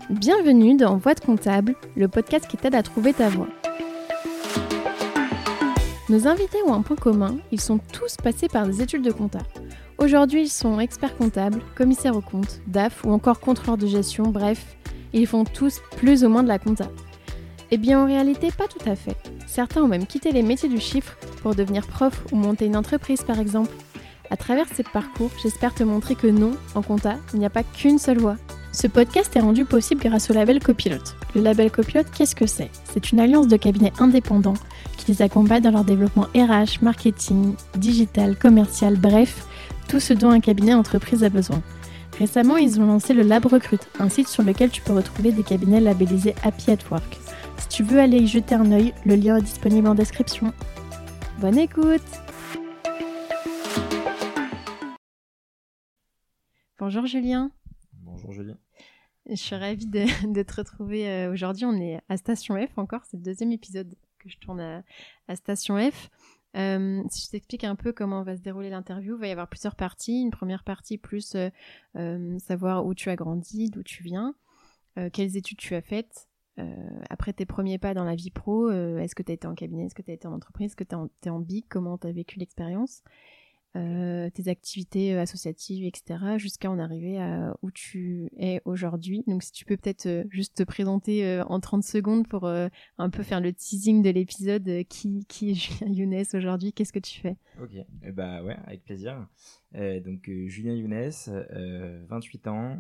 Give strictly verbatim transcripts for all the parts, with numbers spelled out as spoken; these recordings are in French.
Bienvenue dans Voix de comptable, le podcast qui t'aide à trouver ta voie. Nos invités ont un point commun, ils sont tous passés par des études de compta. Aujourd'hui, ils sont experts comptables, commissaires aux comptes, D A F ou encore contrôleurs de gestion, bref, ils font tous plus ou moins de la compta. Eh bien en réalité, pas tout à fait. Certains ont même quitté les métiers du chiffre pour devenir prof ou monter une entreprise par exemple. À travers ces parcours, j'espère te montrer que non, en compta, il n'y a pas qu'une seule voie. Ce podcast est rendu possible grâce au label Copilote. Le label Copilote, qu'est-ce que c'est ? C'est une alliance de cabinets indépendants qui les accompagne dans leur développement R H, marketing, digital, commercial, bref, tout ce dont un cabinet entreprise a besoin. Récemment, ils ont lancé le Lab Recrute, un site sur lequel tu peux retrouver des cabinets labellisés Happy at Work. Si tu veux aller y jeter un œil, le lien est disponible en description. Bonne écoute! Bonjour Julien. Bonjour Julie. Je suis ravie de, de te retrouver euh, aujourd'hui. On est à Station F encore, c'est le deuxième épisode que je tourne à, à Station F. Euh, si je t'explique un peu comment va se dérouler l'interview, il va y avoir plusieurs parties. Une première partie plus euh, euh, savoir où tu as grandi, d'où tu viens, euh, quelles études tu as faites, euh, après tes premiers pas dans la vie pro, euh, est-ce que tu as été en cabinet, est-ce que tu as été en entreprise, est-ce que tu es en, t'es en B I C, comment tu as vécu l'expérience, euh, tes activités associatives, et cetera, jusqu'à en arriver à où tu es aujourd'hui. Donc si tu peux peut-être euh, juste te présenter euh, en trente secondes pour euh, un peu faire le teasing de l'épisode, euh, qui, qui est Julien Younes aujourd'hui, qu'est-ce que tu fais ? Ok, eh bah ouais, avec plaisir. Euh, donc euh, Julien Younes, euh, vingt-huit ans.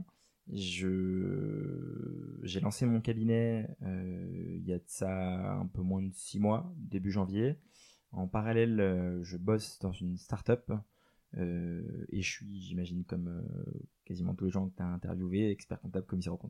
Je... J'ai lancé mon cabinet euh, il y a de ça un peu moins de six mois, début janvier. En parallèle, euh, je bosse dans une start-up euh, et je suis, j'imagine, comme euh, quasiment tous les gens que tu as interviewés, expert comptable, commissaire aux comptes.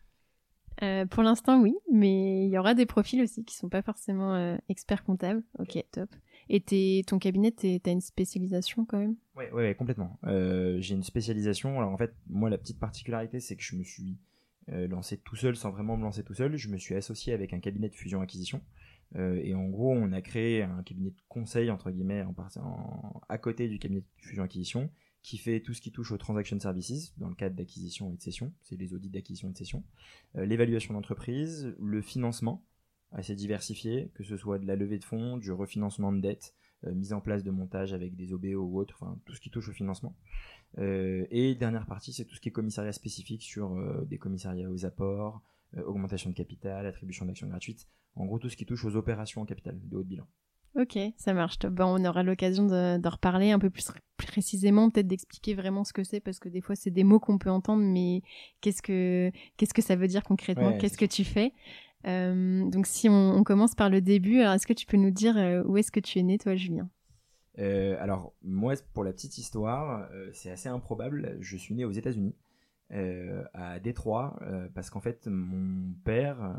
Euh, pour l'instant, oui, mais il y aura des profils aussi qui sont pas forcément euh, experts comptables. Ok, top. Et t'es, ton cabinet, t'es, t'as une spécialisation quand même ? Ouais, ouais, ouais, complètement. Euh, j'ai une spécialisation. Alors en fait, moi, la petite particularité, c'est que je me suis euh, lancé tout seul sans vraiment me lancer tout seul. Je me suis associé avec un cabinet de fusion-acquisition. Euh, et en gros, on a créé un cabinet de conseil, entre guillemets, en, part- en, à côté du cabinet de fusion-acquisition, qui fait tout ce qui touche aux transaction services, dans le cadre d'acquisition et de cession. C'est les audits d'acquisition et de cession. Euh, l'évaluation d'entreprise, le financement, assez diversifié, que ce soit de la levée de fonds, du refinancement de dette, euh, mise en place de montage avec des O B O ou autre, enfin tout ce qui touche au financement. Euh, et dernière partie, c'est tout ce qui est commissariat spécifique sur euh, des commissariats aux apports, euh, augmentation de capital, attribution d'actions gratuites, en gros tout ce qui touche aux opérations en capital de haut de bilan. Ok, ça marche. Top. Ben, on aura l'occasion de, d'en reparler un peu plus précisément, peut-être d'expliquer vraiment ce que c'est, parce que des fois c'est des mots qu'on peut entendre, mais qu'est-ce que, qu'est-ce que ça veut dire concrètement, Ouais, qu'est-ce que tu fais ? Euh, donc si on, on commence par le début, alors est-ce que tu peux nous dire euh, où est-ce que tu es né, toi, Julien ? euh, Alors moi, pour la petite histoire, euh, c'est assez improbable. Je suis né aux États-Unis, euh, à Détroit, euh, parce qu'en fait mon père,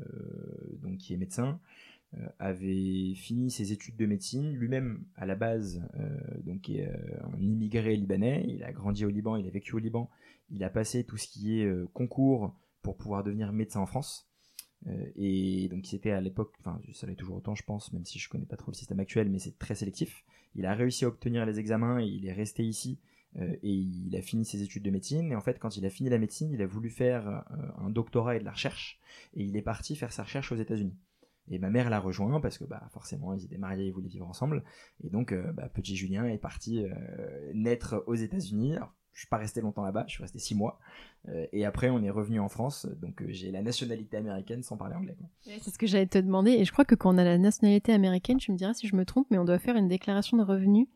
euh, donc qui est médecin, euh, avait fini ses études de médecine, lui-même à la base, euh, donc est euh, un immigré libanais. Il a grandi au Liban, il a vécu au Liban, il a passé tout ce qui est euh, concours pour pouvoir devenir médecin en France. Euh, et donc c'était à l'époque, enfin ça l'est toujours autant je pense, même si je connais pas trop le système actuel, mais c'est très sélectif. Il a réussi à obtenir les examens et il est resté ici, euh, et il a fini ses études de médecine. Et en fait, quand il a fini la médecine, il a voulu faire euh, un doctorat et de la recherche, et il est parti faire sa recherche aux États-Unis. Et ma mère l'a rejoint parce que bah forcément ils étaient mariés, ils voulaient vivre ensemble, et donc euh, bah, petit Julien est parti euh, naître aux États-Unis. Alors, je suis pas resté longtemps là-bas, je suis resté six mois, euh, et après on est revenu en France, donc euh, j'ai la nationalité américaine sans parler anglais, quoi. Ouais, c'est ce que j'allais te demander, et je crois que quand on a la nationalité américaine, tu me diras si je me trompe, mais on doit faire une déclaration de revenus.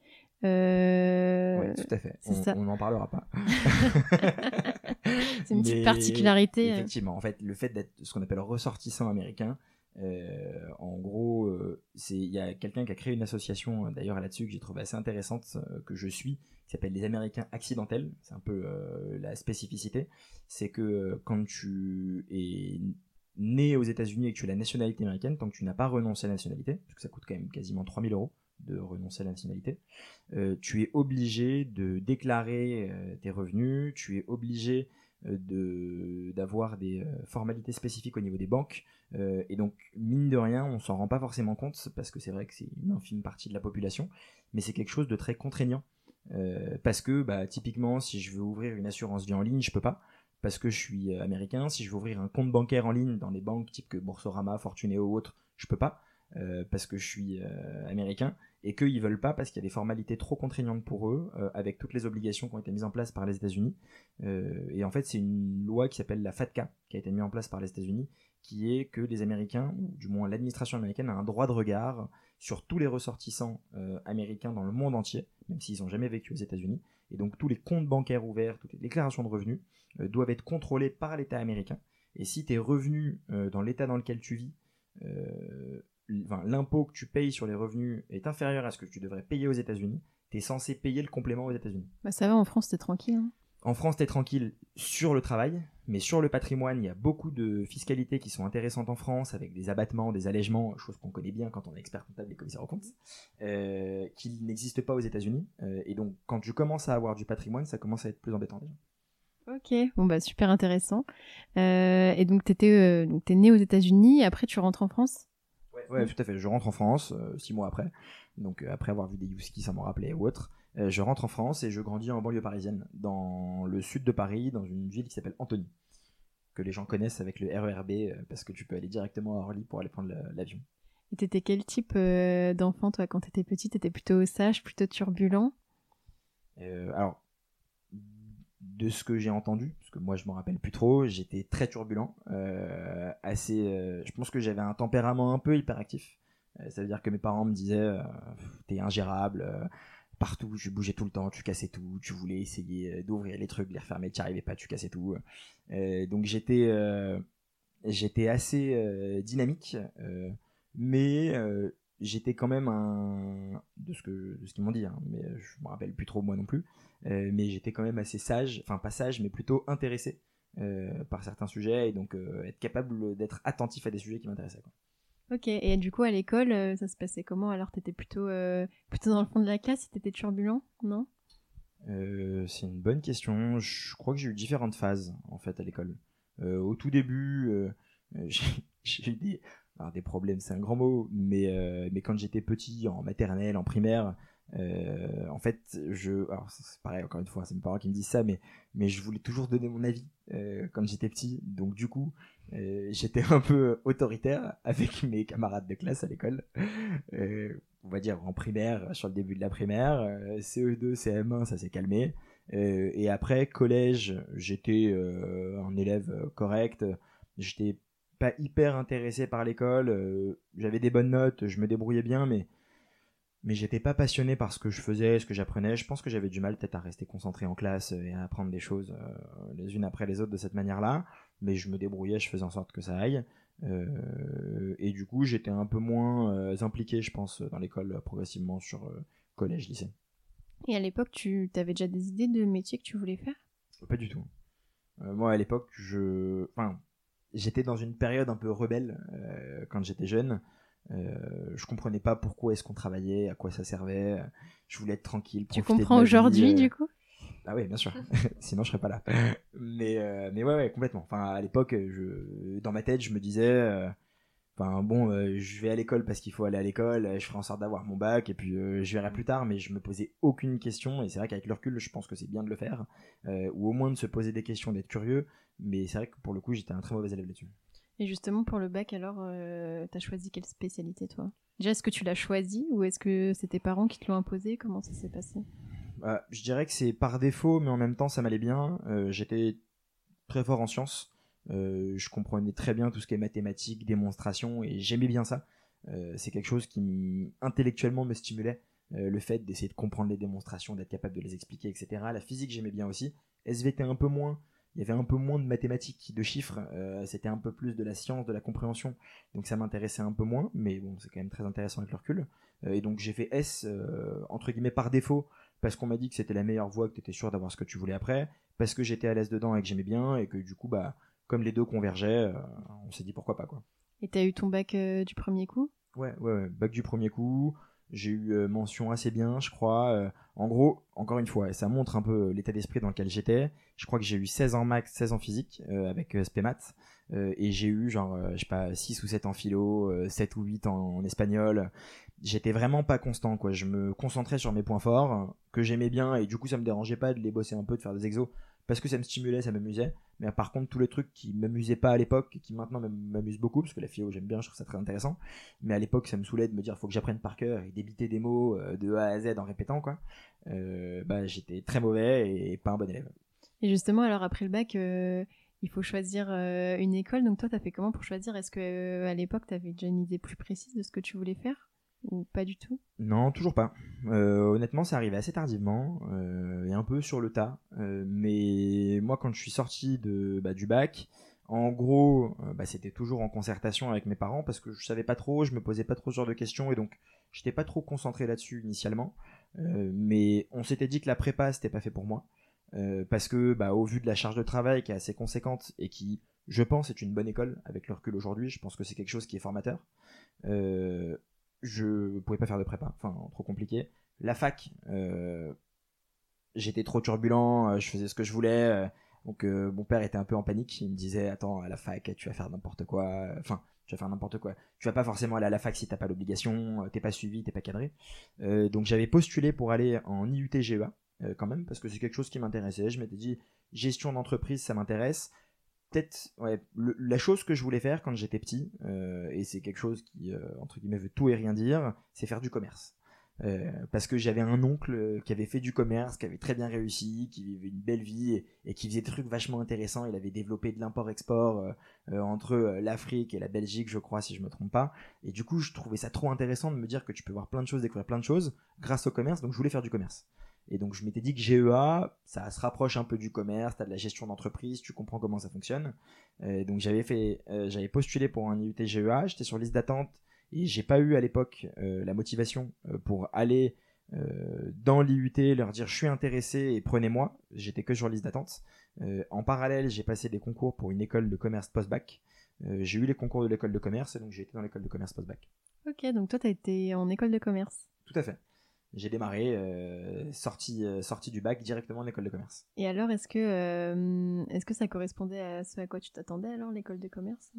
Euh... Ouais, tout à fait. C'est On, ça. on n'en parlera pas. C'est une petite Mais particularité. effectivement, en fait, le fait d'être ce qu'on appelle ressortissant américain, euh, en gros, euh, c'est il y a quelqu'un qui a créé une association d'ailleurs là-dessus que j'ai trouvé assez intéressante, euh, que je suis, qui s'appelle les Américains accidentels. C'est un peu euh, la spécificité, c'est que euh, quand tu es né aux États-Unis et que tu as la nationalité américaine, tant que tu n'as pas renoncé à la nationalité, parce que ça coûte quand même quasiment trois mille euros de renoncer à la nationalité, euh, tu es obligé de déclarer euh, tes revenus, tu es obligé euh, de, d'avoir des euh, formalités spécifiques au niveau des banques, euh, et donc mine de rien on s'en rend pas forcément compte parce que c'est vrai que c'est une infime partie de la population, mais c'est quelque chose de très contraignant, euh, parce que bah, typiquement si je veux ouvrir une assurance vie en ligne je peux pas, parce que je suis américain. Si je veux ouvrir un compte bancaire en ligne dans des banques type que Boursorama, Fortuneo ou autre, je peux pas euh, parce que je suis euh, américain, et qu'ils veulent pas parce qu'il y a des formalités trop contraignantes pour eux euh, avec toutes les obligations qui ont été mises en place par les États-Unis. Euh, et en fait, c'est une loi qui s'appelle la FATCA qui a été mise en place par les États-Unis, qui est que les Américains, ou du moins l'administration américaine, a un droit de regard sur tous les ressortissants euh, américains dans le monde entier, même s'ils n'ont jamais vécu aux États-Unis. Et donc tous les comptes bancaires ouverts, toutes les déclarations de revenus euh, doivent être contrôlés par l'État américain. Et si tes revenus euh, dans l'État dans lequel tu vis, euh, enfin, l'impôt que tu payes sur les revenus est inférieur à ce que tu devrais payer aux États-Unis, tu es censé payer le complément aux États-Unis. Bah ça va, en France, t'es tranquille. Hein. En France, t'es tranquille sur le travail, mais sur le patrimoine, il y a beaucoup de fiscalités qui sont intéressantes en France, avec des abattements, des allègements, chose qu'on connaît bien quand on est expert comptable et commissaire aux comptes, euh, qui n'existent pas aux États-Unis. Euh, et donc, quand tu commences à avoir du patrimoine, ça commence à être plus embêtant déjà. Ok, bon bah super intéressant. Euh, et donc t'étais, euh, donc t'es né aux États-Unis, et après tu rentres en France ? Ouais, ouais, tout à fait. Je rentre en France euh, six mois après, donc euh, après avoir vu des Youski sans m'en rappeler ou autre. Euh, je rentre en France et je grandis en banlieue parisienne, dans le sud de Paris, dans une ville qui s'appelle Antony, que les gens connaissent avec le R E R B, euh, parce que tu peux aller directement à Orly pour aller prendre le- l'avion. Et t'étais quel type euh, d'enfant, toi, quand t'étais petit ? T'étais plutôt sage, plutôt turbulent ? Euh, alors, de ce que j'ai entendu, parce que moi je m'en rappelle plus trop, j'étais très turbulent, euh, assez, euh, je pense que j'avais un tempérament un peu hyperactif. Euh, ça veut dire que mes parents me disaient euh, t'es ingérable, euh, partout, je bougeais tout le temps, tu cassais tout, tu voulais essayer d'ouvrir les trucs, de les refermer, tu n'y arrivais pas, tu cassais tout. Euh, donc j'étais, euh, j'étais assez euh, dynamique, euh, mais euh, j'étais quand même un, de ce que, de ce qu'ils m'ont dit, hein, mais je me rappelle plus trop moi non plus. Euh, mais j'étais quand même assez sage, enfin pas sage, mais plutôt intéressé euh, par certains sujets, et donc euh, être capable d'être attentif à des sujets qui m'intéressaient, quoi. Ok, et du coup à l'école, euh, ça se passait comment ? Alors t'étais plutôt, euh, plutôt dans le fond de la classe, si t'étais turbulent, non ? Euh, c'est une bonne question. Je crois que j'ai eu différentes phases en fait à l'école. Euh, au tout début, euh, j'ai, j'ai eu des, alors, des problèmes, c'est un grand mot, mais, euh, mais quand j'étais petit, en maternelle, en primaire, euh, en fait, je, alors c'est pareil, encore une fois, c'est mes parents qui me disent ça, mais, mais je voulais toujours donner mon avis euh, quand j'étais petit. Donc du coup, euh, j'étais un peu autoritaire avec mes camarades de classe à l'école. Euh, on va dire en primaire, sur le début de la primaire, euh, C E deux, C M un, ça s'est calmé. Euh, et après, collège, j'étais euh, un élève correct. J'étais pas hyper intéressé par l'école. Euh, j'avais des bonnes notes, je me débrouillais bien, mais, mais j'étais pas passionné par ce que je faisais, ce que j'apprenais. Je pense que j'avais du mal peut-être à rester concentré en classe et à apprendre des choses euh, les unes après les autres de cette manière-là. Mais je me débrouillais, je faisais en sorte que ça aille. Euh, et du coup, j'étais un peu moins euh, impliqué, je pense, dans l'école euh, progressivement sur euh, collège, lycée. Et à l'époque, tu avais déjà des idées de métier que tu voulais faire ? Pas du tout. Euh, moi, à l'époque, je, enfin, j'étais dans une période un peu rebelle euh, quand j'étais jeune. Euh, je comprenais pas pourquoi est-ce qu'on travaillait, à quoi ça servait. Je voulais être tranquille. Tu profiter comprends de ma aujourd'hui, vie, euh... du coup ? Ah oui, bien sûr. Sinon, je serais pas là. Mais, euh, mais ouais, ouais, complètement. Enfin, à l'époque, je, dans ma tête, je me disais, euh, enfin bon, euh, je vais à l'école parce qu'il faut aller à l'école. Je ferai en sorte d'avoir mon bac et puis euh, je verrai plus tard. Mais je me posais aucune question. Et c'est vrai qu'avec le recul, je pense que c'est bien de le faire, euh, ou au moins de se poser des questions, d'être curieux. Mais c'est vrai que pour le coup, j'étais un très mauvais élève là-dessus. Et justement, pour le bac, alors, euh, t'as choisi quelle spécialité, toi ? Déjà, est-ce que tu l'as choisi ou est-ce que c'est tes parents qui te l'ont imposé ? Comment ça s'est passé ? Euh, je dirais que c'est par défaut, mais en même temps, ça m'allait bien. Euh, j'étais très fort en sciences. Euh, je comprenais très bien tout ce qui est mathématiques, démonstration, et j'aimais bien ça. Euh, c'est quelque chose qui m- intellectuellement me stimulait. Euh, le fait d'essayer de comprendre les démonstrations, d'être capable de les expliquer, et cetera. La physique, j'aimais bien aussi. S V T un peu moins. Il y avait un peu moins de mathématiques, de chiffres. Euh, c'était un peu plus de la science, de la compréhension. Donc ça m'intéressait un peu moins, mais bon, c'est quand même très intéressant avec le recul. Euh, et donc j'ai fait S, euh, entre guillemets, par défaut, parce qu'on m'a dit que c'était la meilleure voie, que tu étais sûr d'avoir ce que tu voulais après, parce que j'étais à l'aise dedans et que j'aimais bien, et que du coup, bah, comme les deux convergeaient, euh, on s'est dit pourquoi pas, quoi. Et t'as eu ton bac euh, du premier coup ? Ouais, ouais, ouais, bac du premier coup, j'ai eu euh, mention assez bien, je crois. Euh, en gros, encore une fois, et ça montre un peu l'état d'esprit dans lequel j'étais, je crois que j'ai eu seize en maths, seize en physique, euh, avec euh, S P Maths, euh, et j'ai eu genre, euh, je sais pas, six ou sept en philo, euh, sept ou huit en, en espagnol. J'étais vraiment pas constant, quoi. Je me concentrais sur mes points forts, que j'aimais bien, et du coup ça me dérangeait pas de les bosser un peu, de faire des exos, parce que ça me stimulait, ça m'amusait. Mais par contre, tous les trucs qui m'amusaient pas à l'époque et qui maintenant m'amusent beaucoup, parce que la philo j'aime bien, je trouve ça très intéressant. Mais à l'époque, ça me saoulait de me dire faut que j'apprenne par cœur et débiter des mots euh, de A à Z en répétant, quoi. Euh, bah, j'étais très mauvais et pas un bon élève. Et justement, alors après le bac, euh, il faut choisir euh, une école. Donc toi, t'as fait comment pour choisir? Est-ce que euh, à l'époque, t'avais déjà une idée plus précise de ce que tu voulais faire ou pas du tout? Non, toujours pas. Euh, honnêtement, c'est arrivé assez tardivement euh, et un peu sur le tas. Euh, mais moi, quand je suis sorti de, bah, du bac, en gros, euh, bah, c'était toujours en concertation avec mes parents parce que je savais pas trop, je me posais pas trop ce genre de questions et donc j'étais pas trop concentré là-dessus initialement. Euh, mais on s'était dit que la prépa, c'était pas fait pour moi. Euh, parce que, bah, au vu de la charge de travail qui est assez conséquente et qui, je pense, est une bonne école avec le recul aujourd'hui, je pense que c'est quelque chose qui est formateur. Euh, je pouvais pas faire de prépa, enfin trop compliqué. La fac, euh, j'étais trop turbulent, euh, je faisais ce que je voulais, euh, donc euh, mon père était un peu en panique, il me disait attends à la fac tu vas faire n'importe quoi, enfin tu vas faire n'importe quoi, tu vas pas forcément aller à la fac si t'as pas l'obligation, euh, t'es pas suivi, t'es pas cadré. Euh, donc j'avais postulé pour aller en I U T G E A euh, quand même parce que c'est quelque chose qui m'intéressait, je m'étais dit gestion d'entreprise ça m'intéresse. Peut-être ouais, le, la chose que je voulais faire quand j'étais petit, euh, et c'est quelque chose qui, euh, entre guillemets, veut tout et rien dire, c'est faire du commerce. Euh, parce que j'avais un oncle qui avait fait du commerce, qui avait très bien réussi, qui vivait une belle vie et, et qui faisait des trucs vachement intéressants. Il avait développé de l'import-export euh, euh, entre euh, l'Afrique et la Belgique, je crois, si je me trompe pas. Et du coup, je trouvais ça trop intéressant de me dire que tu peux voir plein de choses, découvrir plein de choses grâce au commerce. Donc, je voulais faire du commerce. Et donc je m'étais dit que G E A, ça se rapproche un peu du commerce, t'as de la gestion d'entreprise, tu comprends comment ça fonctionne. Euh, donc j'avais fait, euh, j'avais postulé pour un I U T G E A, j'étais sur liste d'attente et j'ai pas eu à l'époque euh, la motivation euh, pour aller euh, dans l'I U T, leur dire je suis intéressé et prenez-moi. J'étais que sur liste d'attente. Euh, en parallèle, j'ai passé des concours pour une école de commerce post-bac. Euh, j'ai eu les concours de l'école de commerce et donc j'ai été dans l'école de commerce post-bac. Ok, donc toi t'as été en école de commerce. Tout à fait. J'ai démarré, euh, sorti, euh, sorti du bac directement de l'école de commerce. Et alors, est-ce que, euh, est-ce que ça correspondait à ce à quoi tu t'attendais alors, l'école de commerce?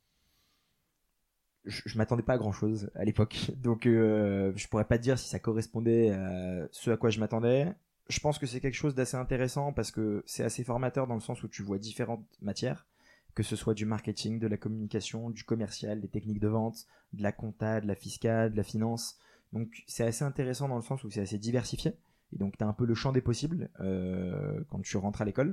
Je, je m'attendais pas à grand chose à l'époque, donc euh, je pourrais pas te dire si ça correspondait à ce à quoi je m'attendais. Je pense que c'est quelque chose d'assez intéressant parce que c'est assez formateur dans le sens où tu vois différentes matières, que ce soit du marketing, de la communication, du commercial, des techniques de vente, de la compta, de la fiscale, de la finance. Donc c'est assez intéressant dans le sens où c'est assez diversifié. Et donc tu as un peu le champ des possibles euh, quand tu rentres à l'école.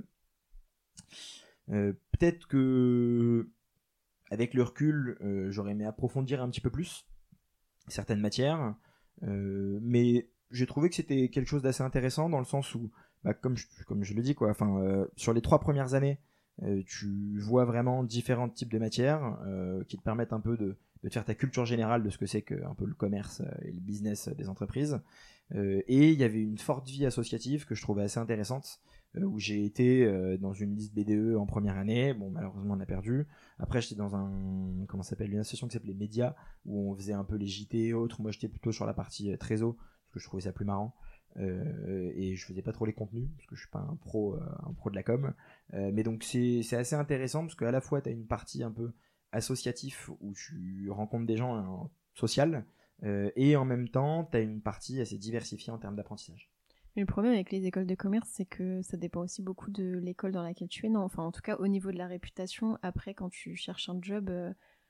Euh, peut-être que avec le recul, euh, j'aurais aimé approfondir un petit peu plus certaines matières. Euh, mais j'ai trouvé que c'était quelque chose d'assez intéressant dans le sens où, bah, comme, je, comme je le dis, quoi, enfin, euh, sur les trois premières années, euh, tu vois vraiment différents types de matières euh, qui te permettent un peu de, de te faire ta culture générale de ce que c'est que un peu le commerce et le business des entreprises. Euh, et il y avait une forte vie associative que je trouvais assez intéressante, euh, où j'ai été euh, dans une liste B D E en première année. Bon, malheureusement, on a perdu. Après, j'étais dans un, comment ça s'appelle, une association qui s'appelait Média, où on faisait un peu les J T et autres. Moi, j'étais plutôt sur la partie euh, trésor, parce que je trouvais ça plus marrant. Euh, et je faisais pas trop les contenus, parce que je suis pas un pro, euh, un pro de la com. Euh, mais donc, c'est, c'est assez intéressant, parce qu'à la fois, tu as une partie un peu associatif, où tu rencontres des gens hein, social, euh, et en même temps, tu as une partie assez diversifiée en termes d'apprentissage. Mais le problème avec les écoles de commerce, c'est que ça dépend aussi beaucoup de l'école dans laquelle tu es. Non, enfin, en tout cas, au niveau de la réputation, après, quand tu cherches un job. Euh...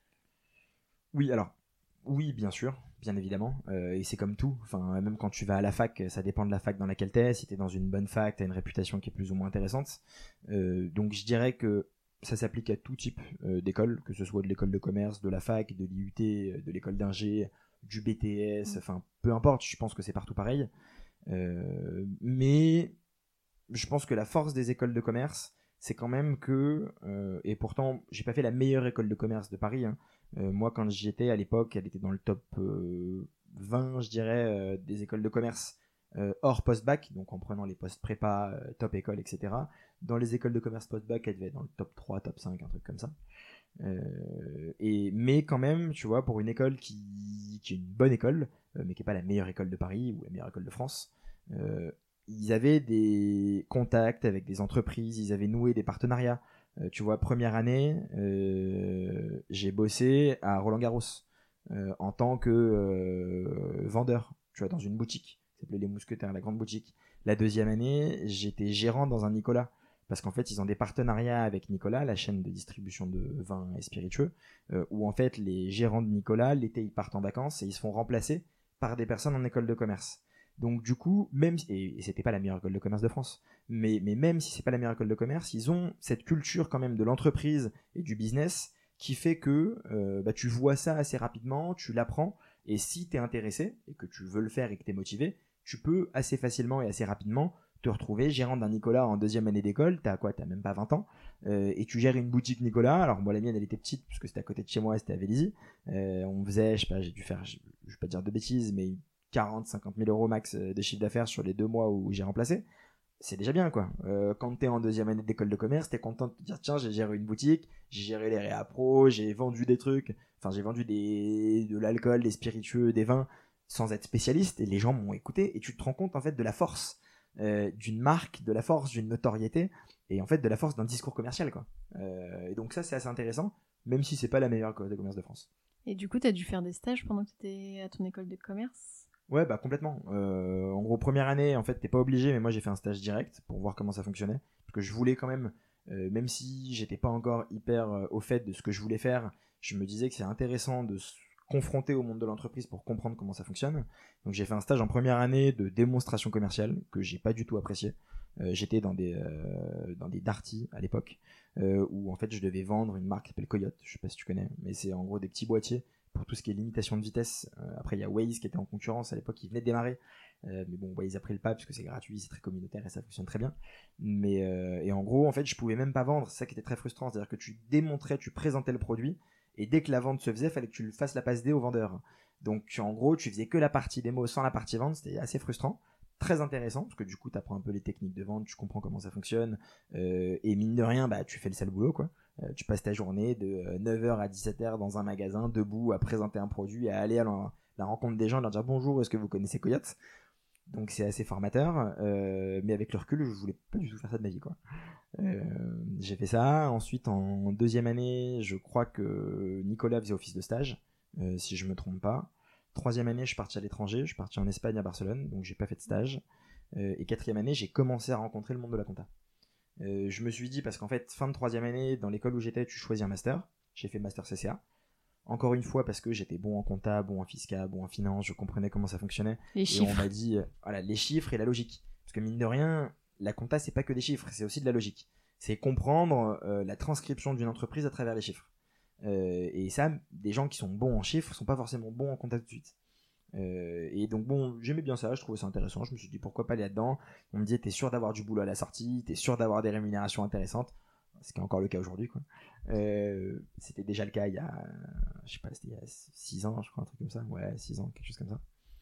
Oui, alors, oui, bien sûr, bien évidemment. Euh, et c'est comme tout. Enfin, même quand tu vas à la fac, ça dépend de la fac dans laquelle tu es. Si tu es dans une bonne fac, tu as une réputation qui est plus ou moins intéressante. Euh, donc, je dirais que ça s'applique à tout type euh, d'école, que ce soit de l'école de commerce, de la fac, de l'I U T, de l'école d'ingé, du B T S, enfin, peu importe, je pense que c'est partout pareil. Euh, mais je pense que la force des écoles de commerce, c'est quand même que, euh, et pourtant, j'ai pas fait la meilleure école de commerce de Paris. Hein. Euh, moi, quand j'y étais à l'époque, elle était dans le top euh, vingt, je dirais, euh, des écoles de commerce euh, hors post-bac, donc en prenant les postes prépa, euh, top école, et cetera. Dans les écoles de commerce post-bac, elle devait être dans le top trois, top cinq, un truc comme ça. Euh, et, mais quand même, tu vois, pour une école qui, qui est une bonne école, euh, mais qui n'est pas la meilleure école de Paris ou la meilleure école de France, euh, ils avaient des contacts avec des entreprises, ils avaient noué des partenariats. Euh, tu vois, première année, euh, j'ai bossé à Roland-Garros euh, en tant que euh, vendeur, tu vois, dans une boutique qui s'appelait Les Mousquetaires, la grande boutique. La deuxième année, j'étais gérant dans un Nicolas. parce qu'en fait, ils ont des partenariats avec Nicolas, la chaîne de distribution de vins et spiritueux, euh, où en fait, les gérants de Nicolas, l'été, ils partent en vacances et ils se font remplacer par des personnes en école de commerce. Donc du coup, même et, et c'était pas la meilleure école de commerce de France, mais, mais même si c'est pas la meilleure école de commerce, ils ont cette culture quand même de l'entreprise et du business qui fait que euh, bah, tu vois ça assez rapidement, tu l'apprends, et si tu es intéressé et que tu veux le faire et que tu es motivé, tu peux assez facilement et assez rapidement te retrouver gérant d'un Nicolas en deuxième année d'école. T'as quoi, t'as même pas vingt ans, euh, et tu gères une boutique Nicolas. Alors moi la mienne elle était petite parce que c'était à côté de chez moi, c'était à Vélizy. Euh, on faisait, je sais pas, j'ai dû faire, je, je vais pas dire de bêtises, mais quarante cinquante mille euros max de chiffre d'affaires sur les deux mois où j'ai remplacé. C'est déjà bien quoi. Euh, quand t'es en deuxième année d'école de commerce, t'es content de te dire tiens j'ai géré une boutique, j'ai géré les réa pro, j'ai vendu des trucs, enfin j'ai vendu des de l'alcool, des spiritueux, des vins sans être spécialiste, et les gens m'ont écouté, et tu te rends compte en fait de la force euh, d'une marque, de la force d'une notoriété, et en fait de la force d'un discours commercial quoi. Euh, et donc ça c'est assez intéressant, même si c'est pas la meilleure école de commerce de France. Et du coup t'as dû faire des stages pendant que t'étais à ton école de commerce? Ouais, bah complètement. Euh, en gros, première année, en fait, t'es pas obligé, mais moi j'ai fait un stage direct pour voir comment ça fonctionnait. Parce que je voulais quand même, euh, même si j'étais pas encore hyper euh, au fait de ce que je voulais faire, je me disais que c'est intéressant de se confronter au monde de l'entreprise pour comprendre comment ça fonctionne. Donc j'ai fait un stage en première année de démonstration commerciale que j'ai pas du tout apprécié. Euh, j'étais dans des, euh, dans des darty à l'époque, euh, où en fait je devais vendre une marque qui s'appelle Coyote, je sais pas si tu connais, mais c'est en gros des petits boîtiers pour tout ce qui est limitation de vitesse. Euh, après, il y a Waze qui était en concurrence à l'époque, qui venait de démarrer. Euh, mais bon, Waze a pris le pas parce que c'est gratuit, c'est très communautaire et ça fonctionne très bien. Mais euh, et en gros, en fait, je pouvais même pas vendre. C'est ça qui était très frustrant, c'est-à-dire que tu démontrais, tu présentais le produit, et dès que la vente se faisait, il fallait que tu le fasses la passe D au vendeur. Donc, en gros, tu faisais que la partie démo sans la partie vente. C'était assez frustrant. Très intéressant parce que du coup, tu apprends un peu les techniques de vente, tu comprends comment ça fonctionne, euh, et mine de rien, bah, tu fais le sale boulot quoi. Euh, tu passes ta journée de neuf heures à dix-sept heures dans un magasin, debout, à présenter un produit, à aller à la, la rencontre des gens, à leur dire bonjour, est-ce que vous connaissez Coyote? Donc c'est assez formateur, euh, mais avec le recul, je voulais pas du tout faire ça de ma vie, quoi. Euh, j'ai fait ça. Ensuite, en deuxième année, je crois que Nicolas faisait office de stage, euh, si je me trompe pas. Troisième année, je suis parti à l'étranger, je suis parti en Espagne, à Barcelone, donc j'ai pas fait de stage. Euh, et quatrième année, j'ai commencé à rencontrer le monde de la compta. Euh, je me suis dit, parce qu'en fait, fin de troisième année, dans l'école où j'étais, tu choisis un master. J'ai fait master C C A. Encore une fois, parce que j'étais bon en compta, bon en fiscal, bon en finance, je comprenais comment ça fonctionnait. Les et chiffres. on m'a dit, euh, voilà, les chiffres et la logique. Parce que mine de rien, la compta, c'est pas que des chiffres, c'est aussi de la logique. C'est comprendre euh, la transcription d'une entreprise à travers les chiffres. Euh, et ça, des gens qui sont bons en chiffres sont pas forcément bons en compta tout de suite. Euh, et donc bon, j'aimais bien ça, je trouvais ça intéressant, je me suis dit pourquoi pas aller là-dedans. On me disait t'es sûr d'avoir du boulot à la sortie, t'es sûr d'avoir des rémunérations intéressantes, ce qui est encore le cas aujourd'hui quoi. Euh, c'était déjà le cas il y a, je sais pas, c'était il y a six ans je crois, un truc comme ça, ouais six ans, quelque chose comme ça.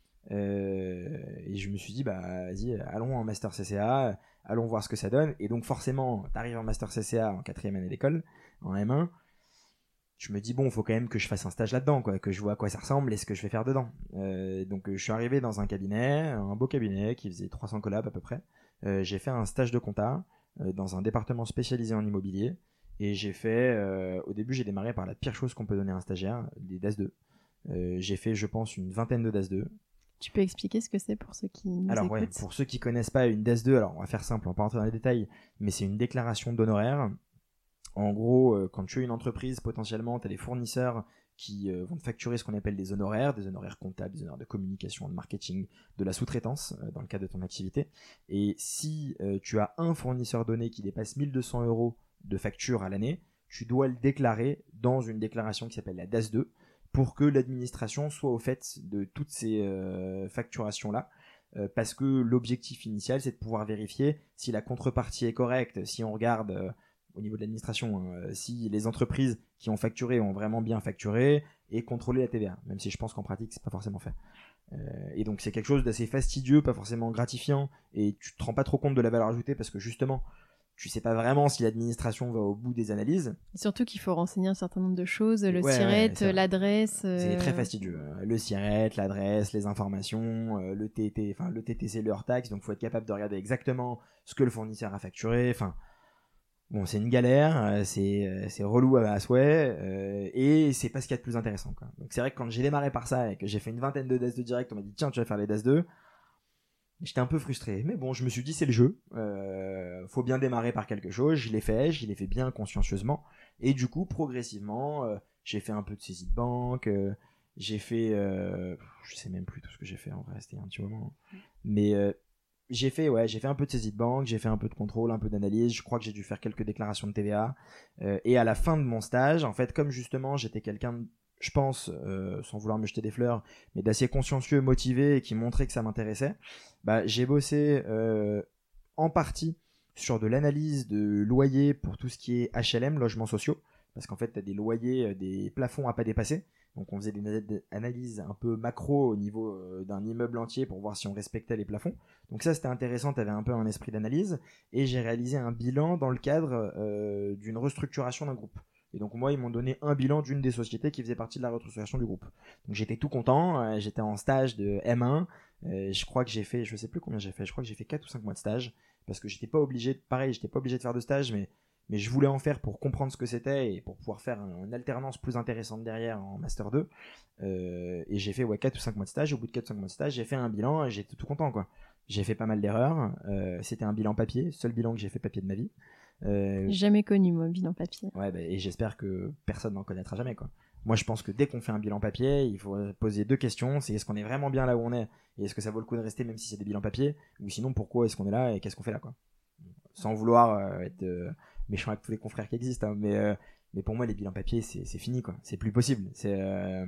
Euh, et je me suis dit bah vas-y, allons en master C C A, allons voir ce que ça donne. Et donc forcément t'arrives en master C C A en quatrième année d'école, en M un. Je me dis bon, faut quand même que je fasse un stage là-dedans, quoi, que je vois à quoi ça ressemble et ce que je vais faire dedans. Euh, donc euh, je suis arrivé dans un cabinet, un beau cabinet qui faisait trois cents collabs à peu près. Euh, j'ai fait un stage de compta euh, dans un département spécialisé en immobilier, et j'ai fait, euh, au début j'ai démarré par la pire chose qu'on peut donner à un stagiaire, des D A S deux. Euh, j'ai fait je pense une vingtaine de D A S deux. Tu peux expliquer ce que c'est pour ceux qui nous alors écoutent? Ouais, pour ceux qui connaissent pas une D A S deux, alors on va faire simple, on va pas rentrer dans les détails, mais c'est une déclaration d'honoraires. En gros, euh, quand tu es une entreprise, potentiellement, tu as des fournisseurs qui euh, vont te facturer ce qu'on appelle des honoraires, des honoraires comptables, des honoraires de communication, de marketing, de la sous-traitance euh, dans le cadre de ton activité. Et si euh, tu as un fournisseur donné qui dépasse mille deux cents euros de facture à l'année, tu dois le déclarer dans une déclaration qui s'appelle la D A S deux pour que l'administration soit au fait de toutes ces euh, facturations-là. Euh, parce que l'objectif initial, c'est de pouvoir vérifier si la contrepartie est correcte, si on regarde... Euh, au niveau de l'administration, hein, si les entreprises qui ont facturé ont vraiment bien facturé, et contrôler la T V A, même si je pense qu'en pratique c'est pas forcément fait. Euh, et donc c'est quelque chose d'assez fastidieux, pas forcément gratifiant, et tu te rends pas trop compte de la valeur ajoutée parce que justement tu sais pas vraiment si l'administration va au bout des analyses. Et surtout qu'il faut renseigner un certain nombre de choses, le ouais, SIRET, ouais, l'adresse. Euh... C'est très fastidieux. Le SIRET, l'adresse, les informations, le T T, enfin le T T C, le hors taxe, donc faut être capable de regarder exactement ce que le fournisseur a facturé, enfin. Bon, c'est une galère, c'est, c'est relou à, à souhait, euh, et c'est pas ce qu'il y a de plus intéressant, quoi. Donc c'est vrai que quand j'ai démarré par ça et que j'ai fait une vingtaine de D A S deux direct, on m'a dit tiens, tu vas faire les D A S deux. J'étais un peu frustré, mais bon, je me suis dit c'est le jeu, euh, faut bien démarrer par quelque chose, je l'ai fait, je l'ai fait bien consciencieusement, et du coup, progressivement, euh, j'ai fait un peu de saisie de banque, euh, j'ai fait, euh, je sais même plus tout ce que j'ai fait en vrai, c'était un petit moment, mais euh, j'ai fait, ouais, j'ai fait un peu de saisie de banque, j'ai fait un peu de contrôle, un peu d'analyse, je crois que j'ai dû faire quelques déclarations de T V A, euh, et à la fin de mon stage, en fait, comme justement j'étais quelqu'un de, je pense, euh, sans vouloir me jeter des fleurs, mais d'assez consciencieux, motivé et qui montrait que ça m'intéressait, bah, j'ai bossé euh, en partie sur de l'analyse de loyers pour tout ce qui est H L M, logements sociaux, parce qu'en fait, tu as des loyers, euh, des plafonds à pas dépasser. Donc on faisait des analyses un peu macro au niveau euh, d'un immeuble entier pour voir si on respectait les plafonds. Donc ça, c'était intéressant, tu avais un peu un esprit d'analyse. Et j'ai réalisé un bilan dans le cadre euh, d'une restructuration d'un groupe. Et donc moi, ils m'ont donné un bilan d'une des sociétés qui faisait partie de la restructuration du groupe. Donc j'étais tout content, euh, j'étais en stage de M un, euh, je crois que j'ai fait, je sais plus combien j'ai fait, je crois que j'ai fait quatre ou cinq mois de stage, parce que j'étais pas obligé, de, pareil, j'étais pas obligé de faire de stage, mais, mais je voulais en faire pour comprendre ce que c'était et pour pouvoir faire une alternance plus intéressante derrière en Master deux. Euh, et j'ai fait ouais, quatre ou cinq mois de stage, au bout de quatre ou cinq mois de stage, j'ai fait un bilan et j'étais tout content, quoi. J'ai fait pas mal d'erreurs, euh, c'était un bilan papier, seul bilan que j'ai fait papier de ma vie. Euh, jamais connu, moi, bilan papier. Ouais, bah, et j'espère que personne n'en connaîtra jamais, quoi. Moi, je pense que dès qu'on fait un bilan papier, il faut poser deux questions. C'est est-ce qu'on est vraiment bien là où on est et est-ce que ça vaut le coup de rester même si c'est des bilans papier, ou sinon pourquoi est-ce qu'on est là et qu'est-ce qu'on fait là, quoi. Sans vouloir euh, être euh, méchant avec tous les confrères qui existent, hein, mais, euh, mais pour moi, les bilans papier, c'est, c'est fini, quoi. C'est plus possible. C'est... Euh...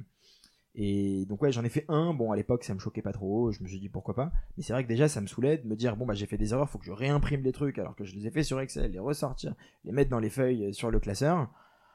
Et donc ouais, j'en ai fait un. Bon, à l'époque, ça me choquait pas trop. Je me suis dit pourquoi pas. Mais c'est vrai que déjà, ça me saoulait de me dire bon bah j'ai fait des erreurs, faut que je réimprime les trucs alors que je les ai fait sur Excel, les ressortir, les mettre dans les feuilles sur le classeur.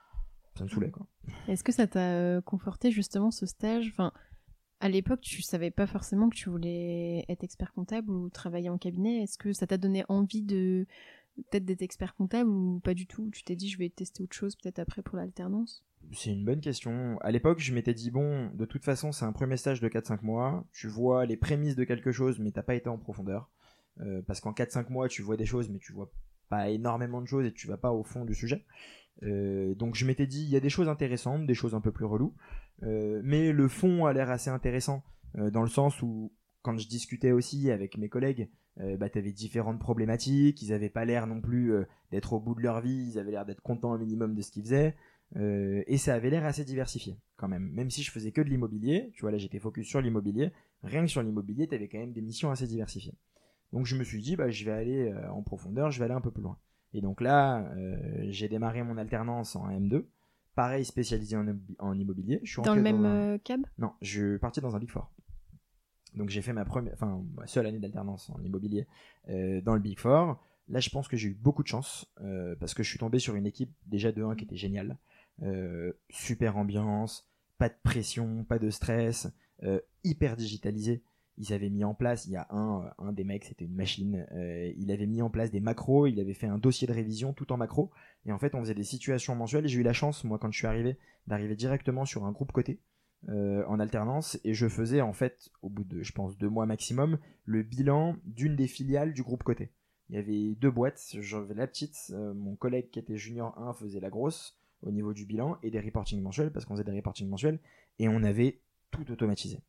Ça me saoulait, quoi. Est-ce que ça t'a euh, conforté justement ce stage? Enfin, à l'époque, tu savais pas forcément que tu voulais être expert comptable ou travailler en cabinet. Est-ce que ça t'a donné envie de peut-être d'être expert comptable ou pas du tout? Tu t'es dit je vais tester autre chose peut-être après pour l'alternance? C'est une bonne question. À l'époque, je m'étais dit, bon, de toute façon, c'est un premier stage de quatre cinq mois. Tu vois les prémices de quelque chose, mais t'as pas été en profondeur. Euh, parce qu'en quatre cinq mois, tu vois des choses, mais tu vois pas énormément de choses et tu vas pas au fond du sujet. Euh, donc je m'étais dit, il y a des choses intéressantes, des choses un peu plus reloues. Euh, mais le fond a l'air assez intéressant, euh, dans le sens où, quand je discutais aussi avec mes collègues, euh, bah, t'avais différentes problématiques, ils avaient pas l'air non plus euh, d'être au bout de leur vie, ils avaient l'air d'être contents un minimum de ce qu'ils faisaient. Euh, et ça avait l'air assez diversifié quand même, même si je faisais que de l'immobilier, tu vois là j'étais focus sur l'immobilier, rien que sur l'immobilier t'avais quand même des missions assez diversifiées. Donc je me suis dit bah je vais aller euh, en profondeur, je vais aller un peu plus loin. Et donc là euh, j'ai démarré mon alternance en M deux, pareil spécialisé en, en immobilier. Je suis dans le même dans un... euh, cab? Non, je suis parti dans un Big Four. Donc j'ai fait ma première, enfin ma seule année d'alternance en immobilier euh, dans le Big Four. Là je pense que j'ai eu beaucoup de chance euh, parce que je suis tombé sur une équipe déjà de un qui était géniale. Euh, super ambiance, pas de pression, pas de stress, euh, hyper digitalisé. Ils avaient mis en place, il y a un, un des mecs, c'était une machine, euh, il avait mis en place des macros, il avait fait un dossier de révision tout en macro, et en fait on faisait des situations mensuelles, et j'ai eu la chance, moi quand je suis arrivé, d'arriver directement sur un groupe coté, euh, en alternance, et je faisais en fait, au bout de, je pense, deux mois maximum, le bilan d'une des filiales du groupe coté. Il y avait deux boîtes, j'avais la petite, euh, mon collègue qui était junior un faisait la grosse, au niveau du bilan et des reportings mensuels parce qu'on faisait des reportings mensuels et on avait tout automatisé.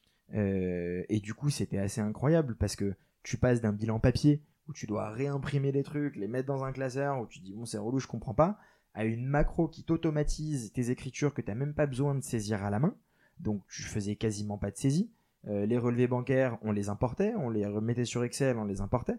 Euh, et du coup, c'était assez incroyable parce que tu passes d'un bilan papier où tu dois réimprimer les trucs, les mettre dans un classeur où tu dis bon, c'est relou, je comprends pas, à une macro qui t'automatise tes écritures que tu n'as même pas besoin de saisir à la main. Donc, tu faisais quasiment pas de saisie. Euh, les relevés bancaires, on les importait, on les remettait sur Excel, on les importait.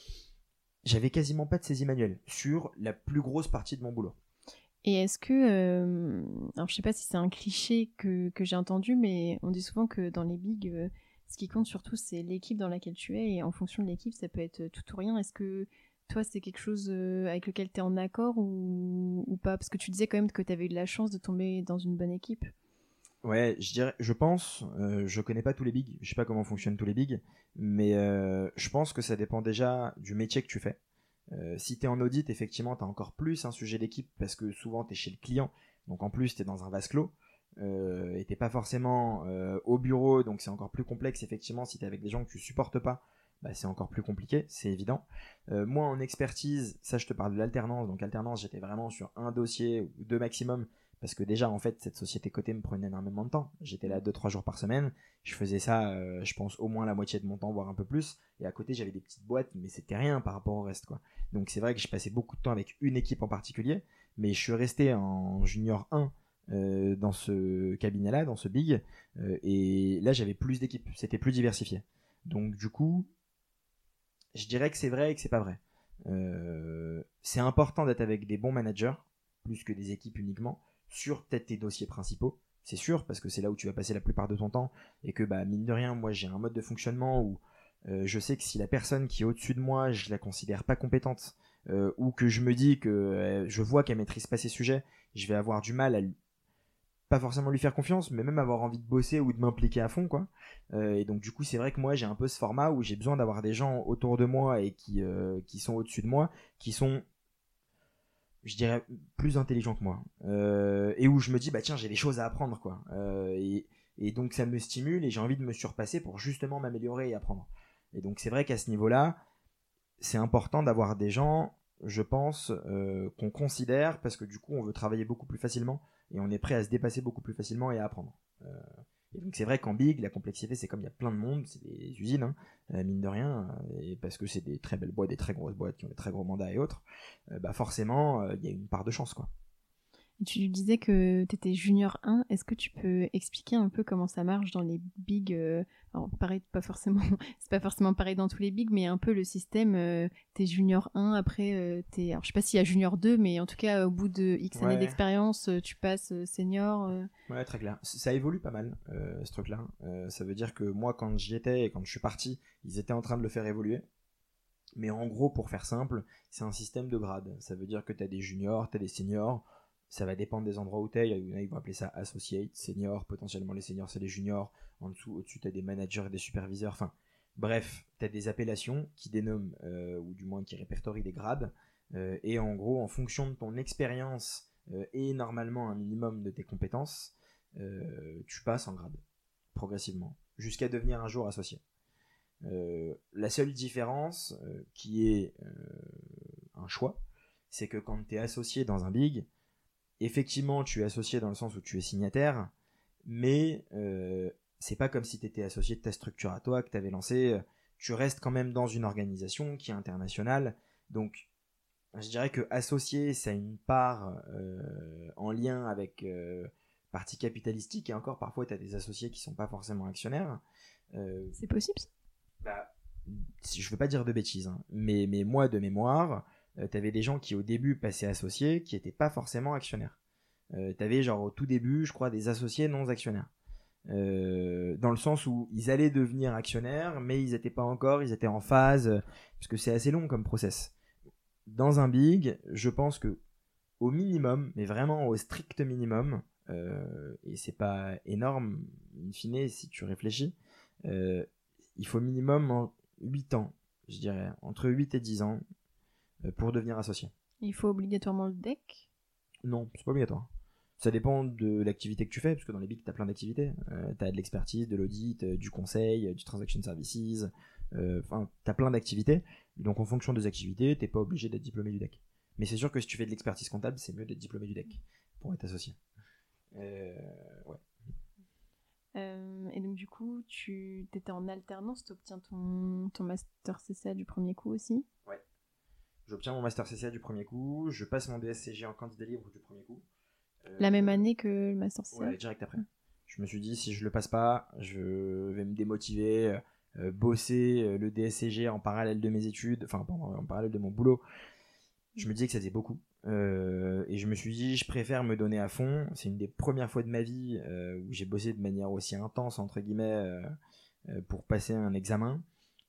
J'avais quasiment pas de saisie manuelle sur la plus grosse partie de mon boulot. Et est-ce que, euh, alors je sais pas si c'est un cliché que, que j'ai entendu, mais on dit souvent que dans les bigs, euh, ce qui compte surtout c'est l'équipe dans laquelle tu es, et en fonction de l'équipe, ça peut être tout ou rien. Est-ce que toi, c'est quelque chose euh, avec lequel tu es en accord ou, ou pas? Parce que tu disais quand même que tu avais eu de la chance de tomber dans une bonne équipe. Ouais, je dirais, je pense, euh, je connais pas tous les bigs, je sais pas comment fonctionnent tous les bigs, mais euh, je pense que ça dépend déjà du métier que tu fais. Euh, si tu es en audit, effectivement, tu as encore plus un sujet d'équipe parce que souvent tu es chez le client, donc en plus tu es dans un vase clos euh, et tu pas forcément euh, au bureau, donc c'est encore plus complexe. Effectivement, si tu es avec des gens que tu supportes pas, bah, c'est encore plus compliqué, c'est évident. Euh, moi en expertise, ça je te parle de l'alternance, donc alternance j'étais vraiment sur un dossier ou deux maximum parce que déjà en fait cette société cotée me prenait énormément de temps. J'étais là deux trois jours par semaine, je faisais ça euh, je pense au moins la moitié de mon temps, voire un peu plus, et à côté j'avais des petites boîtes, mais c'était rien par rapport au reste quoi. Donc c'est vrai que je passais beaucoup de temps avec une équipe en particulier, mais je suis resté en junior un euh, dans ce cabinet là, dans ce big, euh, et là j'avais plus d'équipes, c'était plus diversifié. Donc du coup je dirais que c'est vrai et que c'est pas vrai. Euh, c'est important d'être avec des bons managers plus que des équipes uniquement sur peut-être tes dossiers principaux, c'est sûr, parce que c'est là où tu vas passer la plupart de ton temps, et que bah mine de rien moi j'ai un mode de fonctionnement où euh, je sais que si la personne qui est au-dessus de moi je la considère pas compétente, euh, ou que je me dis que euh, je vois qu'elle maîtrise pas ses sujets, je vais avoir du mal à lui, pas forcément lui faire confiance, mais même avoir envie de bosser ou de m'impliquer à fond, quoi. Euh, et donc du coup, c'est vrai que moi, j'ai un peu ce format où j'ai besoin d'avoir des gens autour de moi et qui euh, qui sont au-dessus de moi, qui sont, je dirais, plus intelligents que moi, euh, et où je me dis bah tiens, j'ai des choses à apprendre, quoi. Euh, et et donc ça me stimule et j'ai envie de me surpasser pour justement m'améliorer et apprendre. Et donc c'est vrai qu'à ce niveau-là, c'est important d'avoir des gens, je pense, euh, qu'on considère, parce que du coup, on veut travailler beaucoup plus facilement et on est prêt à se dépasser beaucoup plus facilement et à apprendre. Euh, et donc c'est vrai qu'en big, la complexité, c'est comme il y a plein de monde, c'est des usines, hein, euh, mine de rien, euh, et parce que c'est des très belles boîtes, des très grosses boîtes qui ont des très gros mandats et autres, euh, bah forcément, il euh, y a une part de chance, quoi. Tu disais que tu étais junior un. Est-ce que tu peux expliquer un peu comment ça marche dans les bigs euh, alors pareil, pas forcément, c'est pas forcément pareil dans tous les bigs, mais un peu le système, euh, t'es junior un, après euh, t'es, alors je sais pas s'il y a junior deux, mais en tout cas au bout de X années Ouais. d'expérience, tu passes euh, senior. Euh... Ouais, très clair. Ça évolue pas mal, euh, ce truc-là. Euh, ça veut dire que moi, quand j'y étais et quand je suis parti, ils étaient en train de le faire évoluer. Mais en gros, pour faire simple, c'est un système de grades. Ça veut dire que t'as des juniors, t'as des seniors. Ça va dépendre des endroits où t'es. Il y en a, ils vont appeler ça associate, senior. Potentiellement, les seniors, c'est les juniors. En dessous, au-dessus, t'as des managers et des superviseurs. Enfin, bref, t'as des appellations qui dénomment, euh, ou du moins qui répertorient des grades. Euh, et en gros, en fonction de ton expérience euh, et normalement un minimum de tes compétences, euh, tu passes en grade, progressivement, jusqu'à devenir un jour associé. Euh, la seule différence, euh, qui est euh, un choix, c'est que quand tu es associé dans un big, effectivement tu es associé dans le sens où tu es signataire, mais euh, c'est pas comme si tu étais associé de ta structure à toi que tu avais lancé. Tu restes quand même dans une organisation qui est internationale, donc je dirais que associé, ça a une part euh, en lien avec euh, partie capitalistique, et encore parfois tu as des associés qui sont pas forcément actionnaires. Euh, c'est possible ça? Bah, je veux pas dire de bêtises, hein, mais, mais moi de mémoire, euh, t'avais des gens qui au début passaient associés qui étaient pas forcément actionnaires. Euh, t'avais genre au tout début, je crois, des associés non actionnaires. Euh, dans le sens où ils allaient devenir actionnaires, mais ils étaient pas encore, ils étaient en phase, euh, parce que c'est assez long comme process. Dans un big, je pense que au minimum, mais vraiment au strict minimum, euh, et c'est pas énorme, in fine, si tu réfléchis, euh, il faut minimum en huit ans, je dirais, entre huit et dix ans, euh, pour devenir associé. Il faut obligatoirement le D E C? Non, c'est pas obligatoire. Ça dépend de l'activité que tu fais, parce que dans les bigs, tu as plein d'activités. Euh, tu as de l'expertise, de l'audit, euh, du conseil, euh, du transaction services, enfin, euh, tu as plein d'activités. Donc en fonction des activités, tu n'es pas obligé d'être diplômé du D E C. Mais c'est sûr que si tu fais de l'expertise comptable, c'est mieux d'être diplômé du D E C pour être associé. Euh, ouais. Euh, et donc du coup, tu étais en alternance, tu obtiens ton, ton master C C A du premier coup aussi? Ouais. J'obtiens mon master C C A du premier coup, je passe mon D S C G en candidat libre du premier coup. Euh, La même année que le master C C A? Ouais, direct après. Je me suis dit, si je le passe pas, je vais me démotiver, euh, bosser euh, le D S C G en parallèle de mes études, enfin en parallèle de mon boulot. Je me disais que ça faisait beaucoup. Euh, et je me suis dit, je préfère me donner à fond. C'est une des premières fois de ma vie euh, où j'ai bossé de manière aussi intense, entre guillemets, euh, euh, pour passer un examen.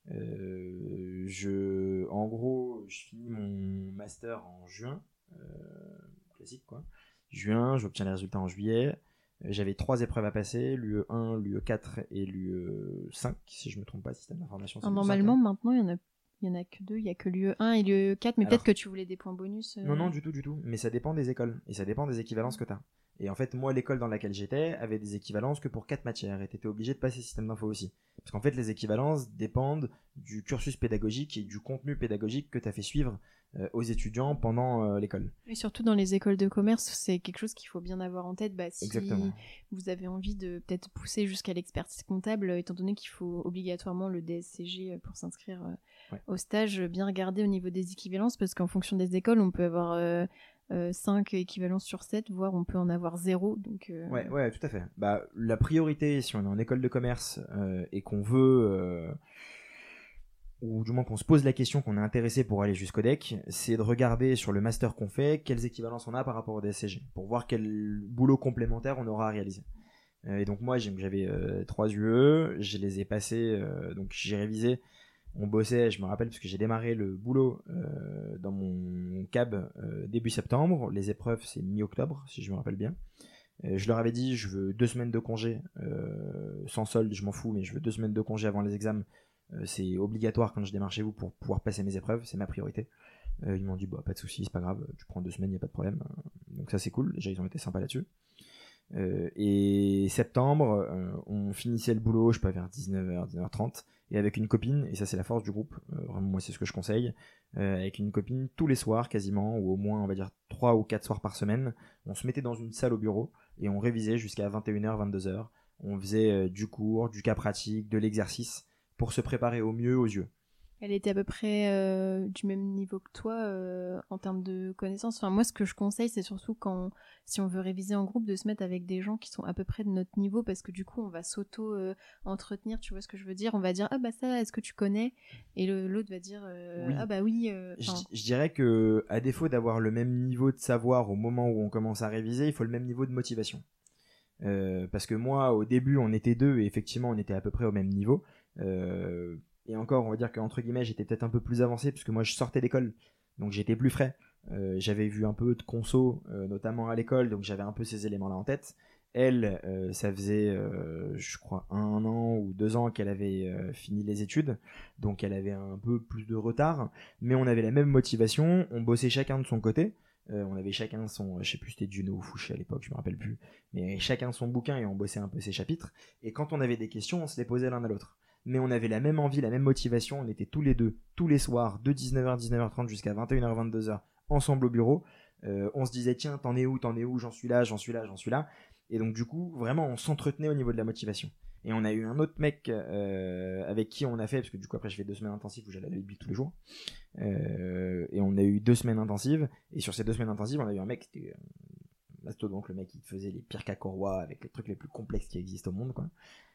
Euh, je, en gros, je finis mon master en juin, euh, classique quoi. Juin, j'obtiens les résultats en juillet. J'avais trois épreuves à passer, l'U E un, l'U E quatre et l'U E cinq, si je me trompe pas, système d'information. Alors, normalement, cinq, hein. Maintenant, il y en a Il n'y en a que deux, il n'y a que l'U E un et l'U E quatre, mais alors, peut-être que tu voulais des points bonus. Euh... Non, non, du tout, du tout. Mais ça dépend des écoles. Et ça dépend des équivalences que tu as. Et en fait, moi, l'école dans laquelle j'étais avait des équivalences que pour quatre matières. Et tu étais obligé de passer système d'info aussi. Parce qu'en fait, les équivalences dépendent du cursus pédagogique et du contenu pédagogique que tu as fait suivre euh, aux étudiants pendant euh, l'école. Et surtout dans les écoles de commerce, c'est quelque chose qu'il faut bien avoir en tête. Bah, si Exactement. vous avez envie de peut-être pousser jusqu'à l'expertise comptable, étant donné qu'il faut obligatoirement le D S C G pour s'inscrire euh, ouais. au stage, bien regarder au niveau des équivalences, parce qu'en fonction des écoles, on peut avoir euh, euh, cinq équivalences sur sept, voire on peut en avoir zéro. Donc, euh... ouais, ouais, tout à fait. Bah, la priorité, si on est en école de commerce euh, et qu'on veut... Euh... ou du moins qu'on se pose la question, qu'on est intéressé pour aller jusqu'au D E C, c'est de regarder sur le master qu'on fait, quelles équivalences on a par rapport au D S C G, pour voir quel boulot complémentaire on aura à réaliser. Euh, et donc moi, j'avais euh, trois U E, je les ai passés, euh, donc j'ai révisé, on bossait, je me rappelle, parce que j'ai démarré le boulot euh, dans mon C A B euh, début septembre, les épreuves c'est mi-octobre, si je me rappelle bien. Euh, je leur avais dit, je veux deux semaines de congé, euh, sans solde, je m'en fous, mais je veux deux semaines de congé avant les examens. Euh, c'est obligatoire quand je démarre chez vous pour pouvoir passer mes épreuves, c'est ma priorité. Euh, ils m'ont dit bah, pas de soucis, c'est pas grave, tu prends deux semaines, il n'y a pas de problème. Donc ça c'est cool, déjà ils ont été sympas là-dessus. Euh, et septembre, euh, on finissait le boulot, je sais pas, vers dix-neuf heures, dix-neuf heures trente, et avec une copine, et ça c'est la force du groupe, euh, vraiment moi c'est ce que je conseille, euh, avec une copine tous les soirs quasiment, ou au moins on va dire trois ou quatre soirs par semaine, on se mettait dans une salle au bureau, et on révisait jusqu'à vingt et une heures, vingt-deux heures, on faisait euh, du cours, du cas pratique, de l'exercice, pour se préparer au mieux aux yeux. Elle était à peu près euh, du même niveau que toi euh, en termes de connaissances. Enfin, moi, ce que je conseille, c'est surtout quand, si on veut réviser en groupe, de se mettre avec des gens qui sont à peu près de notre niveau, parce que du coup, on va s'auto-entretenir, euh, tu vois ce que je veux dire. On va dire, ah bah ça, est-ce que tu connais ? Et le, l'autre va dire, euh, oui. ah bah oui. Euh, je, je dirais que à défaut d'avoir le même niveau de savoir au moment où on commence à réviser, il faut le même niveau de motivation. Euh, parce que moi, au début, on était deux, et effectivement, on était à peu près au même niveau. Euh, et encore, on va dire qu'entre guillemets, j'étais peut-être un peu plus avancé, parce que moi, je sortais d'école, donc j'étais plus frais. Euh, j'avais vu un peu de conso, euh, notamment à l'école, donc j'avais un peu ces éléments-là en tête. Elle, euh, ça faisait, euh, je crois, un an ou deux ans qu'elle avait euh, fini les études, donc elle avait un peu plus de retard, mais on avait la même motivation, on bossait chacun de son côté. Euh, on avait chacun son, je sais plus, c'était Juno ou Fouché à l'époque, je me rappelle plus, mais chacun son bouquin et on bossait un peu ses chapitres. Et quand on avait des questions, on se les posait l'un à l'autre. Mais on avait la même envie, la même motivation. On était tous les deux, tous les soirs, de dix-neuf heures, dix-neuf heures trente jusqu'à vingt et une heures, vingt-deux heures, ensemble au bureau. Euh, on se disait, tiens, t'en es où, t'en es où, j'en suis là, j'en suis là, j'en suis là. Et donc du coup, vraiment, on s'entretenait au niveau de la motivation. Et on a eu un autre mec euh, avec qui on a fait, parce que du coup après je fais deux semaines intensives où j'allais à la bibliothèque tous les jours, euh, et on a eu deux semaines intensives, et sur ces deux semaines intensives on a eu un mec, c'était euh, mastodonte, le mec qui faisait les pires cacorois avec les trucs les plus complexes qui existent au monde, quoi.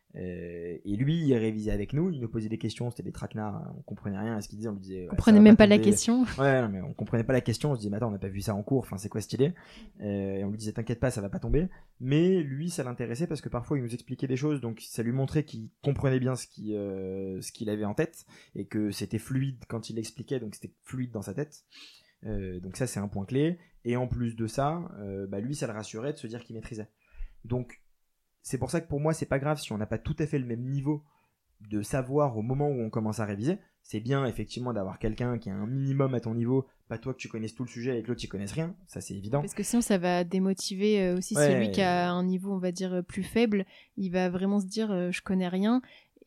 Euh, et lui il révisait avec nous, il nous posait des questions, c'était des traquenards, on comprenait rien à ce qu'il disait, on lui disait ouais, on comprenait même pas, pas la question. Ouais, non, mais on comprenait pas la question, on se disait mais attends, on n'a pas vu ça en cours, enfin c'est quoi cette idée, euh, et on lui disait t'inquiète pas, ça va pas tomber. Mais lui ça l'intéressait parce que parfois il nous expliquait des choses, donc ça lui montrait qu'il comprenait bien ce qu'il, euh, ce qu'il avait en tête, et que c'était fluide quand il expliquait, donc c'était fluide dans sa tête. Euh, donc ça c'est un point clé, et en plus de ça, euh, bah lui ça le rassurait de se dire qu'il maîtrisait. Donc c'est pour ça que pour moi c'est pas grave si on n'a pas tout à fait le même niveau de savoir au moment où on commence à réviser. C'est bien effectivement d'avoir quelqu'un qui a un minimum à ton niveau, pas toi que tu connaisses tout le sujet et que l'autre tu connaisses rien, ça c'est évident. Parce que sinon ça va démotiver aussi ouais, celui qui a un niveau on va dire plus faible, il va vraiment se dire euh, je connais rien.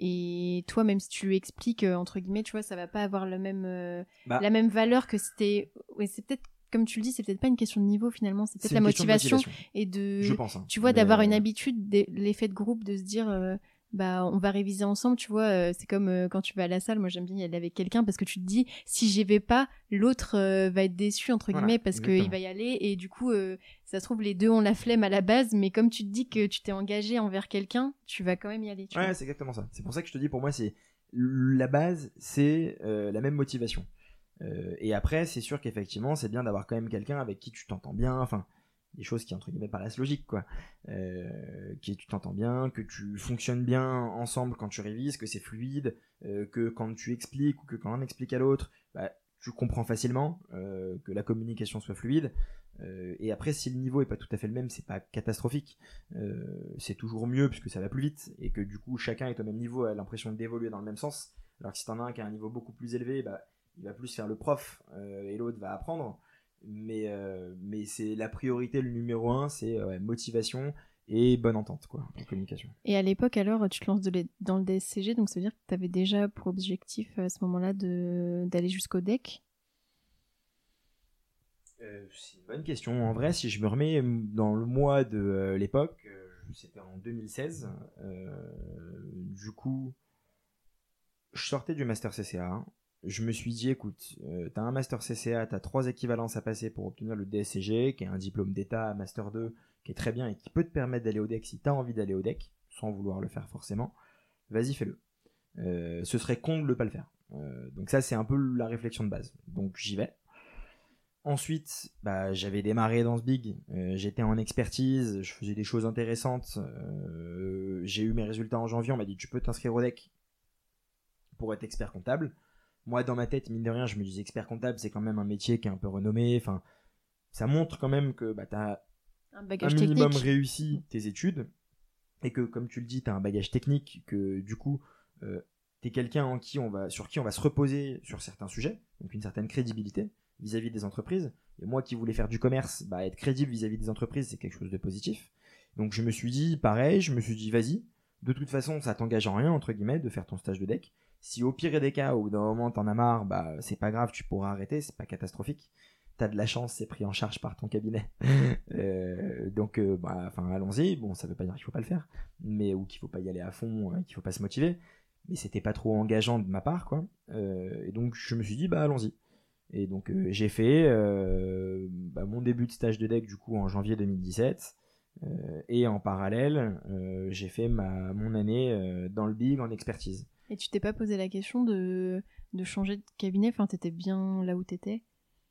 Et toi, même si tu lui expliques, euh, entre guillemets, tu vois, ça va pas avoir le même, euh, bah, la même valeur que c'était. Ouais, c'est peut-être, comme tu le dis, c'est peut-être pas une question de niveau finalement, c'est peut-être c'est la motivation, de motivation et de. Je pense. Hein. Tu vois, mais d'avoir euh... une habitude, de, l'effet de groupe, de se dire. Euh, bah on va réviser ensemble, tu vois, euh, c'est comme euh, quand tu vas à la salle, moi j'aime bien y aller avec quelqu'un parce que tu te dis si j'y vais pas, l'autre euh, va être déçu entre guillemets voilà, parce qu'il va y aller et du coup euh, ça se trouve les deux ont la flemme à la base, mais comme tu te dis que tu t'es engagé envers quelqu'un, tu vas quand même y aller, tu ouais vois. C'est exactement ça, c'est pour ça que je te dis pour moi c'est la base, c'est euh, la même motivation euh, et après c'est sûr qu'effectivement c'est bien d'avoir quand même quelqu'un avec qui tu t'entends bien, enfin des choses qui entre guillemets paraissent logiques quoi, euh, qui tu t'entends bien, que tu fonctionnes bien ensemble quand tu révises, que c'est fluide, euh, que quand tu expliques ou que quand l'un explique à l'autre, bah, tu comprends facilement, euh, que la communication soit fluide, euh, et après si le niveau est pas tout à fait le même, c'est pas catastrophique, euh, c'est toujours mieux puisque ça va plus vite et que du coup chacun est au même niveau, a l'impression d'évoluer dans le même sens, alors que si t'en as un qui a un niveau beaucoup plus élevé, bah, il va plus faire le prof euh, et l'autre va apprendre. Mais, euh, mais c'est la priorité, le numéro un, c'est ouais, motivation et bonne entente, quoi, en communication. Et à l'époque, alors, tu te lances de les... dans le D S C G, donc ça veut dire que tu avais déjà pour objectif à ce moment-là de... d'aller jusqu'au D E C ? Euh, c'est une bonne question. En vrai, si je me remets dans le mois de euh, l'époque, euh, c'était en deux mille seize. Euh, du coup, je sortais du master C C A. Je me suis dit, écoute, euh, t'as un master C C A, t'as trois équivalences à passer pour obtenir le D S C G, qui est un diplôme d'état, master deux, qui est très bien et qui peut te permettre d'aller au D E C si t'as envie d'aller au D E C, sans vouloir le faire forcément. Vas-y, fais-le. Euh, ce serait con de ne pas le faire. Euh, donc ça, c'est un peu la réflexion de base. Donc j'y vais. Ensuite, bah, j'avais démarré dans ce big, euh, j'étais en expertise, je faisais des choses intéressantes, euh, j'ai eu mes résultats en janvier, on m'a dit tu peux t'inscrire au D E C pour être expert comptable. Moi, dans ma tête, mine de rien, je me disais expert comptable, c'est quand même un métier qui est un peu renommé, enfin, ça montre quand même que bah, tu as Un un bagage minimum technique. réussi tes études, et que comme tu le dis, tu as un bagage technique, que du coup, euh, tu es quelqu'un en qui on va, sur qui on va se reposer sur certains sujets, donc une certaine crédibilité vis-à-vis des entreprises. Et moi qui voulais faire du commerce, bah, être crédible vis-à-vis des entreprises, c'est quelque chose de positif. Donc je me suis dit, pareil, je me suis dit, vas-y, de toute façon, ça t'engage en rien, entre guillemets, de faire ton stage de D E C. Si au pire des cas, au bout d'un moment, t'en as marre, bah, c'est pas grave, tu pourras arrêter, c'est pas catastrophique. T'as de la chance, c'est pris en charge par ton cabinet. euh, donc, euh, bah, enfin, allons-y. Bon, ça veut pas dire qu'il faut pas le faire, mais ou qu'il faut pas y aller à fond, euh, qu'il faut pas se motiver. Mais c'était pas trop engageant de ma part, quoi. Euh, et donc, je me suis dit, bah, allons-y. Et donc euh, j'ai fait euh, bah, mon début de stage de D E C du coup en janvier deux mille dix-sept euh, et en parallèle euh, j'ai fait ma, mon année euh, dans le big en expertise. Et tu t'es pas posé la question de, de changer de cabinet, enfin t'étais bien là où t'étais?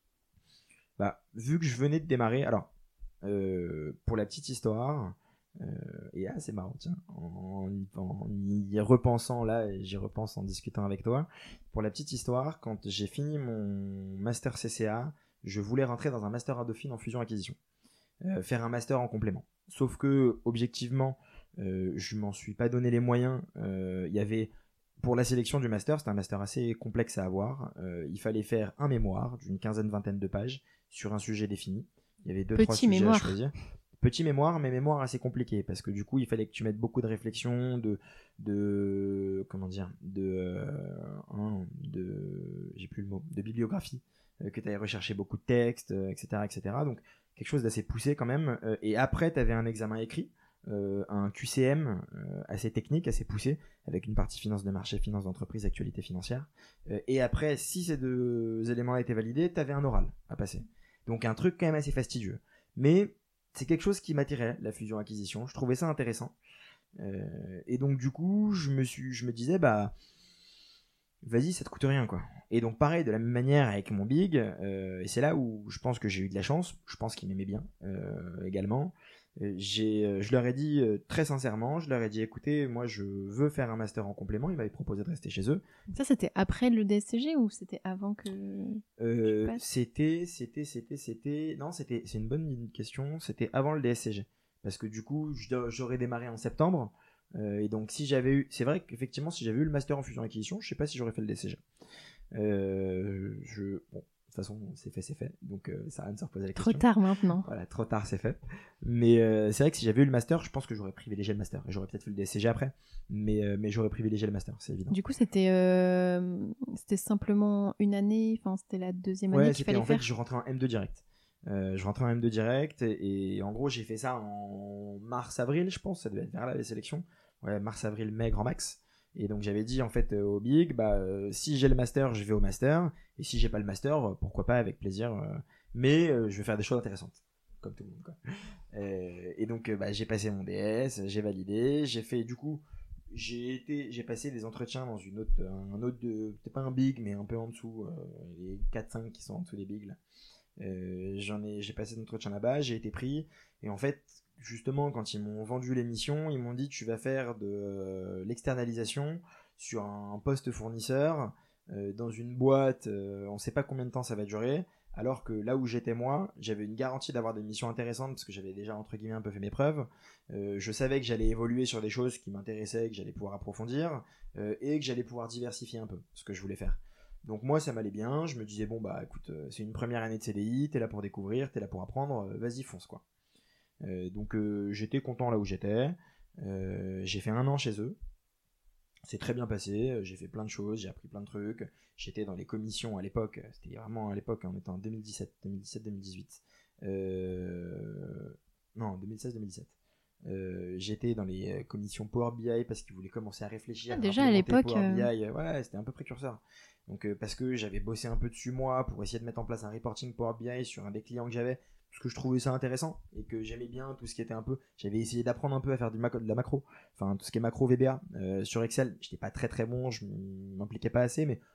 Bah, vu que je venais de démarrer, alors euh, pour la petite histoire, euh, et ah c'est marrant tiens, en, en y repensant là, et j'y repense en discutant avec toi, pour la petite histoire, quand j'ai fini mon master C C A, je voulais rentrer dans un master à Dauphine en fusion-acquisition, euh, faire un master en complément. Sauf que objectivement, euh, je m'en suis pas donné les moyens. Il euh, y avait pour la sélection du master, c'était un master assez complexe à avoir. Euh, il fallait faire un mémoire d'une quinzaine, vingtaine de pages sur un sujet défini. Il y avait deux, Petit trois sujets mémoire. à choisir. Petit mémoire, mais mémoire assez compliqué parce que du coup, il fallait que tu mettes beaucoup de réflexion, de, de comment dire, de, euh, de, j'ai plus le mot, de bibliographie, euh, que tu avais recherché beaucoup de textes, euh, et cetera, et cetera. Donc quelque chose d'assez poussé quand même. Euh, et après, tu avais un examen écrit, euh, un Q C M euh, assez technique, assez poussé, avec une partie finance de marché, finance d'entreprise, actualité financière. Euh, et après, si ces deux éléments étaient validés, tu avais un oral à passer. Donc un truc quand même assez fastidieux. Mais c'est quelque chose qui m'attirait, la fusion-acquisition. Je trouvais ça intéressant. Euh, et donc du coup, je me, suis, je me disais, bah, vas-y, ça te coûte rien, quoi. Et donc pareil, de la même manière avec mon big, euh, et c'est là où je pense que j'ai eu de la chance, je pense qu'ils m'aimaient bien euh, également. J'ai, je leur ai dit euh, très sincèrement, je leur ai dit, écoutez, moi je veux faire un master en complément, ils m'avaient proposé de rester chez eux. Ça, c'était après le D S C G ou c'était avant que euh, tu passes? C'était, c'était, c'était, c'était, non, c'était, c'est une bonne question, c'était avant le D S C G. Parce que du coup, j'aurais démarré en septembre, euh, et donc si j'avais eu, c'est vrai qu'effectivement, si j'avais eu le master en fusion-acquisition, je sais pas si j'aurais fait le D S C G. Euh, je, bon, de toute façon, c'est fait, c'est fait. Donc, euh, ça n'a rien de se reposer la question. Trop tard maintenant. Voilà, trop tard, c'est fait. Mais euh, c'est vrai que si j'avais eu le master, je pense que j'aurais privilégié le master. Et j'aurais peut-être fait le D S C G après. Mais, euh, mais j'aurais privilégié le master, c'est évident. Du coup, c'était euh, c'était simplement une année, enfin, c'était la deuxième année ouais, qu'il fallait en faire. fait, je rentrais en M deux direct. Euh, je rentrais en M deux direct. Et, et en gros, j'ai fait ça en mars-avril, je pense. Ça devait être vers là, les sélections. Ouais, mars-avril, mai, grand max. Et donc j'avais dit en fait euh, au big, bah euh, si j'ai le master, je vais au master, et si j'ai pas le master, euh, pourquoi pas, avec plaisir. Euh, mais euh, je vais faire des choses intéressantes, comme tout le monde, quoi. Euh, et donc euh, bah, j'ai passé mon D S, j'ai validé, j'ai fait du coup, j'ai été, j'ai passé des entretiens dans une autre, un autre de, peut-être pas un big, mais un peu en dessous, euh, les quatre cinq qui sont en dessous des bigs là. Euh, j'en ai, j'ai passé des entretiens là-bas, j'ai été pris, et en fait, justement, quand ils m'ont vendu l'émission, ils m'ont dit tu vas faire de euh, l'externalisation sur un poste fournisseur euh, dans une boîte, euh, on sait pas combien de temps ça va durer, alors que là où j'étais moi, j'avais une garantie d'avoir des missions intéressantes parce que j'avais déjà entre guillemets un peu fait mes preuves. Euh, je savais que j'allais évoluer sur des choses qui m'intéressaient, que j'allais pouvoir approfondir euh, et que j'allais pouvoir diversifier un peu ce que je voulais faire. Donc moi ça m'allait bien, je me disais bon bah écoute, euh, c'est une première année de C D I, t'es là pour découvrir, t'es là pour apprendre, euh, vas-y fonce quoi. Euh, donc euh, j'étais content là où j'étais, euh, j'ai fait un an chez eux, C'est très bien passé, j'ai fait plein de choses, j'ai appris plein de trucs. J'étais dans les commissions à l'époque, c'était vraiment à l'époque, on était en deux mille dix-sept, deux mille dix-sept, deux mille dix-huit. Euh... Non, deux mille seize, deux mille dix-sept. Euh, j'étais dans les commissions Power B I parce qu'ils voulaient commencer à réfléchir. Ah, déjà à l'époque. Power B I, euh... ouais, c'était un peu précurseur. Donc, euh, parce que j'avais bossé un peu dessus moi pour essayer de mettre en place un reporting Power B I sur un des clients que j'avais, parce que je trouvais ça intéressant et que j'aimais bien tout ce qui était un peu. J'avais essayé d'apprendre un peu à faire du macro, de la macro, enfin tout ce qui est macro V B A euh, sur Excel. J'étais pas très très bon, je m'impliquais pas assez, mais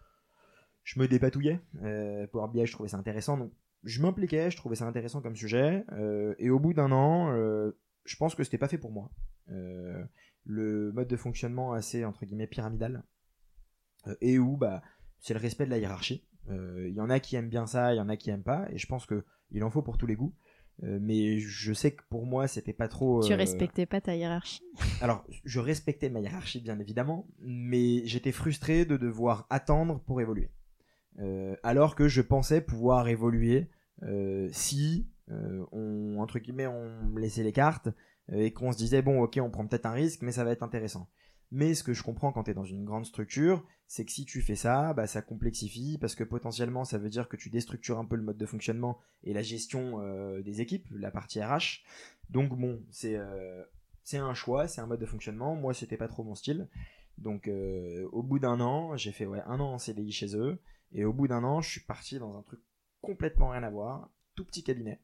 je me dépatouillais. Euh, Power B I, je trouvais ça intéressant, donc je m'impliquais, je trouvais ça intéressant comme sujet. Euh, et au bout d'un an, euh, je pense que c'était pas fait pour moi. Euh, le mode de fonctionnement assez entre guillemets pyramidal euh, et où bah c'est le respect de la hiérarchie. Il euh, y en a qui aiment bien ça, il y en a qui aiment pas, et je pense que il en faut pour tous les goûts. Euh, mais je sais que pour moi c'était pas trop. Euh... Tu respectais pas ta hiérarchie? Alors je respectais ma hiérarchie bien évidemment, mais j'étais frustré de devoir attendre pour évoluer. Euh, alors que je pensais pouvoir évoluer euh, si euh, on entre guillemets on me laissait les cartes euh, et qu'on se disait bon ok on prend peut-être un risque mais ça va être intéressant. Mais ce que je comprends quand tu es dans une grande structure, c'est que si tu fais ça, bah, ça complexifie parce que potentiellement ça veut dire que tu déstructures un peu le mode de fonctionnement et la gestion euh, des équipes, la partie R H. Donc bon, c'est euh, c'est un choix, c'est un mode de fonctionnement. Moi c'était pas trop mon style. Donc euh, au bout d'un an, j'ai fait ouais un an en C D I chez eux. Et au bout d'un an, je suis parti dans un truc complètement rien à voir, tout petit cabinet.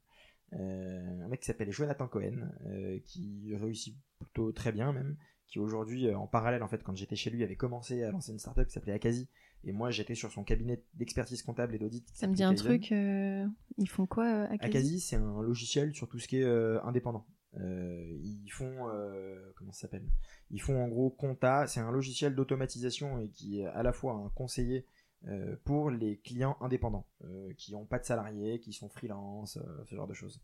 Euh, un mec qui s'appelle Jonathan Cohen, euh, qui réussit plutôt très bien même, qui aujourd'hui, euh, en parallèle, en fait, quand j'étais chez lui, avait commencé à lancer une startup qui s'appelait Akazi. Et moi, j'étais sur son cabinet d'expertise comptable et d'audit. Ça me dit un Kaizen. truc, euh, ils font quoi, euh, Akazi? Akazi, c'est un logiciel sur tout ce qui est euh, indépendant. Euh, ils font, euh, comment ça s'appelle? Ils font en gros compta, c'est un logiciel d'automatisation et qui est à la fois un conseiller Euh, pour les clients indépendants euh, qui n'ont pas de salariés, qui sont freelance, euh, ce genre de choses.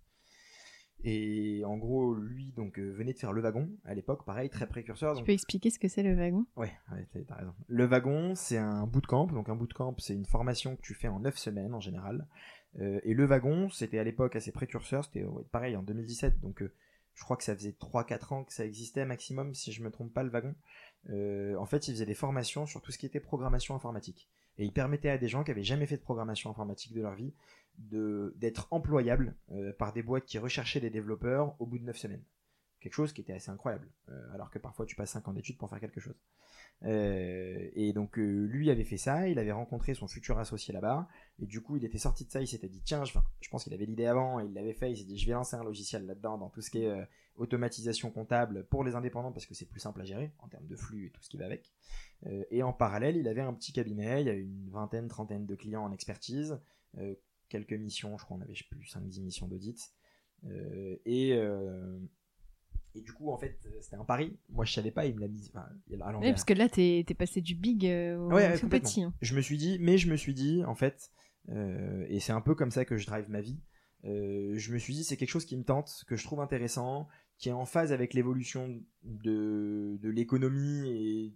Et en gros, lui donc euh, venait de faire Le Wagon à l'époque, pareil, très précurseur. Tu donc... peux expliquer ce que c'est Le Wagon? Ouais, ouais t'as, t'as raison. Le Wagon, c'est un bootcamp. Donc un bootcamp, c'est une formation que tu fais en neuf semaines en général. Euh, et Le Wagon, c'était à l'époque assez précurseur. C'était ouais, pareil en deux mille dix-sept. Donc euh, je crois que ça faisait trois quatre ans que ça existait maximum, si je me trompe pas, Le Wagon. Euh, en fait, ils faisaient des formations sur tout ce qui était programmation informatique. Et il permettait à des gens qui n'avaient jamais fait de programmation informatique de leur vie de, d'être employables euh, par des boîtes qui recherchaient des développeurs au bout de neuf semaines. Quelque chose qui était assez incroyable, euh, alors que parfois tu passes cinq ans d'études pour faire quelque chose. Euh, et donc euh, lui avait fait ça, il avait rencontré son futur associé là-bas, et du coup il était sorti de ça, il s'était dit tiens, je, enfin, je pense qu'il avait l'idée avant, et il l'avait fait, il s'est dit je vais lancer un logiciel là-dedans, dans tout ce qui est euh, automatisation comptable pour les indépendants, parce que c'est plus simple à gérer en termes de flux et tout ce qui va avec. Euh, et en parallèle, il avait un petit cabinet, il y avait une vingtaine, trentaine de clients en expertise, euh, quelques missions, je crois qu'on avait je sais plus, cinq dix missions d'audit, euh, et... Euh, Et du coup, en fait, c'était un pari. Moi, je savais pas, il me l'a mis enfin, à l'envers. Oui, parce que là, t'es, t'es passé du big euh, au ouais, ouais, tout petit. Hein. Je me suis dit, mais je me suis dit, en fait, euh, et c'est un peu comme ça que je drive ma vie, euh, je me suis dit, c'est quelque chose qui me tente, que je trouve intéressant, qui est en phase avec l'évolution de, de l'économie et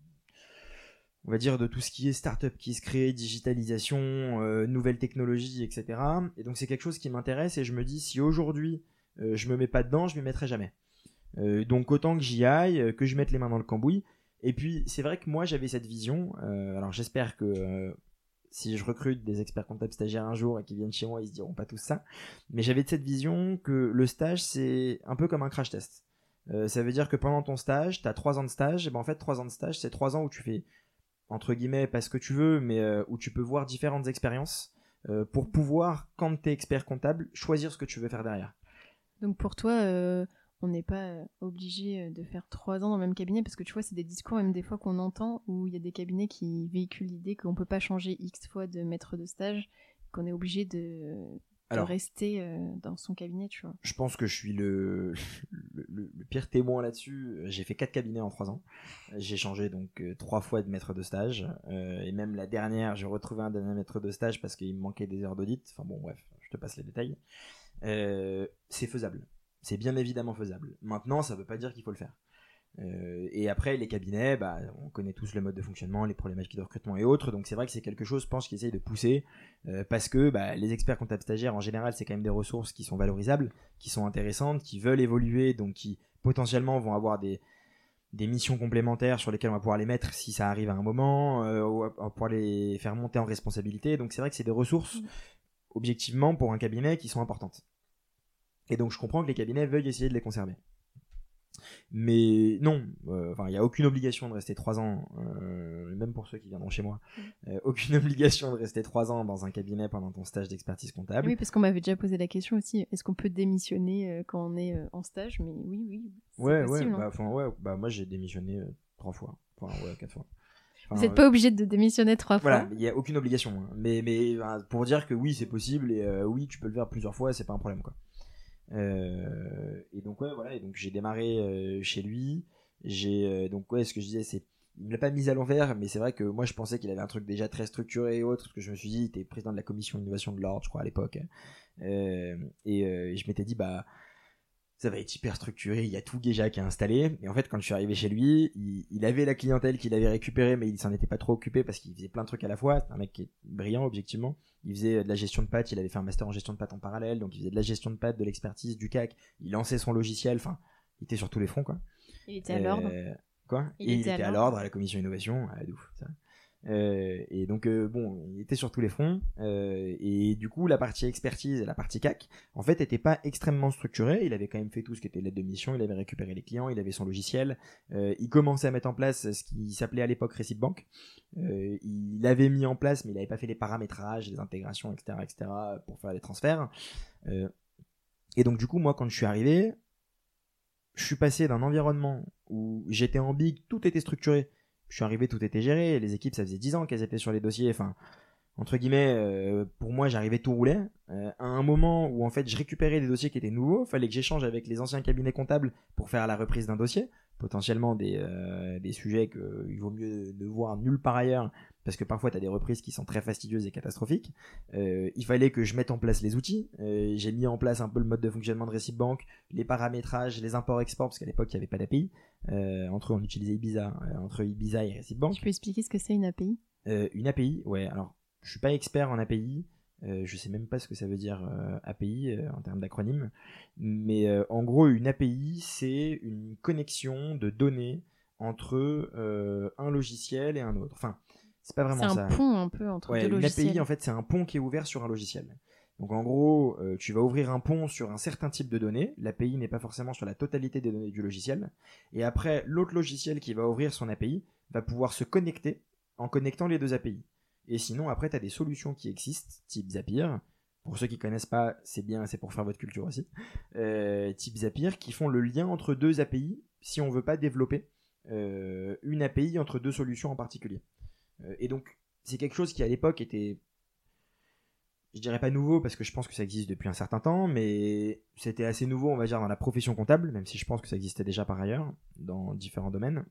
on va dire de tout ce qui est start-up qui se crée, digitalisation, euh, nouvelles technologies, et cetera. Et donc, c'est quelque chose qui m'intéresse et je me dis, si aujourd'hui, euh, je me mets pas dedans, je m'y mettrai jamais. Euh, donc autant que j'y aille, euh, que je mette les mains dans le cambouis. Et puis c'est vrai que moi j'avais cette vision. Euh, alors j'espère que euh, si je recrute des experts comptables stagiaires un jour et qu'ils viennent chez moi, ils se diront pas tous ça. Mais j'avais cette vision que le stage c'est un peu comme un crash test. Euh, ça veut dire que pendant ton stage, t'as trois ans de stage. Et ben en fait trois ans de stage, c'est trois ans où tu fais entre guillemets pas ce que tu veux, mais euh, où tu peux voir différentes expériences euh, pour pouvoir, quand t'es expert comptable, choisir ce que tu veux faire derrière. Donc pour toi. Euh... On n'est pas obligé de faire trois ans dans le même cabinet parce que tu vois, c'est des discours même des fois qu'on entend où il y a des cabinets qui véhiculent l'idée qu'on ne peut pas changer X fois de maître de stage, qu'on est obligé de, Alors, de rester dans son cabinet, tu vois. Je pense que je suis le, le, le, le pire témoin là-dessus. J'ai fait quatre cabinets en trois ans. J'ai changé donc euh, trois fois de maître de stage. Euh, et même la dernière, j'ai retrouvé un dernier maître de stage parce qu'il me manquait des heures d'audit. Enfin bon, bref, je te passe les détails. Euh, c'est faisable. C'est bien évidemment faisable. Maintenant, ça ne veut pas dire qu'il faut le faire. Euh, et après, les cabinets, bah, on connaît tous le mode de fonctionnement, les problématiques de recrutement et autres. Donc c'est vrai que c'est quelque chose, je pense, qu'ils essayent de pousser euh, parce que bah, les experts comptables stagiaires, en général, c'est quand même des ressources qui sont valorisables, qui sont intéressantes, qui veulent évoluer, donc qui potentiellement vont avoir des, des missions complémentaires sur lesquelles on va pouvoir les mettre si ça arrive à un moment, euh, on va pouvoir les faire monter en responsabilité. Donc c'est vrai que c'est des ressources, mmh. objectivement, pour un cabinet qui sont importantes. Et donc je comprends que les cabinets veuillent essayer de les conserver. Mais non, euh, il n'y a aucune obligation de rester trois ans, euh, même pour ceux qui viendront chez moi, euh, aucune obligation de rester trois ans dans un cabinet pendant ton stage d'expertise comptable. Oui, parce qu'on m'avait déjà posé la question aussi, est-ce qu'on peut démissionner euh, quand on est euh, en stage? Mais oui, oui, c'est ouais, possible. Ouais, hein. bah, ouais, bah, moi j'ai démissionné euh, trois fois, enfin ouais, quatre fois. Enfin, Vous n'êtes pas obligé de démissionner trois voilà, fois. Voilà, il n'y a aucune obligation. Hein. Mais, mais pour dire que oui, c'est possible et euh, oui, tu peux le faire plusieurs fois, c'est pas un problème, quoi. Euh, et donc ouais, voilà, et donc j'ai démarré euh, chez lui. J'ai euh, donc ouais, ce que je disais, c'est il me l'a pas mis à l'envers, mais c'est vrai que moi je pensais qu'il avait un truc déjà très structuré et autres, parce que je me suis dit, il était président de la commission innovation de l'ordre, je crois à l'époque, euh, et euh, je m'étais dit bah ça va être hyper structuré, il y a tout déjà qui est installé. Et en fait, quand je suis arrivé chez lui, il, il avait la clientèle qu'il avait récupérée, mais il s'en était pas trop occupé parce qu'il faisait plein de trucs à la fois. C'est un mec qui est brillant, objectivement. Il faisait de la gestion de pattes, il avait fait un master en gestion de pattes en parallèle, donc il faisait de la gestion de pattes, de l'expertise, du C A C. Il lançait son logiciel, enfin, il était sur tous les fronts, quoi. Il était à euh, l'ordre. Quoi il Et était il était à l'ordre. l'ordre à la commission innovation, à la douf, ça. Euh, et donc euh, bon, il était sur tous les fronts euh, et du coup la partie expertise et la partie C A C en fait était pas extrêmement structurée. Il avait quand même fait tout ce qui était l'aide de mission, il avait récupéré les clients, il avait son logiciel, euh, il commençait à mettre en place ce qui s'appelait à l'époque Recipbank. Euh, il l'avait mis en place mais il n'avait pas fait les paramétrages, les intégrations, etc., etc., pour faire les transferts. Euh, et donc du coup moi quand je suis arrivé, je suis passé d'un environnement où j'étais en big, tout était structuré. Je suis arrivé, tout était géré, les équipes ça faisait dix ans qu'elles étaient sur les dossiers, enfin entre guillemets euh, pour moi j'arrivais, tout roulait euh, à un moment où en fait je récupérais des dossiers qui étaient nouveaux, fallait que j'échange avec les anciens cabinets comptables pour faire la reprise d'un dossier, potentiellement des, euh, des sujets qu'il vaut mieux ne voir nulle part ailleurs parce que parfois tu as des reprises qui sont très fastidieuses et catastrophiques. Euh, il fallait que je mette en place les outils, euh, j'ai mis en place un peu le mode de fonctionnement de Recipbank, les paramétrages, les imports-exports, parce qu'à l'époque il n'y avait pas d'A P I. Euh, entre eux on utilisait Ibiza, euh, entre Ibiza et Recipbank. Tu peux expliquer ce que c'est une A P I? euh, Une A P I, ouais, alors je suis pas expert en A P I, euh, je sais même pas ce que ça veut dire euh, A P I euh, en termes d'acronyme, mais euh, en gros une A P I c'est une connexion de données entre euh, un logiciel et un autre. Enfin, c'est pas vraiment ça. C'est un ça. pont un peu entre ouais, deux une logiciels. Une A P I en fait c'est un pont qui est ouvert sur un logiciel. Donc en gros, euh, tu vas ouvrir un pont sur un certain type de données. L'A P I n'est pas forcément sur la totalité des données du logiciel. Et après, l'autre logiciel qui va ouvrir son A P I va pouvoir se connecter en connectant les deux A P I. Et sinon, après, tu as des solutions qui existent, type Zapier. Pour ceux qui connaissent pas, c'est bien, c'est pour faire votre culture aussi. Euh, type Zapier, qui font le lien entre deux A P I si on veut pas développer euh, une A P I entre deux solutions en particulier. Euh, et donc, c'est quelque chose qui à l'époque était, je dirais pas nouveau parce que je pense que ça existe depuis un certain temps, mais c'était assez nouveau, on va dire, dans la profession comptable, même si je pense que ça existait déjà par ailleurs dans différents domaines.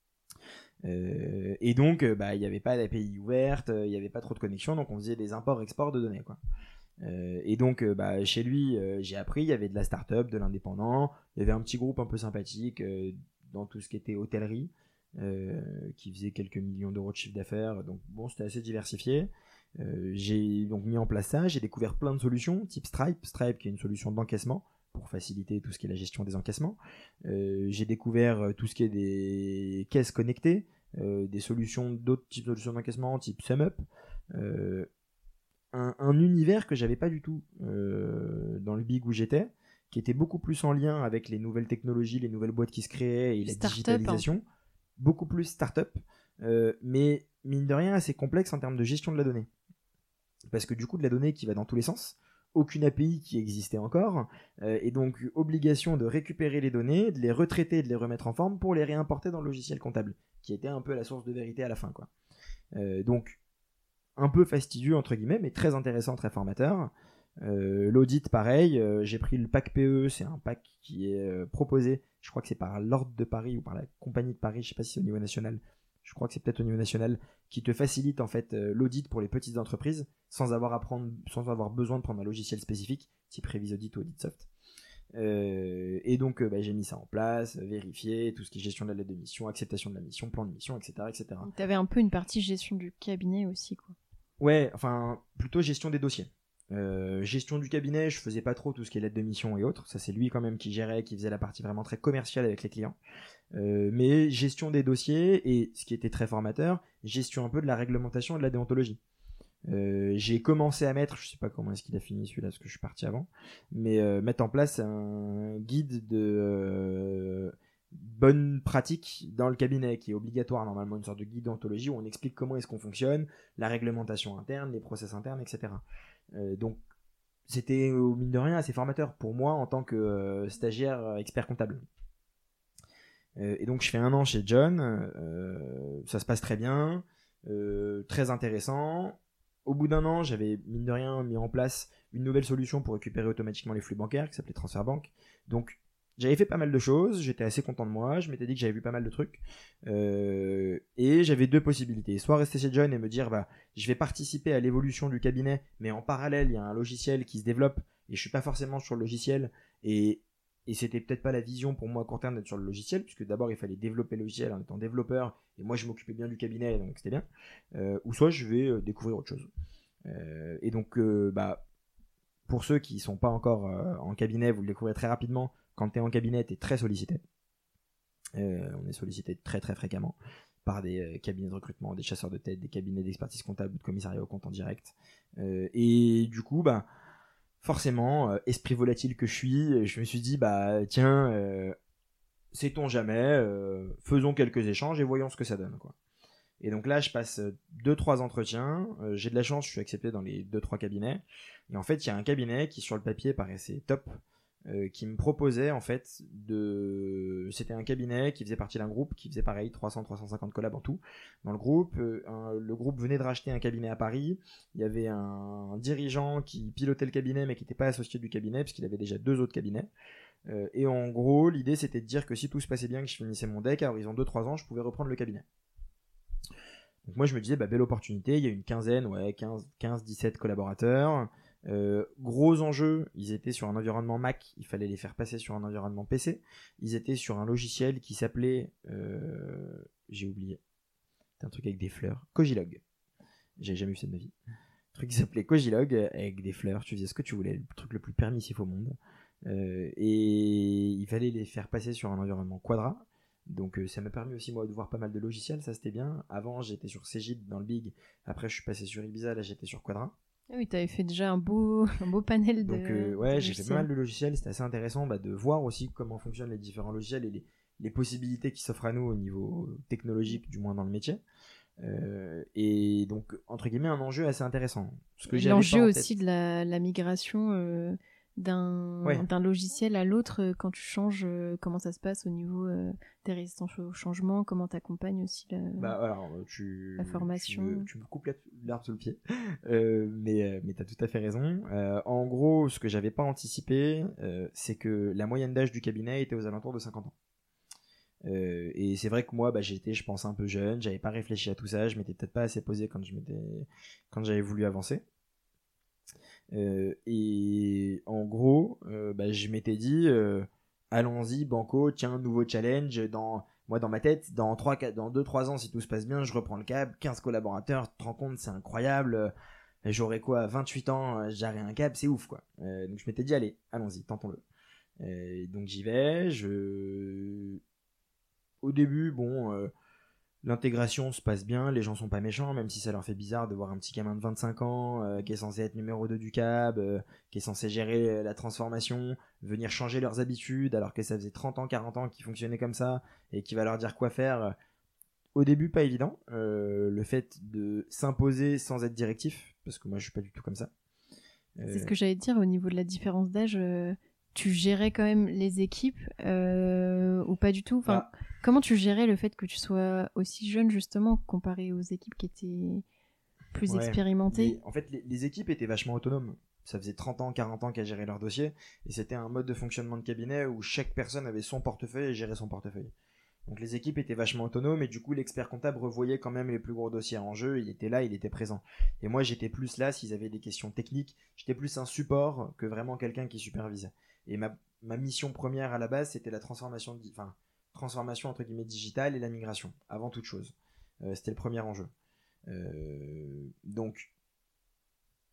Euh, et donc, bah, il n'y avait pas d'A P I ouverte, il n'y avait pas trop de connexion, donc on faisait des imports-exports de données, quoi. Euh, et donc, bah, chez lui, euh, j'ai appris, il y avait de la start-up, de l'indépendant, il y avait un petit groupe un peu sympathique euh, dans tout ce qui était hôtellerie, euh, qui faisait quelques millions d'euros de chiffre d'affaires, donc bon, c'était assez diversifié. Euh, j'ai donc mis en place ça, j'ai découvert plein de solutions, type Stripe, Stripe qui est une solution d'encaissement pour faciliter tout ce qui est la gestion des encaissements. Euh, j'ai découvert tout ce qui est des caisses connectées, euh, des solutions, d'autres types de solutions d'encaissement, type SumUp. Euh, un, un univers que j'avais pas du tout euh, dans le big où j'étais, qui était beaucoup plus en lien avec les nouvelles technologies, les nouvelles boîtes qui se créaient et la Start-up, digitalisation. Hein. Beaucoup plus start-up, euh, mais mine de rien assez complexe en termes de gestion de la donnée. Parce que du coup, de la donnée qui va dans tous les sens, aucune A P I qui existait encore, euh, et donc obligation de récupérer les données, de les retraiter et de les remettre en forme pour les réimporter dans le logiciel comptable, qui était un peu la source de vérité à la fin, quoi. Euh, donc, un peu fastidieux, entre guillemets, mais très intéressant, très formateur. Euh, l'audit, pareil, euh, j'ai pris le pack P E, c'est un pack qui est euh, proposé, je crois que c'est par l'Ordre de Paris ou par la Compagnie de Paris, je sais pas si c'est au niveau national, je crois que c'est peut-être au niveau national, qui te facilite en fait euh, l'audit pour les petites entreprises sans avoir, à prendre, sans avoir besoin de prendre un logiciel spécifique, type Revisaudit ou Auditsoft. Euh, et donc euh, bah, j'ai mis ça en place, euh, vérifié, tout ce qui est gestion de la lettre de mission, acceptation de la mission, plan de mission, et cetera et cetera. Donc t'avais un peu une partie gestion du cabinet aussi, quoi. Ouais, enfin, plutôt gestion des dossiers. Euh, gestion du cabinet, je faisais pas trop tout ce qui est lettre de mission et autres. Ça, c'est lui quand même qui gérait, qui faisait la partie vraiment très commerciale avec les clients. Euh, mais gestion des dossiers et, ce qui était très formateur, gestion un peu de la réglementation et de la déontologie. Euh, j'ai commencé à mettre, je sais pas comment est-ce qu'il a fini celui-là parce que je suis parti avant, mais euh, mettre en place un guide de euh, bonnes pratiques dans le cabinet qui est obligatoire normalement, une sorte de guide d'ontologie où on explique comment est-ce qu'on fonctionne, la réglementation interne, les process internes, et cetera. Euh, donc c'était au mine de rien assez formateur pour moi en tant que euh, stagiaire expert comptable. Euh, et donc je fais un an chez John, euh, ça se passe très bien, euh, très intéressant. Au bout d'un an, j'avais mine de rien mis en place une nouvelle solution pour récupérer automatiquement les flux bancaires qui s'appelait Transfer Bank. Donc j'avais fait pas mal de choses, j'étais assez content de moi, je m'étais dit que j'avais vu pas mal de trucs. Euh, et j'avais deux possibilités. Soit rester chez John et me dire bah, je vais participer à l'évolution du cabinet, mais en parallèle, il y a un logiciel qui se développe et je suis pas forcément sur le logiciel. Et, et c'était peut-être pas la vision pour moi à court terme d'être sur le logiciel, puisque d'abord il fallait développer le logiciel en étant développeur, et moi je m'occupais bien du cabinet, donc c'était bien. Euh, ou soit je vais euh, découvrir autre chose. Euh, et donc, euh, bah, pour ceux qui sont pas encore euh, en cabinet, vous le découvrez très rapidement. Quand tu es en cabinet, tu es très sollicité. Euh, on est sollicité très très fréquemment par des euh, cabinets de recrutement, des chasseurs de tête, des cabinets d'expertise comptable ou de commissariat au compte en direct. Euh, et du coup, bah, forcément, euh, esprit volatile que je suis, je me suis dit, bah tiens, euh, sait-on jamais, euh, faisons quelques échanges et voyons ce que ça donne, quoi. Et donc là, je passe deux trois entretiens. Euh, j'ai de la chance, je suis accepté dans les deux trois cabinets. Et en fait, il y a un cabinet qui, sur le papier, paraissait top, euh, qui me proposait, en fait, de... C'était un cabinet qui faisait partie d'un groupe qui faisait pareil, trois cents trois cent cinquante collabs en tout. Dans le groupe, euh, un, le groupe venait de racheter un cabinet à Paris. Il y avait un, un dirigeant qui pilotait le cabinet, mais qui n'était pas associé du cabinet, puisqu'il avait déjà deux autres cabinets. Euh, et en gros, l'idée, c'était de dire que si tout se passait bien, que je finissais mon deck, à horizon deux trois ans, je pouvais reprendre le cabinet. Donc moi je me disais bah, belle opportunité, il y a une quinzaine, ouais, quinze dix-sept collaborateurs. Euh, gros enjeu, ils étaient sur un environnement Mac, il fallait les faire passer sur un environnement P C. Ils étaient sur un logiciel qui s'appelait, euh, j'ai oublié, c'est un truc avec des fleurs, Cogilog. J'ai jamais vu ça de ma vie. Un truc qui s'appelait Cogilog avec des fleurs, tu faisais ce que tu voulais, le truc le plus permissif au monde. Euh, et il fallait les faire passer sur un environnement Quadra. Donc euh, ça m'a permis aussi moi de voir pas mal de logiciels, ça c'était bien. Avant j'étais sur Cegid dans le Big, après je suis passé sur Ibiza, là j'étais sur Quadra. Ah oui, t'avais fait déjà un beau, un beau panel de Donc euh, ouais, de j'ai fait pas mal de logiciels, c'était assez intéressant bah, de voir aussi comment fonctionnent les différents logiciels et les, les possibilités qui s'offrent à nous au niveau technologique, du moins dans le métier. Euh, et donc entre guillemets un enjeu assez intéressant. Ce que l'enjeu aussi de la, la migration euh, d'un, ouais. d'un logiciel à l'autre euh, quand tu changes, euh, comment ça se passe au niveau euh, des résistances au changement, comment tu accompagnes aussi la, bah, alors, tu, la formation. Tu me, tu me coupes l'herbe sous le pied, euh, mais, mais tu as tout à fait raison. Euh, en gros, ce que j'avais pas anticipé, euh, c'est que la moyenne d'âge du cabinet était aux alentours de cinquante ans. Euh, et c'est vrai que moi bah, j'étais je pense un peu jeune, j'avais pas réfléchi à tout ça, je m'étais peut-être pas assez posé quand je m'étais quand j'avais voulu avancer. Euh, et en gros, euh, bah, je m'étais dit, euh, allons-y, banco, tiens, nouveau challenge. Dans, moi, dans ma tête, dans deux trois ans, si tout se passe bien, je reprends le cab, quinze collaborateurs, tu te rends compte, c'est incroyable. Euh, j'aurais quoi, vingt-huit ans, j'aurais un cab, c'est ouf, quoi. Euh, donc je m'étais dit, allez, allons-y, tentons-le. Euh, donc j'y vais, je... Au début, bon... Euh, l'intégration se passe bien, les gens sont pas méchants, même si ça leur fait bizarre de voir un petit gamin de vingt-cinq ans euh, qui est censé être numéro deux du cab, euh, qui est censé gérer la transformation, venir changer leurs habitudes alors que ça faisait trente ans, quarante ans qu'ils fonctionnaient comme ça et qui va leur dire quoi faire. Au début, pas évident. Euh, le fait de s'imposer sans être directif, parce que moi je suis pas du tout comme ça. Euh... C'est ce que j'allais dire au niveau de la différence d'âge. Euh... Tu gérais quand même les équipes euh, ou pas du tout enfin, bah, comment tu gérais le fait que tu sois aussi jeune justement comparé aux équipes qui étaient plus ouais, expérimentées? les, En fait, les, les équipes étaient vachement autonomes. Ça faisait trente ans, quarante ans qu'elles géraient leur dossier et c'était un mode de fonctionnement de cabinet où chaque personne avait son portefeuille et gérait son portefeuille. Donc les équipes étaient vachement autonomes et du coup l'expert comptable revoyait quand même les plus gros dossiers en jeu, il était là, il était présent. Et moi j'étais plus là s'ils avaient des questions techniques, j'étais plus un support que vraiment quelqu'un qui supervisait. Et ma, ma mission première à la base c'était la transformation, enfin transformation entre guillemets digitale et la migration, avant toute chose. Euh, c'était le premier enjeu. Euh, donc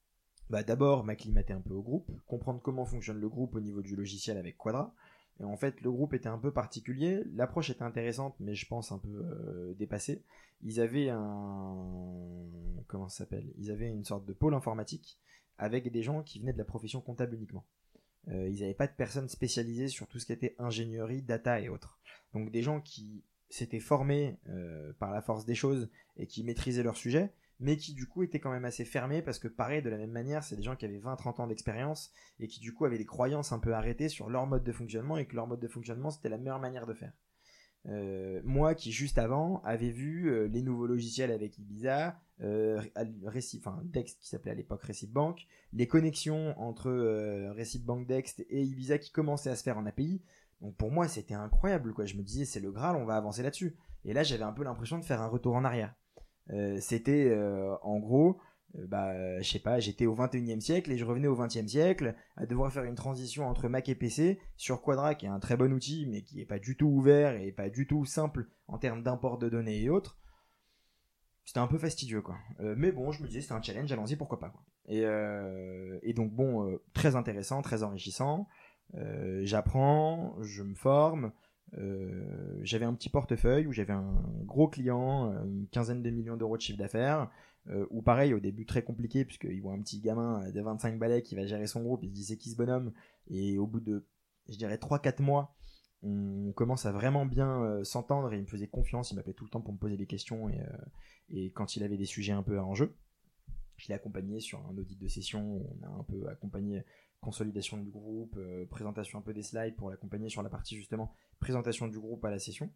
bah, d'abord m'acclimater un peu au groupe, comprendre comment fonctionne le groupe au niveau du logiciel avec Quadra. Et en fait, le groupe était un peu particulier. L'approche était intéressante, mais je pense un peu euh, dépassée. Ils avaient un... Comment ça s'appelle ? Ils avaient une sorte de pôle informatique avec des gens qui venaient de la profession comptable uniquement. Euh, ils n'avaient pas de personnes spécialisées sur tout ce qui était ingénierie, data et autres. Donc des gens qui s'étaient formés euh, par la force des choses et qui maîtrisaient leur sujet, mais qui du coup étaient quand même assez fermés parce que pareil, de la même manière, c'est des gens qui avaient vingt trente ans d'expérience et qui du coup avaient des croyances un peu arrêtées sur leur mode de fonctionnement et que leur mode de fonctionnement c'était la meilleure manière de faire. Euh, moi qui juste avant avait vu euh, les nouveaux logiciels avec Ibiza, euh, Reci- enfin Dext qui s'appelait à l'époque Recipbank, les connexions entre euh, Recipbank Dext et Ibiza qui commençaient à se faire en A P I. Donc pour moi c'était incroyable quoi. Je me disais c'est le Graal, on va avancer là-dessus. Et là j'avais un peu l'impression de faire un retour en arrière. Euh, c'était euh, en gros, euh, bah, je sais pas, j'étais au vingt et unième siècle et je revenais au vingtième siècle à devoir faire une transition entre Mac et P C sur Quadra qui est un très bon outil mais qui est pas du tout ouvert et pas du tout simple en termes d'import de données et autres. C'était un peu fastidieux quoi. Euh, mais bon, je me disais c'était un challenge, allons-y, pourquoi pas quoi. Et, euh, et donc bon, euh, très intéressant, très enrichissant. Euh, j'apprends, je me forme. Euh, j'avais un petit portefeuille où j'avais un gros client, une quinzaine de millions d'euros de chiffre d'affaires, euh, où pareil au début très compliqué puisqu'il voit un petit gamin de vingt-cinq balais qui va gérer son groupe, il se dit c'est qui ce bonhomme, et au bout de je dirais trois quatre mois on commence à vraiment bien euh, s'entendre et il me faisait confiance, il m'appelait tout le temps pour me poser des questions et, euh, et quand il avait des sujets un peu en jeu, je l'ai accompagné sur un audit de session où on a un peu accompagné consolidation du groupe, euh, présentation un peu des slides pour l'accompagner sur la partie justement présentation du groupe à la session.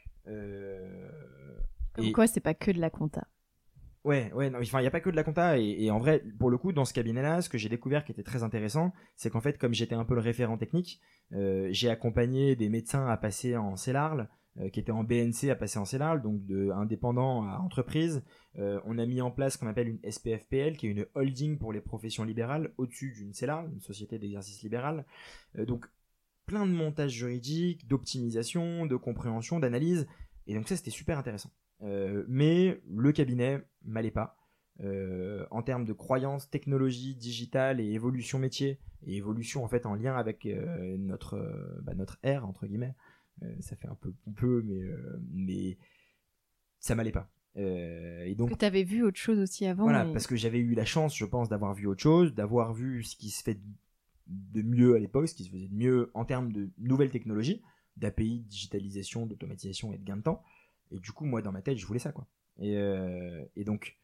Euh, Comme et... quoi, c'est pas que de la compta. Ouais, ouais, non, enfin, il n'y a pas que de la compta, et, et en vrai, pour le coup, dans ce cabinet-là, ce que j'ai découvert qui était très intéressant, c'est qu'en fait, comme j'étais un peu le référent technique, euh, j'ai accompagné des médecins à passer en C E L A R L, euh, qui étaient en B N C à passer en C E L A R L, donc de indépendant à entreprise. Euh, on a mis en place ce qu'on appelle une S P F P L, qui est une holding pour les professions libérales, au-dessus d'une C E L A R L, une société d'exercice libéral. Euh, donc, plein de montages juridiques, d'optimisation, de compréhension, d'analyse, et donc ça, c'était super intéressant. Euh, mais le cabinet m'allait pas. Euh, en termes de croyances, technologie, digitale et évolution métier, et évolution en fait en lien avec euh, notre, euh, bah, notre ère, entre guillemets, euh, ça fait un peu pompeux, mais, euh, mais ça m'allait pas. Euh, et donc, que tu avais vu autre chose aussi avant. voilà, et... parce que j'avais eu la chance, je pense, d'avoir vu autre chose, d'avoir vu ce qui se fait de mieux à l'époque, ce qui se faisait de mieux en termes de nouvelles technologies, d'A P I, de digitalisation, d'automatisation et de gain de temps. Et du coup, moi, dans ma tête, je voulais ça, quoi. Et, euh, et donc,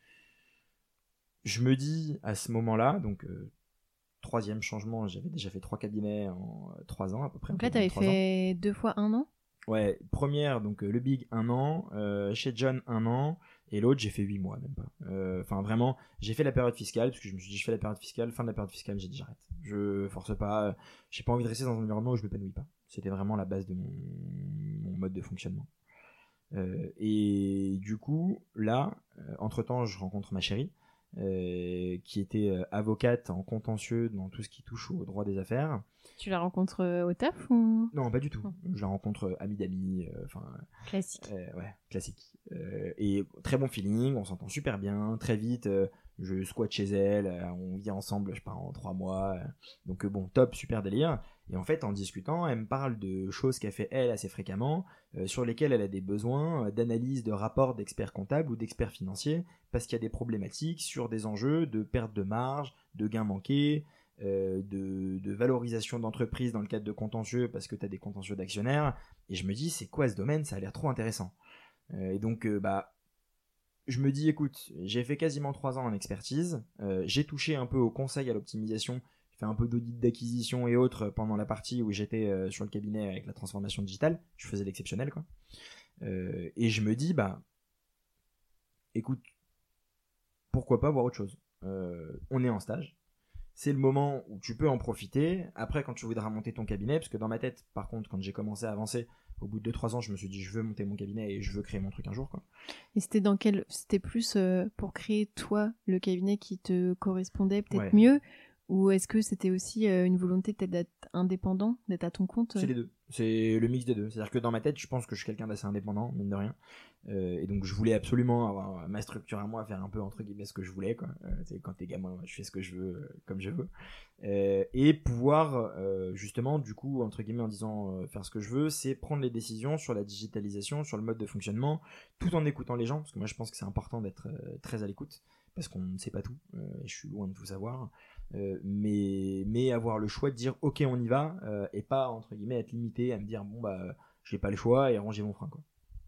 je me dis à ce moment-là, donc euh, troisième changement, j'avais déjà fait trois cabinets en euh, trois ans à peu près. Donc là, tu avais fait ans. deux fois un an. Ouais, première, donc euh, le Big, un an, euh, chez John, un an, et l'autre, j'ai fait huit mois, même pas. Enfin, euh, vraiment, j'ai fait la période fiscale, parce que je me suis dit, je fais la période fiscale, fin de la période fiscale, j'ai dit, j'arrête. Je force pas, j'ai pas envie de rester dans un environnement où je m'épanouis pas. C'était vraiment la base de mon, mon mode de fonctionnement. Euh, et du coup, là, euh, entre-temps, je rencontre ma chérie, euh, qui était euh, avocate en contentieux dans tout ce qui touche au droit des affaires. Tu la rencontres euh, au taf ou... Non, pas du tout. Non. Je la rencontre euh, amie d'amis, enfin euh, classique. Euh, ouais, classique. Euh, et très bon feeling, on s'entend super bien. Très vite, euh, je squatte chez elle, euh, on vit ensemble, je pars en trois mois. Euh, donc euh, bon, top, super délire. Et en fait, en discutant, elle me parle de choses qu'elle fait elle assez fréquemment, euh, sur lesquelles elle a des besoins euh, d'analyse de rapports d'experts comptables ou d'experts financiers, parce qu'il y a des problématiques sur des enjeux de perte de marge, de gains manqués. Euh, de, de valorisation d'entreprise dans le cadre de contentieux parce que tu as des contentieux d'actionnaires, et je me dis c'est quoi ce domaine, ça a l'air trop intéressant. Euh, et donc euh, bah je me dis écoute, j'ai fait quasiment trois ans en expertise, euh, j'ai touché un peu au conseil à l'optimisation, j'ai fait un peu d'audit d'acquisition et autres pendant la partie où j'étais euh, sur le cabinet avec la transformation digitale, je faisais l'exceptionnel quoi. Euh, et je me dis bah écoute, pourquoi pas voir autre chose. Euh, on est en stage, c'est le moment où tu peux en profiter. Après, quand tu voudras monter ton cabinet, parce que dans ma tête, par contre, quand j'ai commencé à avancer, au bout de deux trois ans, je me suis dit, je veux monter mon cabinet et je veux créer mon truc un jour, quoi. Et c'était dans quel... C'était plus euh, pour créer, toi, le cabinet qui te correspondait peut-être ouais. mieux, Ou est-ce que c'était aussi euh, une volonté peut-être d'être indépendant, d'être à ton compte? C'est les deux. C'est le mix des deux. C'est-à-dire que dans ma tête, je pense que je suis quelqu'un d'assez indépendant, mine de rien. Euh, et donc, je voulais absolument avoir ma structure à moi, faire un peu, entre guillemets, ce que je voulais, quoi. Euh, c'est quand t'es gamin, je fais ce que je veux, euh, comme je veux. Euh, et pouvoir, euh, justement, du coup, entre guillemets, en disant euh, faire ce que je veux, c'est prendre les décisions sur la digitalisation, sur le mode de fonctionnement, tout en écoutant les gens. Parce que moi, je pense que c'est important d'être euh, très à l'écoute. Parce qu'on ne sait pas tout. Euh, et je suis loin de tout savoir. Euh, mais, mais avoir le choix de dire ok on y va euh, et pas entre guillemets être limité à me dire bon bah j'ai pas le choix et ranger mon frein quoi.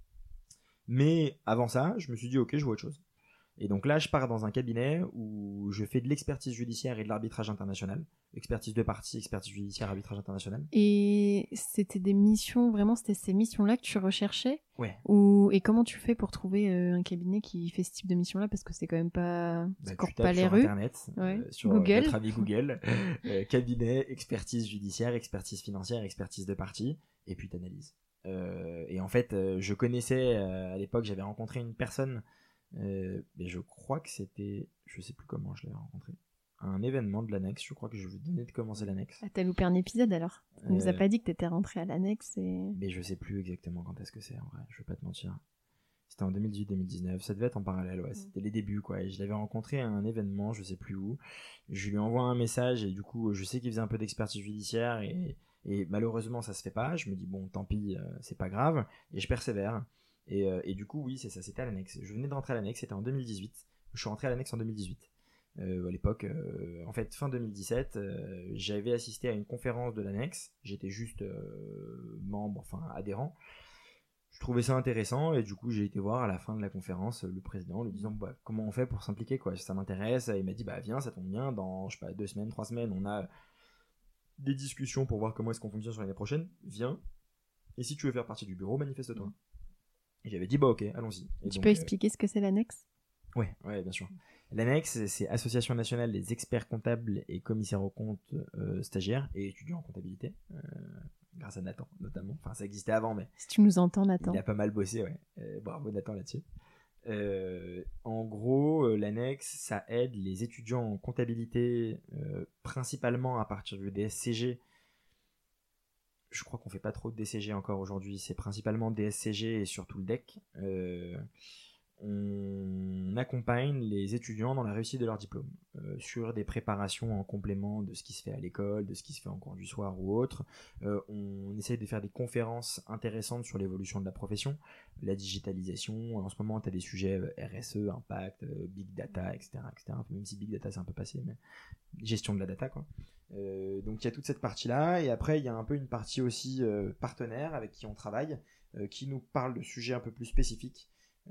Mais avant ça je me suis dit ok je vois autre chose et donc là je pars dans un cabinet où je fais de l'expertise judiciaire et de l'arbitrage international, expertise de parties, expertise judiciaire, arbitrage international. Et c'était des missions, vraiment c'était ces missions là que tu recherchais? Ouais. Ou... Et comment tu fais pour trouver euh, un cabinet qui fait ce type de mission là, parce que c'est quand même pas, bah, c'est encore tu tapes pas les sur rues. internet, ouais. euh, sur Google. notre ami Google euh, cabinet expertise judiciaire, expertise financière, expertise de parties et puis t'analyses. Euh, et en fait euh, je connaissais euh, à l'époque j'avais rencontré une personne euh, mais je crois que c'était je sais plus comment je l'avais rencontré, un événement de l'annexe, je crois que je venais de commencer l'annexe. Ah, t'as loupé un épisode alors. On euh... nous a pas dit que t'étais rentré à l'annexe et... mais je sais plus exactement quand est-ce que c'est en vrai, je vais pas te mentir. C'était en deux mille dix-huit deux mille dix-neuf, ça devait être en parallèle, ouais, c'était les débuts quoi. Et je l'avais rencontré à un événement, je sais plus où. Je lui envoie un message et du coup, je sais qu'il faisait un peu d'expertise judiciaire et, et malheureusement ça se fait pas. Je me dis bon, tant pis, euh, c'est pas grave et je persévère. Et, euh, et du coup, oui, c'est ça, c'était à l'annexe. Je venais de rentrer à l'annexe, c'était en deux mille dix-huit. Je suis rentré à l'annexe en deux mille dix-huit. Euh, à l'époque, euh, en fait, fin deux mille dix-sept, euh, j'avais assisté à une conférence de l'annexe. J'étais juste euh, membre, enfin adhérent. Je trouvais ça intéressant et du coup j'ai été voir à la fin de la conférence le président en lui disant bah, comment on fait pour s'impliquer quoi, ça m'intéresse. Il m'a dit bah viens, ça tombe bien, dans je sais pas deux semaines, trois semaines on a des discussions pour voir comment est-ce qu'on fonctionne sur l'année prochaine, viens et si tu veux faire partie du bureau manifeste-toi. Et j'avais dit bah ok allons-y. Et tu donc, peux expliquer euh... ce que c'est l'annexe? Ouais, ouais bien sûr. L'annexe c'est Association nationale des experts comptables et commissaires aux comptes euh, stagiaires et étudiants en comptabilité. Euh... grâce à Nathan notamment, enfin ça existait avant mais si tu nous entends Nathan, il a pas mal bossé, ouais. Euh, bravo Nathan là-dessus. Euh, en gros euh, l'annexe ça aide les étudiants en comptabilité euh, principalement à partir du D S C G. Je crois qu'on fait pas trop de D C G encore aujourd'hui, c'est principalement D S C G et surtout le D E C. Euh, on accompagne les étudiants dans la réussite de leur diplôme euh, sur des préparations en complément de ce qui se fait à l'école, de ce qui se fait en cours du soir ou autre. Euh, on essaie de faire des conférences intéressantes sur l'évolution de la profession, la digitalisation. En ce moment, tu as des sujets R S E, impact, euh, big data, et cetera, et cetera. Même si big data c'est un peu passé, mais gestion de la data, quoi. Euh, donc il y a toute cette partie-là, et après il y a un peu une partie aussi euh, partenaire avec qui on travaille, euh, qui nous parle de sujets un peu plus spécifiques.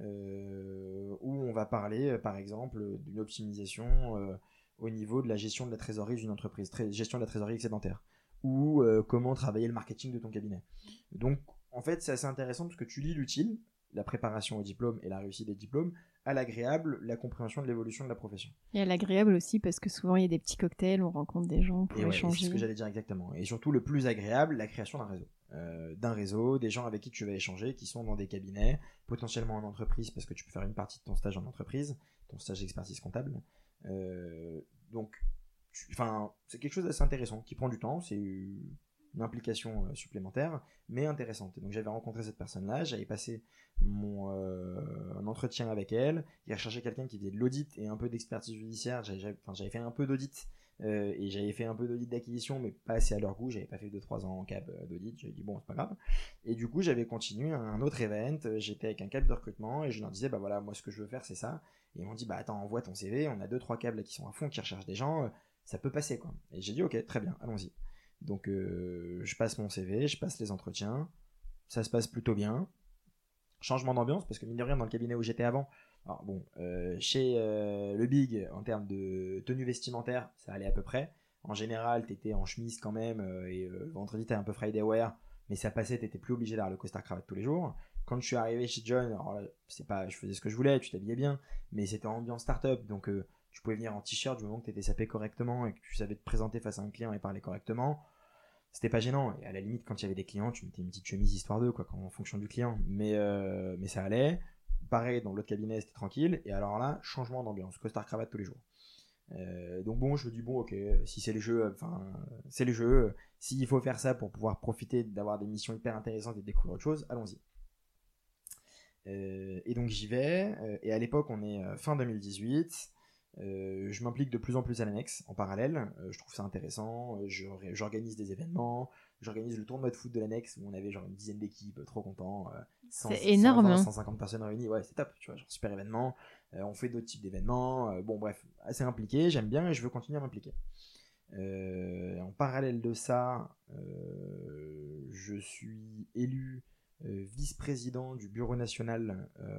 Euh, où on va parler euh, par exemple d'une optimisation euh, au niveau de la gestion de la trésorerie d'une entreprise, tré- gestion de la trésorerie excédentaire, ou euh, comment travailler le marketing de ton cabinet. Donc en fait c'est assez intéressant parce que tu lis l'utile, la préparation au diplôme et la réussite des diplômes, à l'agréable, la compréhension de l'évolution de la profession. Et à l'agréable aussi parce que souvent il y a des petits cocktails, on rencontre des gens pour et ouais, échanger. C'est ce que j'allais dire exactement. Et surtout le plus agréable, la création d'un réseau. Euh, d'un réseau, des gens avec qui tu vas échanger, qui sont dans des cabinets, potentiellement en entreprise, parce que tu peux faire une partie de ton stage en entreprise, ton stage d'expertise comptable. Euh, donc, enfin, c'est quelque chose d'assez intéressant, qui prend du temps, c'est une implication euh, supplémentaire, mais intéressante. Donc j'avais rencontré cette personne-là, j'avais passé mon euh, un entretien avec elle, il recherchait quelqu'un qui faisait de l'audit et un peu d'expertise judiciaire, j'avais, j'avais, enfin, j'avais fait un peu d'audit, Euh, et j'avais fait un peu d'audit d'acquisition mais pas assez à leur goût, j'avais pas fait deux trois ans en cab d'audit, j'avais dit bon c'est pas grave, et du coup j'avais continué un autre event, j'étais avec un cab de recrutement et je leur disais bah voilà moi ce que je veux faire c'est ça, et ils m'ont dit bah attends envoie ton C V, on a deux trois câbles là qui sont à fond qui recherchent des gens, ça peut passer quoi, et j'ai dit ok très bien allons-y. Donc euh, je passe mon C V, je passe les entretiens, ça se passe plutôt bien, changement d'ambiance parce que mine de rien dans le cabinet où j'étais avant, alors bon, euh, chez euh, le Big, en termes de tenue vestimentaire, ça allait à peu près. En général, t'étais en chemise quand même, euh, et euh, vendredi t'avais un peu Friday wear, mais ça passait, t'étais plus obligé d'avoir le costard cravate tous les jours. Quand je suis arrivé chez John, alors là, c'est pas, je faisais ce que je voulais, tu t'habillais bien, mais c'était en ambiance start-up, donc euh, tu pouvais venir en t-shirt du moment que t'étais sapé correctement et que tu savais te présenter face à un client et parler correctement. C'était pas gênant, et à la limite quand il y avait des clients, tu mettais une petite chemise histoire d'eux, quoi, en fonction du client, mais, euh, mais ça allait. Pareil, dans l'autre cabinet, c'était tranquille. Et alors là, changement d'ambiance, costard cravate tous les jours. Euh, donc bon, je me dis bon, ok, si c'est le jeu, enfin, c'est le jeu. S'il faut faire ça pour pouvoir profiter d'avoir des missions hyper intéressantes et de découvrir autre chose, allons-y. Euh, et donc j'y vais. Euh, et à l'époque, on est euh, fin deux mille dix-huit. Euh, je m'implique de plus en plus à l'annexe en parallèle. Euh, je trouve ça intéressant. Euh, je, j'organise des événements. J'organise le tournoi de foot de l'annexe où on avait genre une dizaine d'équipes, euh, trop content. Euh, c'est énorme. cent vingt, cent cinquante personnes réunies. Ouais, c'est top. Tu vois, genre super événement. Euh, on fait d'autres types d'événements. Euh, bon, bref, assez impliqué. J'aime bien et je veux continuer à m'impliquer. Euh, en parallèle de ça, euh, je suis élu euh, vice-président du bureau national euh,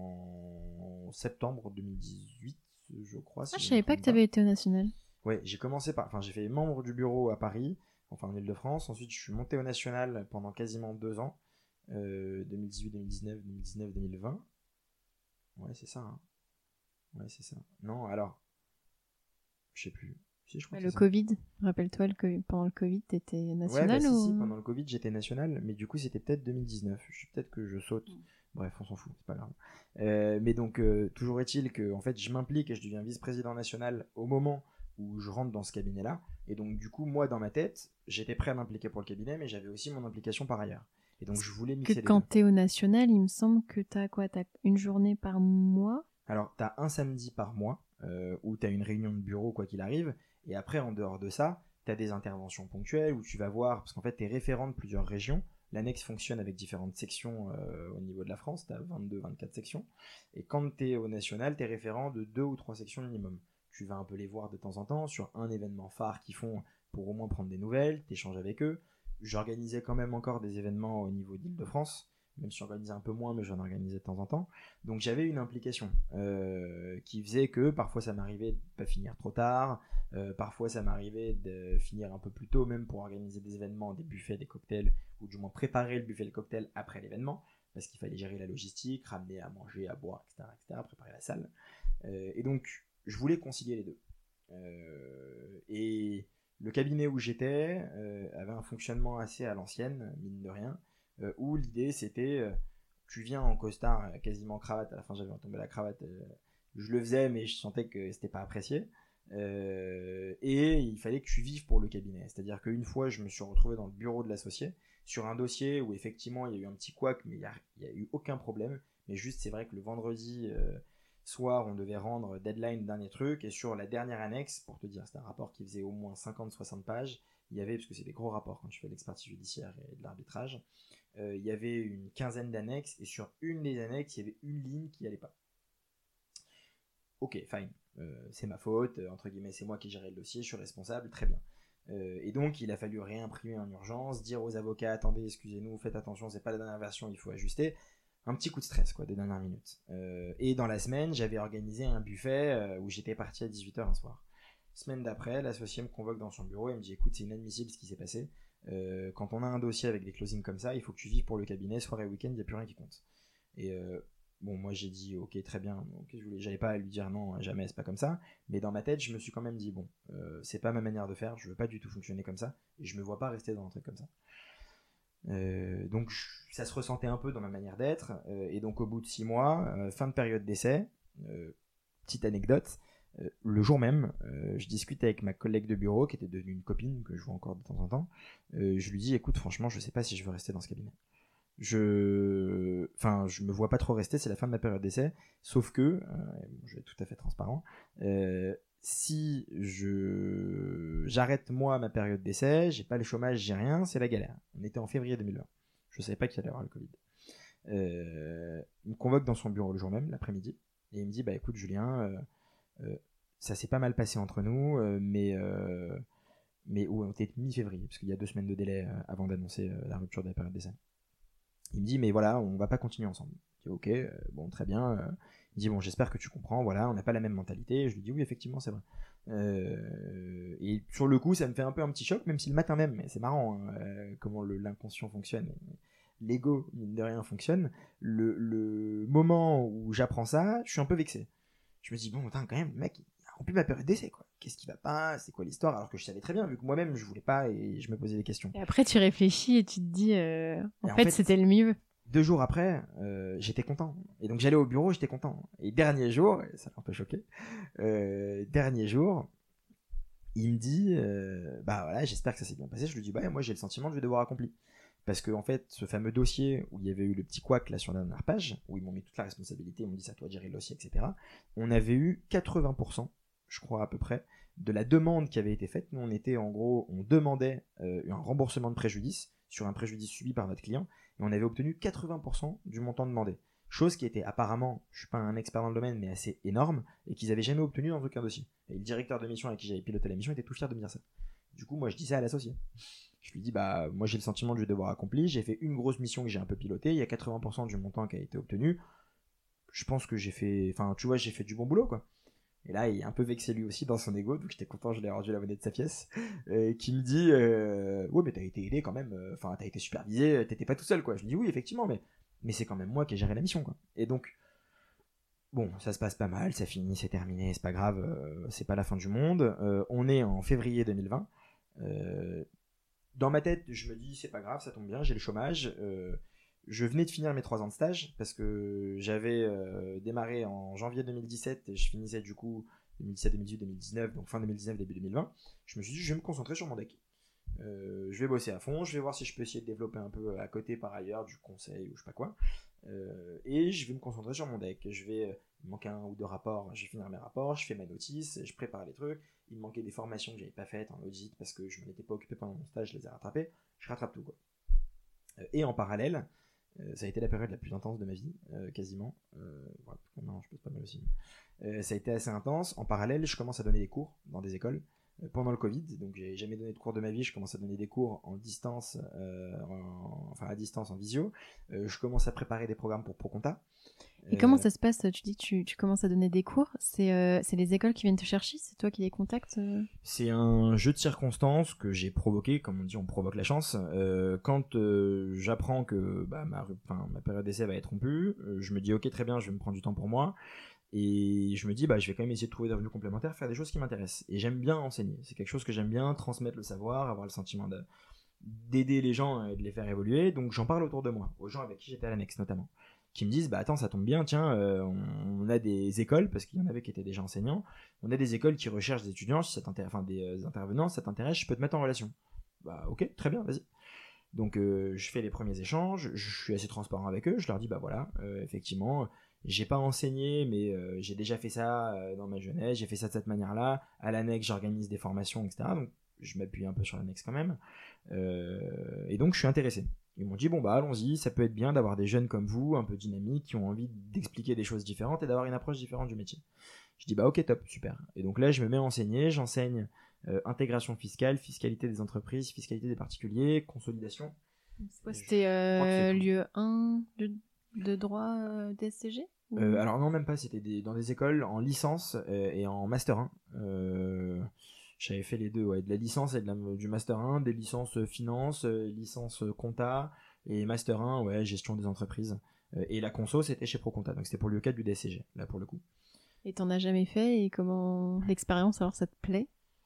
en septembre deux mille dix-huit, je crois. Si ah, je je savais pas que tu avais été au national. Ouais, j'ai commencé par, enfin, j'ai fait membre du bureau à Paris, enfin en Ile-de-France. Ensuite, je suis monté au national pendant quasiment deux ans, euh, deux mille dix-huit, deux mille dix-neuf, deux mille dix-neuf, deux mille vingt. Ouais, c'est ça. Hein. Ouais, c'est ça. Non, alors, je sais plus. Si, je crois bah, que le c'est ça. Covid, rappelle-toi, le COVID, pendant le Covid, t'étais national ouais, bah, ou... si, si, pendant le Covid, j'étais national, mais du coup, c'était peut-être deux mille dix-neuf. Je peut-être que je saute. Mm. Bref, on s'en fout, c'est pas grave. Euh, mais donc, euh, toujours est-il que, en fait, je m'implique et je deviens vice-président national au moment où je rentre dans ce cabinet-là. Et donc, du coup, moi, dans ma tête, j'étais prêt à m'impliquer pour le cabinet, mais j'avais aussi mon implication par ailleurs. Et donc, je voulais mixer que les quand deux. t'es au national, il me semble que t'as quoi? T'as une journée par mois? Alors, t'as un samedi par mois euh, où t'as une réunion de bureau, quoi qu'il arrive. Et après, en dehors de ça, tu as des interventions ponctuelles où tu vas voir, parce qu'en fait, tu es référent de plusieurs régions. L'annexe fonctionne avec différentes sections euh, au niveau de la France, tu as vingt-deux vingt-quatre sections. Et quand tu es au national, tu es référent de deux ou trois sections minimum. Tu vas un peu les voir de temps en temps sur un événement phare qu'ils font pour au moins prendre des nouvelles, tu échanges avec eux. J'organisais quand même encore des événements au niveau d'Île-de-France, même si j'organisais un peu moins, mais j'en organisais de temps en temps. Donc j'avais une implication euh, qui faisait que parfois ça m'arrivait de pas finir trop tard, euh, parfois ça m'arrivait de finir un peu plus tôt même pour organiser des événements, des buffets, des cocktails, ou du moins préparer le buffet et le cocktail après l'événement, parce qu'il fallait gérer la logistique, ramener à manger, à boire, et cetera, et cetera, préparer la salle. Euh, et donc je voulais concilier les deux. Euh, et le cabinet où j'étais euh, avait un fonctionnement assez à l'ancienne, mine de rien, euh, où l'idée c'était euh, tu viens en costard, euh, quasiment cravate, à la fin j'avais retombé la cravate, euh, je le faisais mais je sentais que c'était pas apprécié, euh, et il fallait que tu vives pour le cabinet, c'est à dire qu'une fois je me suis retrouvé dans le bureau de l'associé sur un dossier où effectivement il y a eu un petit couac mais il n'y a, a eu aucun problème, mais juste c'est vrai que le vendredi euh, soir on devait rendre deadline dernier truc, et sur la dernière annexe, pour te dire c'était un rapport qui faisait au moins cinquante soixante pages, il y avait, parce que c'est des gros rapports quand tu fais de l'expertise judiciaire et de l'arbitrage, euh, il y avait une quinzaine d'annexes, et sur une des annexes, il y avait une ligne qui n'allait pas. Ok, fine, euh, c'est ma faute, euh, entre guillemets, c'est moi qui gérais le dossier, je suis responsable, très bien. Euh, et donc, il a fallu réimprimer en urgence, dire aux avocats, attendez, excusez-nous, faites attention, c'est pas la dernière version, il faut ajuster. Un petit coup de stress, quoi, des dernières minutes. Euh, et dans la semaine, j'avais organisé un buffet euh, où j'étais parti à dix-huit heures un soir. Semaine d'après, l'associé me convoque dans son bureau et me dit écoute, c'est inadmissible ce qui s'est passé. Euh, quand on a un dossier avec des closings comme ça, il faut que tu vives pour le cabinet, soirée et week-end, il n'y a plus rien qui compte. Et euh, bon, moi j'ai dit ok, très bien, okay, je voulais, j'allais pas lui dire non, jamais, c'est pas comme ça. Mais dans ma tête, je me suis quand même dit bon, euh, c'est pas ma manière de faire, je veux pas du tout fonctionner comme ça, et je me vois pas rester dans un truc comme ça. Euh, donc je, ça se ressentait un peu dans ma manière d'être, euh, et donc au bout de six mois, euh, fin de période d'essai, euh, petite anecdote, euh, le jour même, euh, je discute avec ma collègue de bureau qui était devenue une copine que je vois encore de temps en temps. Euh, je lui dis écoute, franchement, je sais pas si je veux rester dans ce cabinet. Je, enfin, je me vois pas trop rester, c'est la fin de ma période d'essai. Sauf que, euh, je vais être tout à fait transparent, euh, si je j'arrête moi ma période d'essai, j'ai pas le chômage, j'ai rien, c'est la galère. On était en février deux mille vingt. Je savais pas qu'il allait y avoir le Covid. Euh, il me convoque dans son bureau le jour même, l'après-midi, et il me dit bah écoute Julien. Euh, Euh, ça s'est pas mal passé entre nous, euh, mais euh, mais où on était mi-février, parce qu'il y a deux semaines de délai euh, avant d'annoncer euh, la rupture de la période d'essai. Il me dit mais voilà, on va pas continuer ensemble. Je dis ok, euh, bon très bien. Euh, il me dit bon j'espère que tu comprends, voilà, on n'a pas la même mentalité. Je lui dis oui effectivement c'est vrai. Euh, et sur le coup ça me fait un peu un petit choc, même si le matin même, mais c'est marrant hein, euh, comment le, l'inconscient fonctionne. L'ego mine de rien fonctionne. Le, le moment où j'apprends ça, je suis un peu vexé. Je me dis bon putain quand même le mec il a rempli ma période d'essai quoi, qu'est-ce qui va pas, c'est quoi l'histoire, alors que je savais très bien vu que moi-même je voulais pas et je me posais des questions. Et après tu réfléchis et tu te dis euh, en, en fait, fait c'était le mieux. deux jours après, euh, j'étais content. Et donc j'allais au bureau, j'étais content. Et dernier jour, ça m'a un peu choqué, euh, dernier jour, il me dit, euh, bah voilà, j'espère que ça s'est bien passé. Je lui dis, bah moi j'ai le sentiment que je vais devoir accomplir. Parce que en fait, ce fameux dossier où il y avait eu le petit couac là sur la dernière page, où ils m'ont mis toute la responsabilité, ils m'ont dit c'est à toi de gérer le dossier, et cetera. On avait eu quatre-vingts pour cent, je crois à peu près, de la demande qui avait été faite. Nous on était en gros, on demandait euh, un remboursement de préjudice sur un préjudice subi par notre client, et on avait obtenu quatre-vingts pour cent du montant demandé. Chose qui était apparemment, je suis pas un expert dans le domaine, mais assez énorme, et qu'ils avaient jamais obtenu dans aucun dossier. Et le directeur de mission avec qui j'avais piloté la mission était tout fier de me dire ça. Du coup, moi je dis ça à l'associé. Je lui dis, bah, moi j'ai le sentiment que je vais devoir accomplir. J'ai fait une grosse mission que j'ai un peu pilotée. Il y a quatre-vingts pour cent du montant qui a été obtenu. Je pense que j'ai fait, enfin, tu vois, j'ai fait du bon boulot, quoi. Et là, il est un peu vexé lui aussi dans son ego, donc j'étais content, je l'ai rendu la monnaie de sa pièce. Euh, qui me dit, euh, ouais, mais t'as été aidé quand même, enfin, euh, t'as été supervisé, t'étais pas tout seul, quoi. Je lui dis, oui, effectivement, mais, mais c'est quand même moi qui ai géré la mission, quoi. Et donc, bon, ça se passe pas mal, ça finit, c'est terminé, c'est pas grave, euh, c'est pas la fin du monde. Euh, on est en février deux mille vingt. Euh, Dans ma tête, je me dis, c'est pas grave, ça tombe bien, j'ai le chômage. Euh, je venais de finir mes trois ans de stage parce que j'avais euh, démarré en janvier deux mille dix-sept et je finissais du coup deux mille dix-sept, deux mille dix-huit, deux mille dix-neuf, donc fin deux mille dix-neuf, début deux mille vingt. Je me suis dit, je vais me concentrer sur mon deck. Euh, je vais bosser à fond, je vais voir si je peux essayer de développer un peu à côté par ailleurs du conseil ou je sais pas quoi. Euh, et je vais me concentrer sur mon deck. Je vais, il me manque un ou deux rapports, je vais finir mes rapports, je fais ma notice, je prépare les trucs. Il me manquait des formations que j'avais pas faites en audit parce que je m'en étais pas occupé pendant mon stage, je les ai rattrapées. Je rattrape tout, quoi. Euh, et en parallèle, euh, ça a été la période la plus intense de ma vie, euh, quasiment. Euh, ouais, non, je pose pas mal aussi. Euh, ça a été assez intense. En parallèle, je commence à donner des cours dans des écoles euh, pendant le Covid. Donc, j'ai jamais donné de cours de ma vie. Je commence à donner des cours en distance, euh, en, enfin à distance en visio. Euh, je commence à préparer des programmes pour ProConta. Et comment ça se passe? Tu dis que tu, tu commences à donner des cours. C'est euh, c'est les écoles qui viennent te chercher? C'est toi qui les contactes? euh C'est un jeu de circonstances que j'ai provoqué, comme on dit, on provoque la chance. Euh, quand euh, j'apprends que bah, ma, ma période d'essai va être rompue, euh, je me dis ok, très bien, je vais me prendre du temps pour moi. Et je me dis, bah, je vais quand même essayer de trouver des revenus complémentaires, faire des choses qui m'intéressent. Et j'aime bien enseigner. C'est quelque chose que j'aime bien, transmettre le savoir, avoir le sentiment de, d'aider les gens et de les faire évoluer. Donc j'en parle autour de moi, aux gens avec qui j'étais à l'annexe notamment, qui me disent, bah attends, ça tombe bien, tiens, euh, on, on a des écoles, parce qu'il y en avait qui étaient déjà enseignants, on a des écoles qui recherchent des étudiants, si ça t'intéresse, enfin des euh, intervenants, si ça t'intéresse, je peux te mettre en relation. Bah ok, très bien, vas-y. Donc euh, je fais les premiers échanges, je suis assez transparent avec eux, je leur dis, bah voilà, euh, effectivement, j'ai pas enseigné, mais euh, j'ai déjà fait ça euh, dans ma jeunesse, j'ai fait ça de cette manière-là, à l'annexe j'organise des formations, et cetera. Donc je m'appuie un peu sur l'annexe quand même, euh, et donc je suis intéressé. Ils m'ont dit, bon bah allons-y, ça peut être bien d'avoir des jeunes comme vous, un peu dynamiques, qui ont envie d'expliquer des choses différentes et d'avoir une approche différente du métier. Je dis, bah ok, top, super. Et donc là, je me mets à enseigner, j'enseigne euh, intégration fiscale, fiscalité des entreprises, fiscalité des particuliers, consolidation. Ouais, c'était euh, lieu un de, de droit euh, D S C G ou... euh, Alors non, même pas, c'était des, dans des écoles en licence euh, et en master un. Euh, J'avais fait les deux, ouais, de la licence et de la, du master un, des licences finance, euh, licence compta, et master un, ouais, gestion des entreprises. Euh, et la conso, c'était chez ProConta, donc c'était pour le cadre du D S C G, là pour le coup. Et t'en as jamais fait, et comment l'expérience, alors ça te plaît?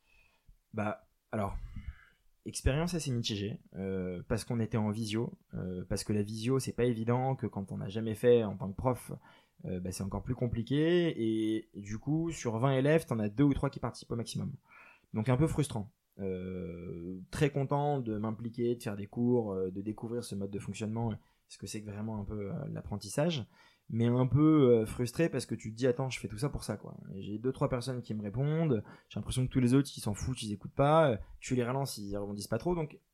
Bah, alors, expérience assez mitigée, euh, parce qu'on était en visio, euh, parce que la visio, c'est pas évident, que quand on n'a jamais fait en tant que prof, euh, bah, c'est encore plus compliqué, et, et du coup, sur vingt élèves, t'en as deux ou trois qui participent au maximum. Donc un peu frustrant. Euh, très content de m'impliquer, de faire des cours, euh, de découvrir ce mode de fonctionnement, ce que c'est que vraiment un peu euh, l'apprentissage, mais un peu euh, frustré parce que tu te dis attends, je fais tout ça pour ça, quoi. Et j'ai deux trois personnes qui me répondent, j'ai l'impression que tous les autres ils s'en foutent, ils écoutent pas, tu les relances, ils rebondissent pas trop, donc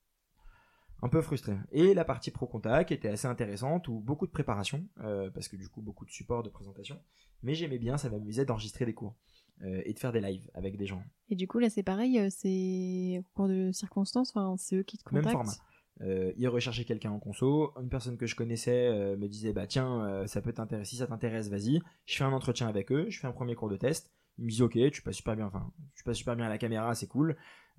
un peu frustré. Et la partie pro contact était assez intéressante, où beaucoup de préparation, euh, parce que du coup beaucoup de support, de présentation, mais j'aimais bien, ça m'amusait d'enregistrer des cours. Euh, et de faire des lives avec des gens. Et du coup, là, c'est pareil, euh, c'est au cours de circonstances, enfin, c'est eux qui te contactent. Même format. Euh, ils recherchaient quelqu'un en conso, une personne que je connaissais euh, me disait, bah tiens, euh, ça peut t'intéresser, si ça t'intéresse, vas-y. Je fais un entretien avec eux, je fais un premier cours de test. Ils me disent, ok, tu passes super bien, enfin, tu passes super bien à la caméra, c'est cool.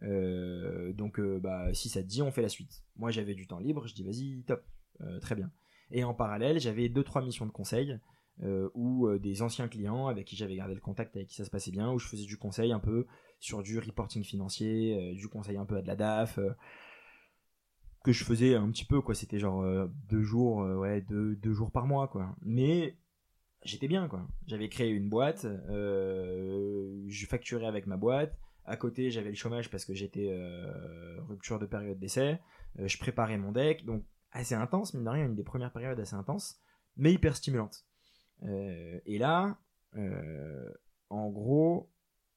Euh, donc, euh, bah, si ça te dit, on fait la suite. Moi, j'avais du temps libre, je dis, vas-y, top, euh, très bien. Et en parallèle, j'avais deux trois missions de conseil. Euh, ou euh, des anciens clients avec qui j'avais gardé le contact, avec qui ça se passait bien, où je faisais du conseil un peu sur du reporting financier, euh, du conseil un peu à de la D A F. Euh. que je faisais un petit peu, quoi. C'était genre euh, deux jours, euh, ouais, deux, deux jours par mois, quoi. Mais j'étais bien, quoi. J'avais créé une boîte, euh, je facturais avec ma boîte. À côté, j'avais le chômage parce que j'étais euh, rupture de période d'essai. Euh, je préparais mon deck, donc assez intense, mine de rien, une des premières périodes assez intenses, mais hyper stimulante. Euh, et là, euh, en gros,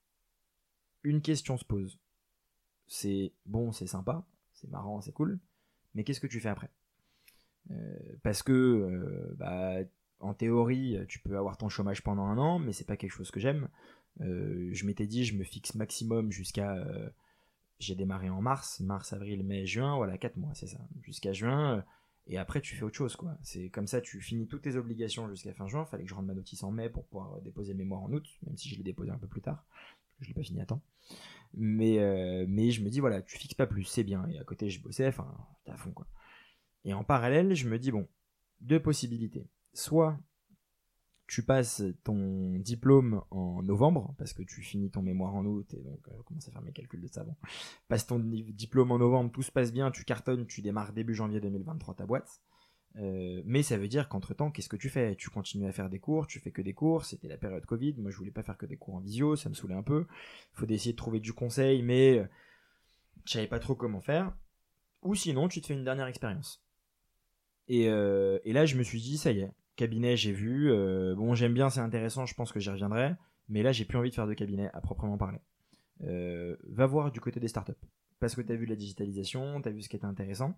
une question se pose. C'est bon, c'est sympa, c'est marrant, c'est cool, mais qu'est-ce que tu fais après ? euh, Parce que, euh, bah, en théorie, tu peux avoir ton chômage pendant un an, mais c'est pas quelque chose que j'aime. Euh, je m'étais dit, je me fixe maximum jusqu'à. Euh, j'ai démarré en mars, mars, avril, mai, juin, voilà, quatre mois, c'est ça, jusqu'à juin. Euh, et après, tu fais autre chose, quoi. C'est comme ça, tu finis toutes tes obligations jusqu'à fin juin. Fallait que je rende ma notice en mai pour pouvoir déposer le mémoire en août, même si je l'ai déposé un peu plus tard. Je l'ai pas fini à temps. Mais, euh, mais je me dis, voilà, tu fixes pas plus, c'est bien. Et à côté, je bossais, enfin, t'es à fond, quoi. Et en parallèle, je me dis, bon, deux possibilités. Soit tu passes ton diplôme en novembre, parce que tu finis ton mémoire en août, et donc euh, commence à faire mes calculs de ça, bon. Passe ton diplôme en novembre, tout se passe bien, tu cartonnes, tu démarres début janvier deux mille vingt-trois ta boîte. Euh, mais ça veut dire qu'entre-temps, qu'est-ce que tu fais ? Tu continues à faire des cours, tu fais que des cours, c'était la période Covid, moi je voulais pas faire que des cours en visio, ça me saoulait un peu. Il faut essayer de trouver du conseil, mais euh, je savais pas trop comment faire. Ou sinon, tu te fais une dernière expérience. Et, euh, et là, je me suis dit, ça y est, cabinet, j'ai vu. Euh, bon, j'aime bien, c'est intéressant, je pense que j'y reviendrai. Mais là, j'ai plus envie de faire de cabinet à proprement parler. Euh, va voir du côté des startups. Parce que tu as vu la digitalisation, tu as vu ce qui était intéressant.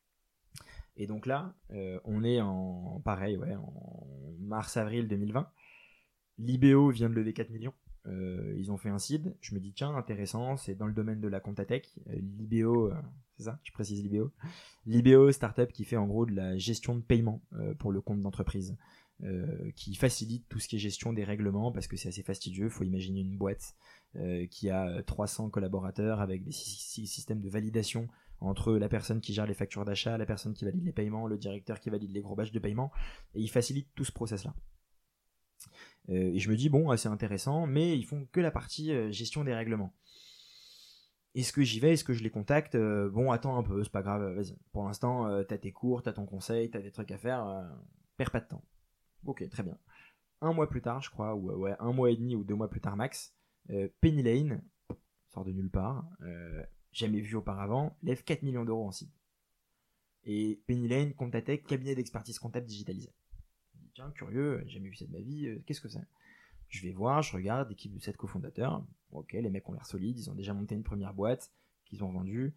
Et donc là, euh, on est en pareil, ouais, en mars-avril deux mille vingt. L'I B O vient de lever quatre millions. Euh, ils ont fait un seed. Je me dis, tiens, intéressant, c'est dans le domaine de la Comptatech. Euh, L'I B O, euh, c'est ça, je précise l'I B O. L'I B O, startup qui fait en gros de la gestion de paiement euh, pour le compte d'entreprise, euh, qui facilite tout ce qui est gestion des règlements parce que c'est assez fastidieux. Il faut imaginer une boîte euh, qui a trois cents collaborateurs avec des systèmes de validation entre la personne qui gère les factures d'achat, la personne qui valide les paiements, le directeur qui valide les gros batchs de paiement, et il facilite tout ce process-là. Euh, et je me dis, bon, c'est intéressant, mais ils font que la partie euh, gestion des règlements. Est-ce que j'y vais ? Est-ce que je les contacte ? euh, Bon, attends un peu, c'est pas grave, vas-y. Pour l'instant, euh, t'as tes cours, t'as ton conseil, t'as des trucs à faire, euh, perds pas de temps. Ok, très bien. Un mois plus tard, je crois, ou ouais, un mois et demi ou deux mois plus tard max, euh, Penny Lane, sort de nulle part, euh, jamais vu auparavant, lève quatre millions d'euros en seed. Et Penny Lane, Comptatech, cabinet d'expertise comptable digitalisé. Je dis, tiens, curieux, j'ai jamais vu ça de ma vie, euh, qu'est-ce que c'est ? Je vais voir, je regarde, équipe de sept cofondateurs. Ok, les mecs ont l'air solides, ils ont déjà monté une première boîte qu'ils ont vendue.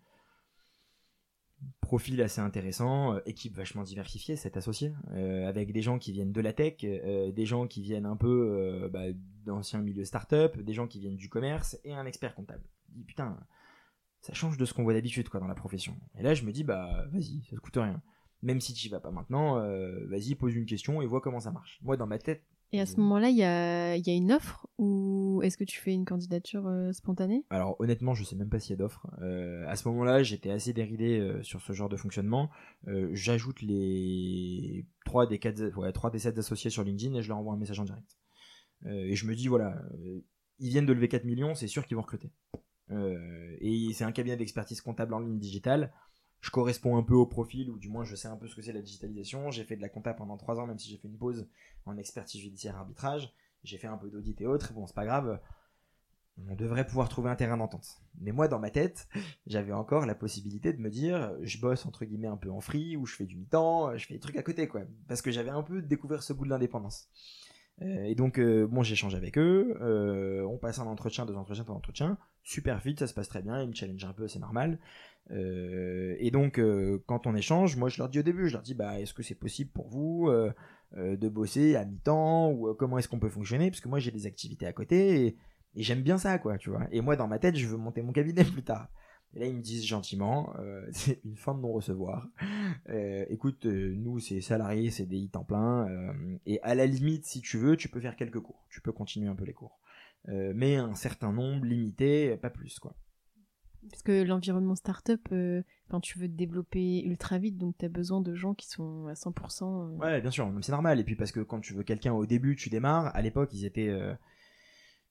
Profil assez intéressant, euh, équipe vachement diversifiée, sept associés, euh, avec des gens qui viennent de la tech, euh, des gens qui viennent un peu euh, bah, d'anciens milieux start-up, des gens qui viennent du commerce et un expert comptable. Je dis putain, ça change de ce qu'on voit d'habitude quoi dans la profession. Et là je me dis bah vas-y, ça te coûte rien. Même si tu y vas pas maintenant, euh, vas-y pose une question et vois comment ça marche. Moi dans ma tête. Et à ce moment-là, il y a, y a une offre ou est-ce que tu fais une candidature euh, spontanée ? Alors honnêtement, je sais même pas s'il y a d'offre. Euh, à ce moment-là, j'étais assez déridé euh, sur ce genre de fonctionnement. Euh, j'ajoute les trois des quatre, ouais, trois des sept associés sur LinkedIn et je leur envoie un message en direct. Euh, et je me dis voilà, euh, ils viennent de lever quatre millions, c'est sûr qu'ils vont recruter. Euh, et c'est un cabinet d'expertise comptable en ligne digitale. Je corresponds un peu au profil, ou du moins je sais un peu ce que c'est la digitalisation. J'ai fait de la compta pendant trois ans, même si j'ai fait une pause en expertise judiciaire arbitrage. J'ai fait un peu d'audit et autres. Bon, c'est pas grave. On devrait pouvoir trouver un terrain d'entente. Mais moi, dans ma tête, j'avais encore la possibilité de me dire, je bosse entre guillemets un peu en free, ou je fais du mi-temps, je fais des trucs à côté, quoi. Parce que j'avais un peu découvert ce goût de l'indépendance. Euh, et donc, euh, bon, j'échange avec eux. Euh, on passe un entretien, deux entretiens, trois entretiens. Super vite, ça se passe très bien. Ils me challengent un peu, c'est normal. Euh, et donc, euh, quand on échange, moi, je leur dis au début, je leur dis, bah, est-ce que c'est possible pour vous euh, euh, de bosser à mi-temps, ou euh, comment est-ce qu'on peut fonctionner ? Parce que moi, j'ai des activités à côté et, et j'aime bien ça, quoi, tu vois. Et moi, dans ma tête, je veux monter mon cabinet plus tard. Et là, ils me disent gentiment, euh, c'est une fin de non-recevoir. Euh, écoute, euh, nous, c'est salarié, c'est des temps plein. Euh, et à la limite, si tu veux, tu peux faire quelques cours. Tu peux continuer un peu les cours. Euh, mais un certain nombre, limité, pas plus, quoi. Parce que l'environnement startup, euh, quand tu veux te développer ultra vite, donc tu as besoin de gens qui sont à cent pour cent. Euh... Ouais, bien sûr, c'est normal. Et puis parce que quand tu veux quelqu'un au début, tu démarres. À l'époque, ils étaient... Euh,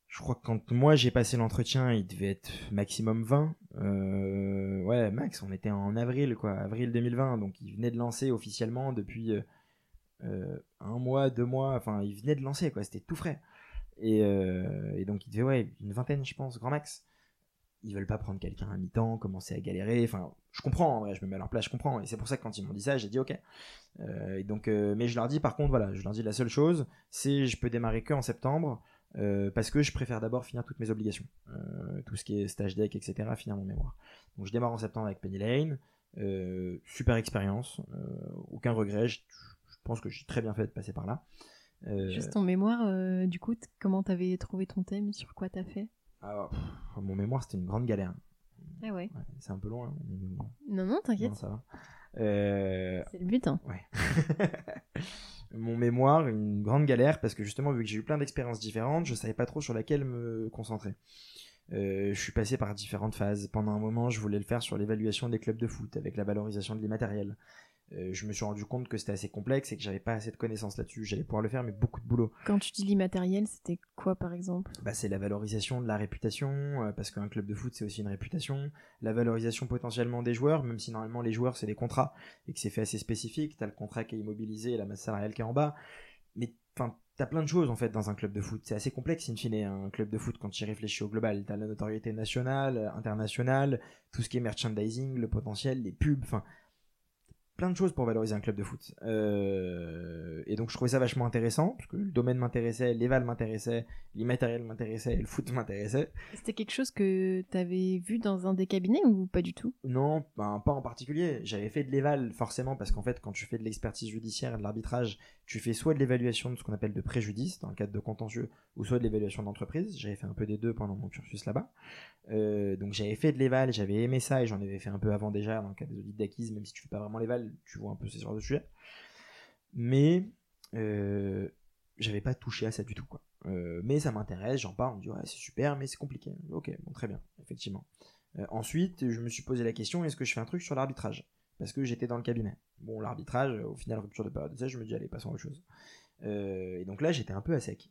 je crois que quand moi j'ai passé l'entretien, il devait être maximum vingt. Euh, ouais, max, on était en avril, quoi, avril deux mille vingt, donc il venait de lancer officiellement depuis euh, euh, un mois, deux mois, enfin, il venait de lancer, quoi, c'était tout frais. Et, euh, et donc il devait, ouais, une vingtaine, je pense, grand max. Ils veulent pas prendre quelqu'un à mi-temps, commencer à galérer, enfin, je comprends, en vrai, je me mets à leur place, je comprends, et c'est pour ça que quand ils m'ont dit ça, j'ai dit ok. Euh, et donc, euh, mais je leur dis par contre, voilà, je leur dis la seule chose, c'est je peux démarrer que en septembre, euh, parce que je préfère d'abord finir toutes mes obligations, euh, tout ce qui est stage deck, et cetera, finir mon mémoire. Donc je démarre en septembre avec Penny Lane, euh, super expérience, euh, aucun regret, je, je pense que j'ai très bien fait de passer par là. Euh... Juste ton mémoire, euh, du coup, t- comment t'avais trouvé ton thème, sur quoi t'as fait? Alors, pff, mon mémoire, c'était une grande galère. Ah ouais, ouais c'est un peu loin. Hein. Non, non, t'inquiète. Non, ça va. Euh... C'est le but, hein. Ouais. Mon mémoire, une grande galère, parce que justement, vu que j'ai eu plein d'expériences différentes, je savais pas trop sur laquelle me concentrer. Euh, je suis passé par différentes phases. Pendant un moment, je voulais le faire sur l'évaluation des clubs de foot, avec la valorisation de l'immatériel. Euh, je me suis rendu compte que c'était assez complexe et que j'avais pas assez de connaissances là-dessus. J'allais pouvoir le faire, mais beaucoup de boulot. Quand tu dis l'immatériel, c'était quoi par exemple? Bah, c'est la valorisation de la réputation, euh, parce qu'un club de foot c'est aussi une réputation. La valorisation potentiellement des joueurs, même si normalement les joueurs c'est des contrats et que c'est fait assez spécifique. T'as le contrat qui est immobilisé et la masse salariale qui est en bas. Mais enfin, t'as plein de choses en fait dans un club de foot. C'est assez complexe in fine un club de foot quand tu y réfléchis au global. T'as la notoriété nationale, internationale, tout ce qui est merchandising, le potentiel, les pubs, enfin. Plein de choses pour valoriser un club de foot. Euh, et donc je trouvais ça vachement intéressant, parce que le domaine m'intéressait, l'éval m'intéressait, l'immatériel m'intéressait, et le foot m'intéressait. C'était quelque chose que t'avais vu dans un des cabinets ou pas du tout? Non, ben, pas en particulier. J'avais fait de l'éval forcément, parce qu'en fait quand tu fais de l'expertise judiciaire et de l'arbitrage, tu fais soit de l'évaluation de ce qu'on appelle de préjudice, dans le cadre de contentieux, ou soit de l'évaluation d'entreprise. J'avais fait un peu des deux pendant mon cursus là-bas. Euh, donc j'avais fait de l'éval, j'avais aimé ça et j'en avais fait un peu avant déjà dans le cadre des audits d'acquise, même si tu fais pas vraiment l'éval, tu vois un peu ces genres de sujets. Mais euh, j'avais pas touché à ça du tout, quoi. Euh, mais ça m'intéresse, j'en parle, on me dit ouais c'est super, mais c'est compliqué. Ok, bon très bien, effectivement. Euh, ensuite, je me suis posé la question, est-ce que je fais un truc sur l'arbitrage? Parce que j'étais dans le cabinet. Bon, l'arbitrage, au final, rupture de période d'essai, je me dis allez, passons à autre chose. Euh, et donc là, j'étais un peu à sec.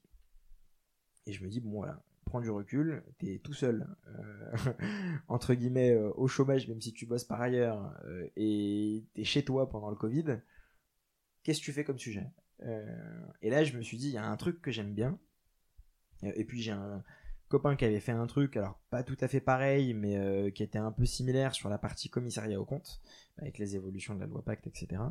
Et je me dis bon voilà, prends du recul, t'es tout seul, euh, entre guillemets, euh, au chômage, même si tu bosses par ailleurs, euh, et t'es chez toi pendant le Covid, qu'est-ce que tu fais comme sujet? euh, Et là, je me suis dit, il y a un truc que j'aime bien, et puis j'ai un copain qui avait fait un truc, alors pas tout à fait pareil, mais euh, qui était un peu similaire sur la partie commissariat aux comptes, avec les évolutions de la loi Pacte, et cetera,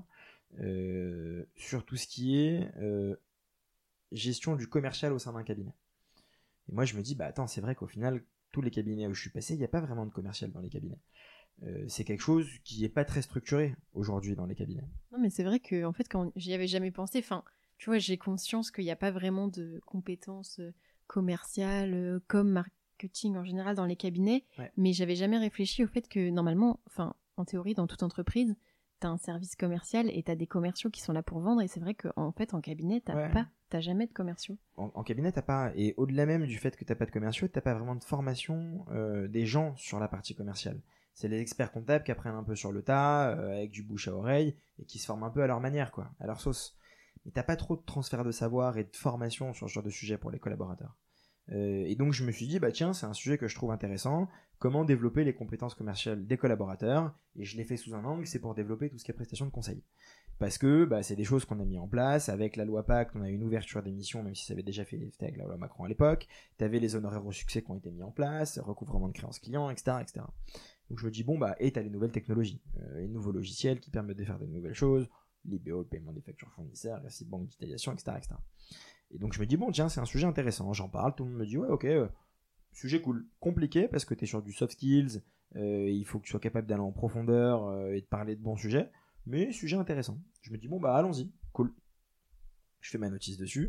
euh, sur tout ce qui est euh, gestion du commercial au sein d'un cabinet. Et moi, je me dis, bah attends, c'est vrai qu'au final, tous les cabinets où je suis passé, il n'y a pas vraiment de commercial dans les cabinets. Euh, c'est quelque chose qui n'est pas très structuré aujourd'hui dans les cabinets. Non, mais c'est vrai que, en fait, quand j'y avais jamais pensé, enfin, tu vois, j'ai conscience qu'il n'y a pas vraiment de compétences commerciales, euh, comme marketing en général dans les cabinets, ouais. Mais j'avais jamais réfléchi au fait que, normalement, enfin, en théorie, dans toute entreprise, t'as un service commercial et t'as des commerciaux qui sont là pour vendre, et c'est vrai qu'en fait, en cabinet, t'as ouais. pas, t'as jamais de commerciaux. En, en cabinet, t'as pas, et au-delà même du fait que t'as pas de commerciaux, t'as pas vraiment de formation euh, des gens sur la partie commerciale. C'est les experts comptables qui apprennent un peu sur le tas, euh, avec du bouche à oreille, et qui se forment un peu à leur manière, quoi, à leur sauce. Mais t'as pas trop de transfert de savoir et de formation sur ce genre de sujet pour les collaborateurs. Euh, et donc je me suis dit, bah tiens, c'est un sujet que je trouve intéressant, comment développer les compétences commerciales des collaborateurs, et je l'ai fait sous un angle, c'est pour développer tout ce qui est prestation de conseil. Parce que bah, c'est des choses qu'on a mis en place, avec la loi Pacte, on a eu une ouverture d'émissions, même si ça avait déjà fait fait avec la loi Macron à l'époque, t'avais les honoraires au succès qui ont été mis en place, recouvrement de créances clients, et cetera, et cetera. Donc je me dis, bon, bah, et t'as les nouvelles technologies, euh, les nouveaux logiciels qui permettent de faire de nouvelles choses, l'I B O, le paiement des factures fournisseurs, récit de banque digitalisation, et cetera, et cetera. Et donc je me dis, bon, tiens, c'est un sujet intéressant, j'en parle, tout le monde me dit, ouais, ok, euh, sujet cool, compliqué, parce que t'es sur du soft skills, euh, il faut que tu sois capable d'aller en profondeur euh, et de parler de bons sujets, mais sujet intéressant. Je me dis, bon, bah, allons-y, cool. Je fais ma notice dessus,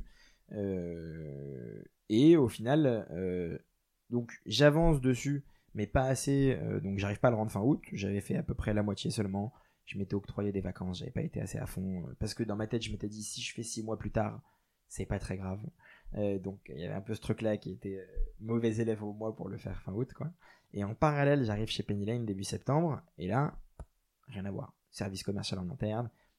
euh, et au final, euh, donc j'avance dessus, mais pas assez, euh, donc j'arrive pas à le rendre fin août, j'avais fait à peu près la moitié seulement, je m'étais octroyé des vacances, j'avais pas été assez à fond, parce que dans ma tête je m'étais dit si je fais six mois plus tard, c'est pas très grave, euh, donc il y avait un peu ce truc là qui était euh, mauvais élève au mois pour le faire fin août, quoi. Et en parallèle j'arrive chez Penny Lane début septembre, et là, rien à voir, service commercial en interne,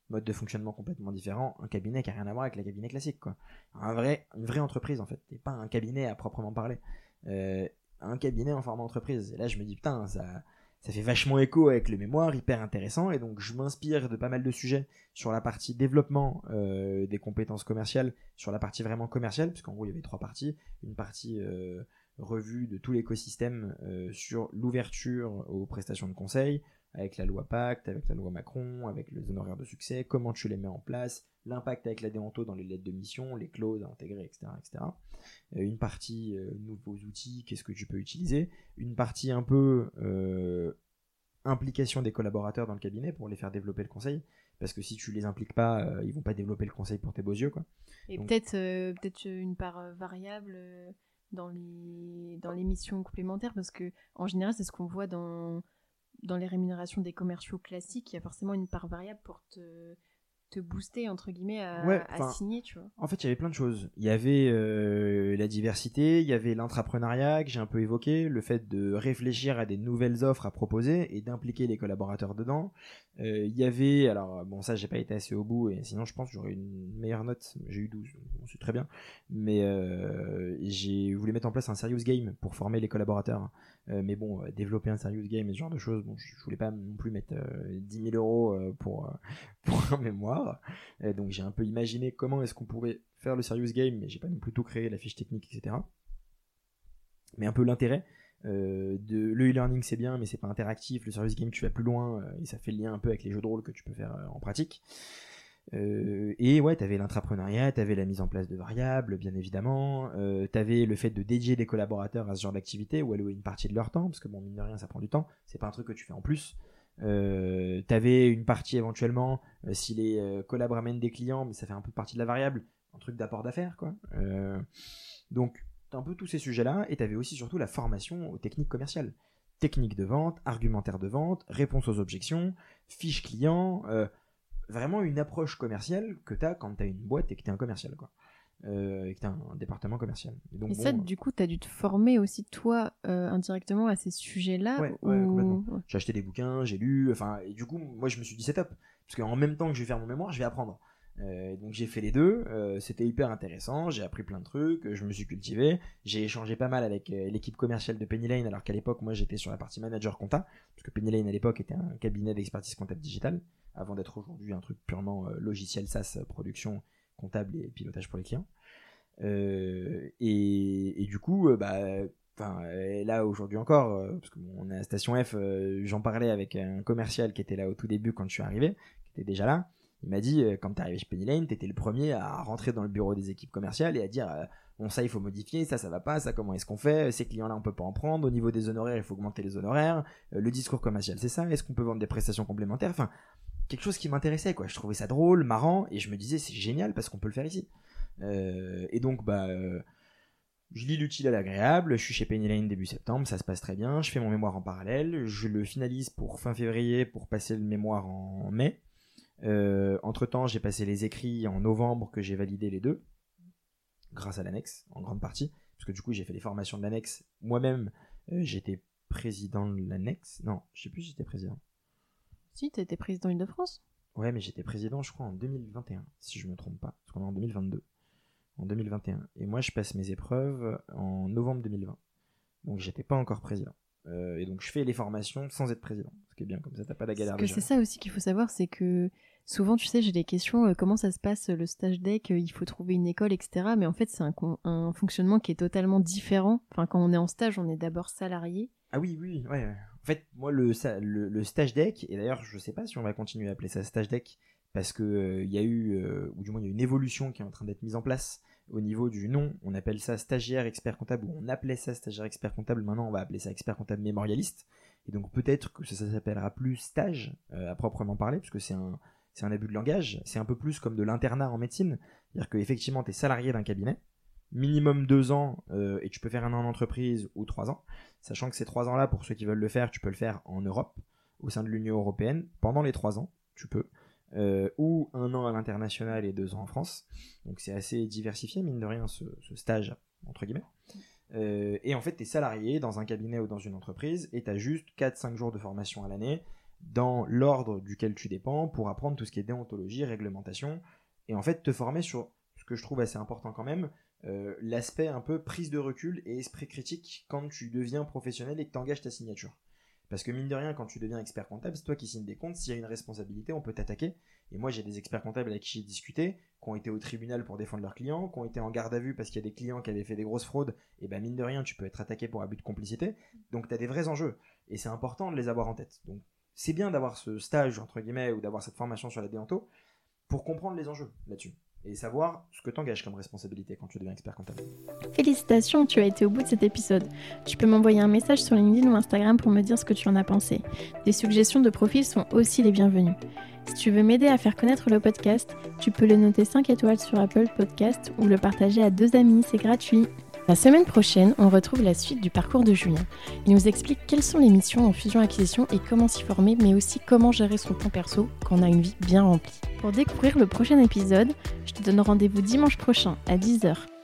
mode de fonctionnement complètement différent, un cabinet qui a rien à voir avec le cabinet classique, quoi. Un vrai, une vraie entreprise en fait, et pas un cabinet à proprement parler. Euh, un cabinet en format entreprise. Et là je me dis putain, ça, ça fait vachement écho avec le mémoire, hyper intéressant, et donc je m'inspire de pas mal de sujets sur la partie développement euh, des compétences commerciales, sur la partie vraiment commerciale, parce qu'en gros il y avait trois parties, une partie euh, revue de tout l'écosystème euh, sur l'ouverture aux prestations de conseil, avec la loi Pacte, avec la loi Macron, avec les honoraires de succès, comment tu les mets en place, l'impact avec la déonto dans les lettres de mission, les clauses à intégrer, et cetera, et cetera. Euh, une partie euh, nouveaux outils, qu'est-ce que tu peux utiliser, une partie un peu euh, implication des collaborateurs dans le cabinet pour les faire développer le conseil, parce que si tu les impliques pas, euh, ils vont pas développer le conseil pour tes beaux yeux, quoi. Et Donc, peut-être euh, peut-être une part euh, variable euh, dans les dans les missions complémentaires, parce que en général c'est ce qu'on voit dans dans les rémunérations des commerciaux classiques, il y a forcément une part variable pour te, te booster, entre guillemets, à, ouais, à signer, tu vois. En fait, il y avait plein de choses. Il y avait euh, la diversité, il y avait l'intrapreneuriat que j'ai un peu évoqué, le fait de réfléchir à des nouvelles offres à proposer et d'impliquer les collaborateurs dedans. Euh, il y avait, alors bon ça j'ai pas été assez au bout, et sinon je pense que j'aurais une meilleure note, j'ai eu douze, bon, c'est très bien, mais euh, j'ai voulu mettre en place un serious game pour former les collaborateurs, euh, mais bon, euh, développer un serious game et ce genre de choses, bon, je, je voulais pas non plus mettre euh, dix mille euros euh, pour, euh, pour un mémoire, euh, donc j'ai un peu imaginé comment est-ce qu'on pourrait faire le serious game, mais j'ai pas non plus tout créé, la fiche technique, et cetera. Mais un peu l'intérêt, Euh, de, le e-learning c'est bien mais c'est pas interactif, le serious game tu vas plus loin euh, et ça fait le lien un peu avec les jeux de rôle que tu peux faire euh, en pratique, euh, et ouais t'avais l'intrapreneuriat, t'avais la mise en place de variables bien évidemment, euh, t'avais le fait de dédier des collaborateurs à ce genre d'activité ou allouer une partie de leur temps, parce que bon mine de rien ça prend du temps, c'est pas un truc que tu fais en plus. Euh, t'avais une partie éventuellement euh, si les euh, collabs ramènent des clients, mais ça fait un peu partie de la variable, un truc d'apport d'affaires quoi. Euh, donc un peu tous ces sujets-là, et tu avais aussi surtout la formation aux techniques commerciales. Techniques de vente, argumentaire de vente, réponse aux objections, fiche client, euh, vraiment une approche commerciale que tu as quand tu as une boîte et que tu es un commercial, quoi. Euh, et que tu as un département commercial. Et, donc, et bon, ça, du coup, tu as dû te former aussi, toi, euh, indirectement à ces sujets-là Ouais, ou... ouais, complètement. J'ai acheté des bouquins, j'ai lu, enfin, et du coup, moi je me suis dit c'est top, parce qu'en même temps que je vais faire mon mémoire, je vais apprendre. Euh, donc j'ai fait les deux, euh, c'était hyper intéressant, j'ai appris plein de trucs, je me suis cultivé, j'ai échangé pas mal avec euh, l'équipe commerciale de Penny Lane, alors qu'à l'époque moi j'étais sur la partie manager compta, parce que Penny Lane à l'époque était un cabinet d'expertise comptable digitale, avant d'être aujourd'hui un truc purement euh, logiciel SaaS, production comptable et pilotage pour les clients. Euh, et, et du coup, euh, bah, enfin, là aujourd'hui encore, euh, parce que bon, on est à Station F, euh, j'en parlais avec un commercial qui était là au tout début quand je suis arrivé, qui était déjà là. Il m'a dit, euh, quand t'es arrivé chez Penny Lane, t'étais le premier à rentrer dans le bureau des équipes commerciales et à dire, euh, bon ça il faut modifier, ça ça va pas, ça comment est-ce qu'on fait, ces clients-là on peut pas en prendre, au niveau des honoraires il faut augmenter les honoraires, euh, le discours commercial c'est ça, est-ce qu'on peut vendre des prestations complémentaires, enfin quelque chose qui m'intéressait quoi. Je trouvais ça drôle, marrant, et je me disais c'est génial parce qu'on peut le faire ici. Euh, et donc bah euh, je lis l'utile à l'agréable, je suis chez Penny Lane début septembre, ça se passe très bien, je fais mon mémoire en parallèle, je le finalise pour fin février pour passer le mémoire en mai. Euh, entre temps j'ai passé les écrits en novembre que j'ai validé les deux grâce à l'annexe en grande partie, parce que du coup j'ai fait les formations de l'annexe moi-même, euh, j'étais président de l'annexe, non je sais plus si j'étais président. Si, t'étais président Île-de-France. Ouais mais j'étais président je crois en deux mille vingt et un si je me trompe pas, parce qu'on est en deux mille vingt-deux. En deux mille vingt et un. Et moi, je passe mes épreuves en novembre deux mille vingt. Donc, j'étais pas encore président. Euh, et donc, je fais les formations sans être président. Ce qui est bien, comme ça, t'as pas la galère. Parce que c'est ça aussi qu'il faut savoir, c'est que souvent, tu sais, j'ai des questions, euh, comment ça se passe le stage deck, euh, il faut trouver une école, et cetera. Mais en fait, c'est un, un fonctionnement qui est totalement différent. Enfin, quand on est en stage, on est d'abord salarié. Ah oui, oui, ouais. En fait, moi, le, le, le stage deck, et d'ailleurs, je sais pas si on va continuer à appeler ça stage deck, parce que euh, il y a eu, euh, ou du moins, il y a une évolution qui est en train d'être mise en place. Au niveau du nom, on appelle ça stagiaire expert comptable, ou on appelait ça stagiaire expert comptable, maintenant on va appeler ça expert comptable mémorialiste, et donc peut-être que ça, ça s'appellera plus stage euh, à proprement parler, puisque c'est un, c'est un abus de langage, c'est un peu plus comme de l'internat en médecine, c'est-à-dire qu'effectivement tu es salarié d'un cabinet, minimum deux ans, euh, et tu peux faire un an en entreprise ou trois ans, sachant que ces trois ans-là, pour ceux qui veulent le faire, tu peux le faire en Europe, au sein de l'Union Européenne, pendant les trois ans, tu peux. Euh, ou un an à l'international et deux ans en France. Donc c'est assez diversifié, mine de rien, ce, ce stage, entre guillemets. Euh, et en fait, tu es salarié dans un cabinet ou dans une entreprise et tu as juste quatre cinq jours de formation à l'année dans l'ordre duquel tu dépends pour apprendre tout ce qui est déontologie, réglementation, et en fait te former sur ce que je trouve assez important quand même, euh, l'aspect un peu prise de recul et esprit critique quand tu deviens professionnel et que tu engages ta signature. Parce que mine de rien, quand tu deviens expert comptable, c'est toi qui signes des comptes, s'il y a une responsabilité, on peut t'attaquer. Et moi, j'ai des experts comptables avec qui j'ai discuté, qui ont été au tribunal pour défendre leurs clients, qui ont été en garde à vue parce qu'il y a des clients qui avaient fait des grosses fraudes, et ben mine de rien, tu peux être attaqué pour abus de complicité. Donc tu as des vrais enjeux, et c'est important de les avoir en tête. Donc c'est bien d'avoir ce stage, entre guillemets, ou d'avoir cette formation sur la déonto, pour comprendre les enjeux là-dessus. Et savoir ce que t'engages comme responsabilité quand tu deviens expert comptable. Félicitations, tu as été au bout de cet épisode. Tu peux m'envoyer un message sur LinkedIn ou Instagram pour me dire ce que tu en as pensé. Des suggestions de profils sont aussi les bienvenues. Si tu veux m'aider à faire connaître le podcast, tu peux le noter cinq étoiles sur Apple Podcast ou le partager à deux amis, c'est gratuit. La semaine prochaine, on retrouve la suite du parcours de Julien. Il nous explique quelles sont les missions en fusion-acquisition et comment s'y former, mais aussi comment gérer son temps perso quand on a une vie bien remplie. Pour découvrir le prochain épisode, je te donne rendez-vous dimanche prochain à dix heures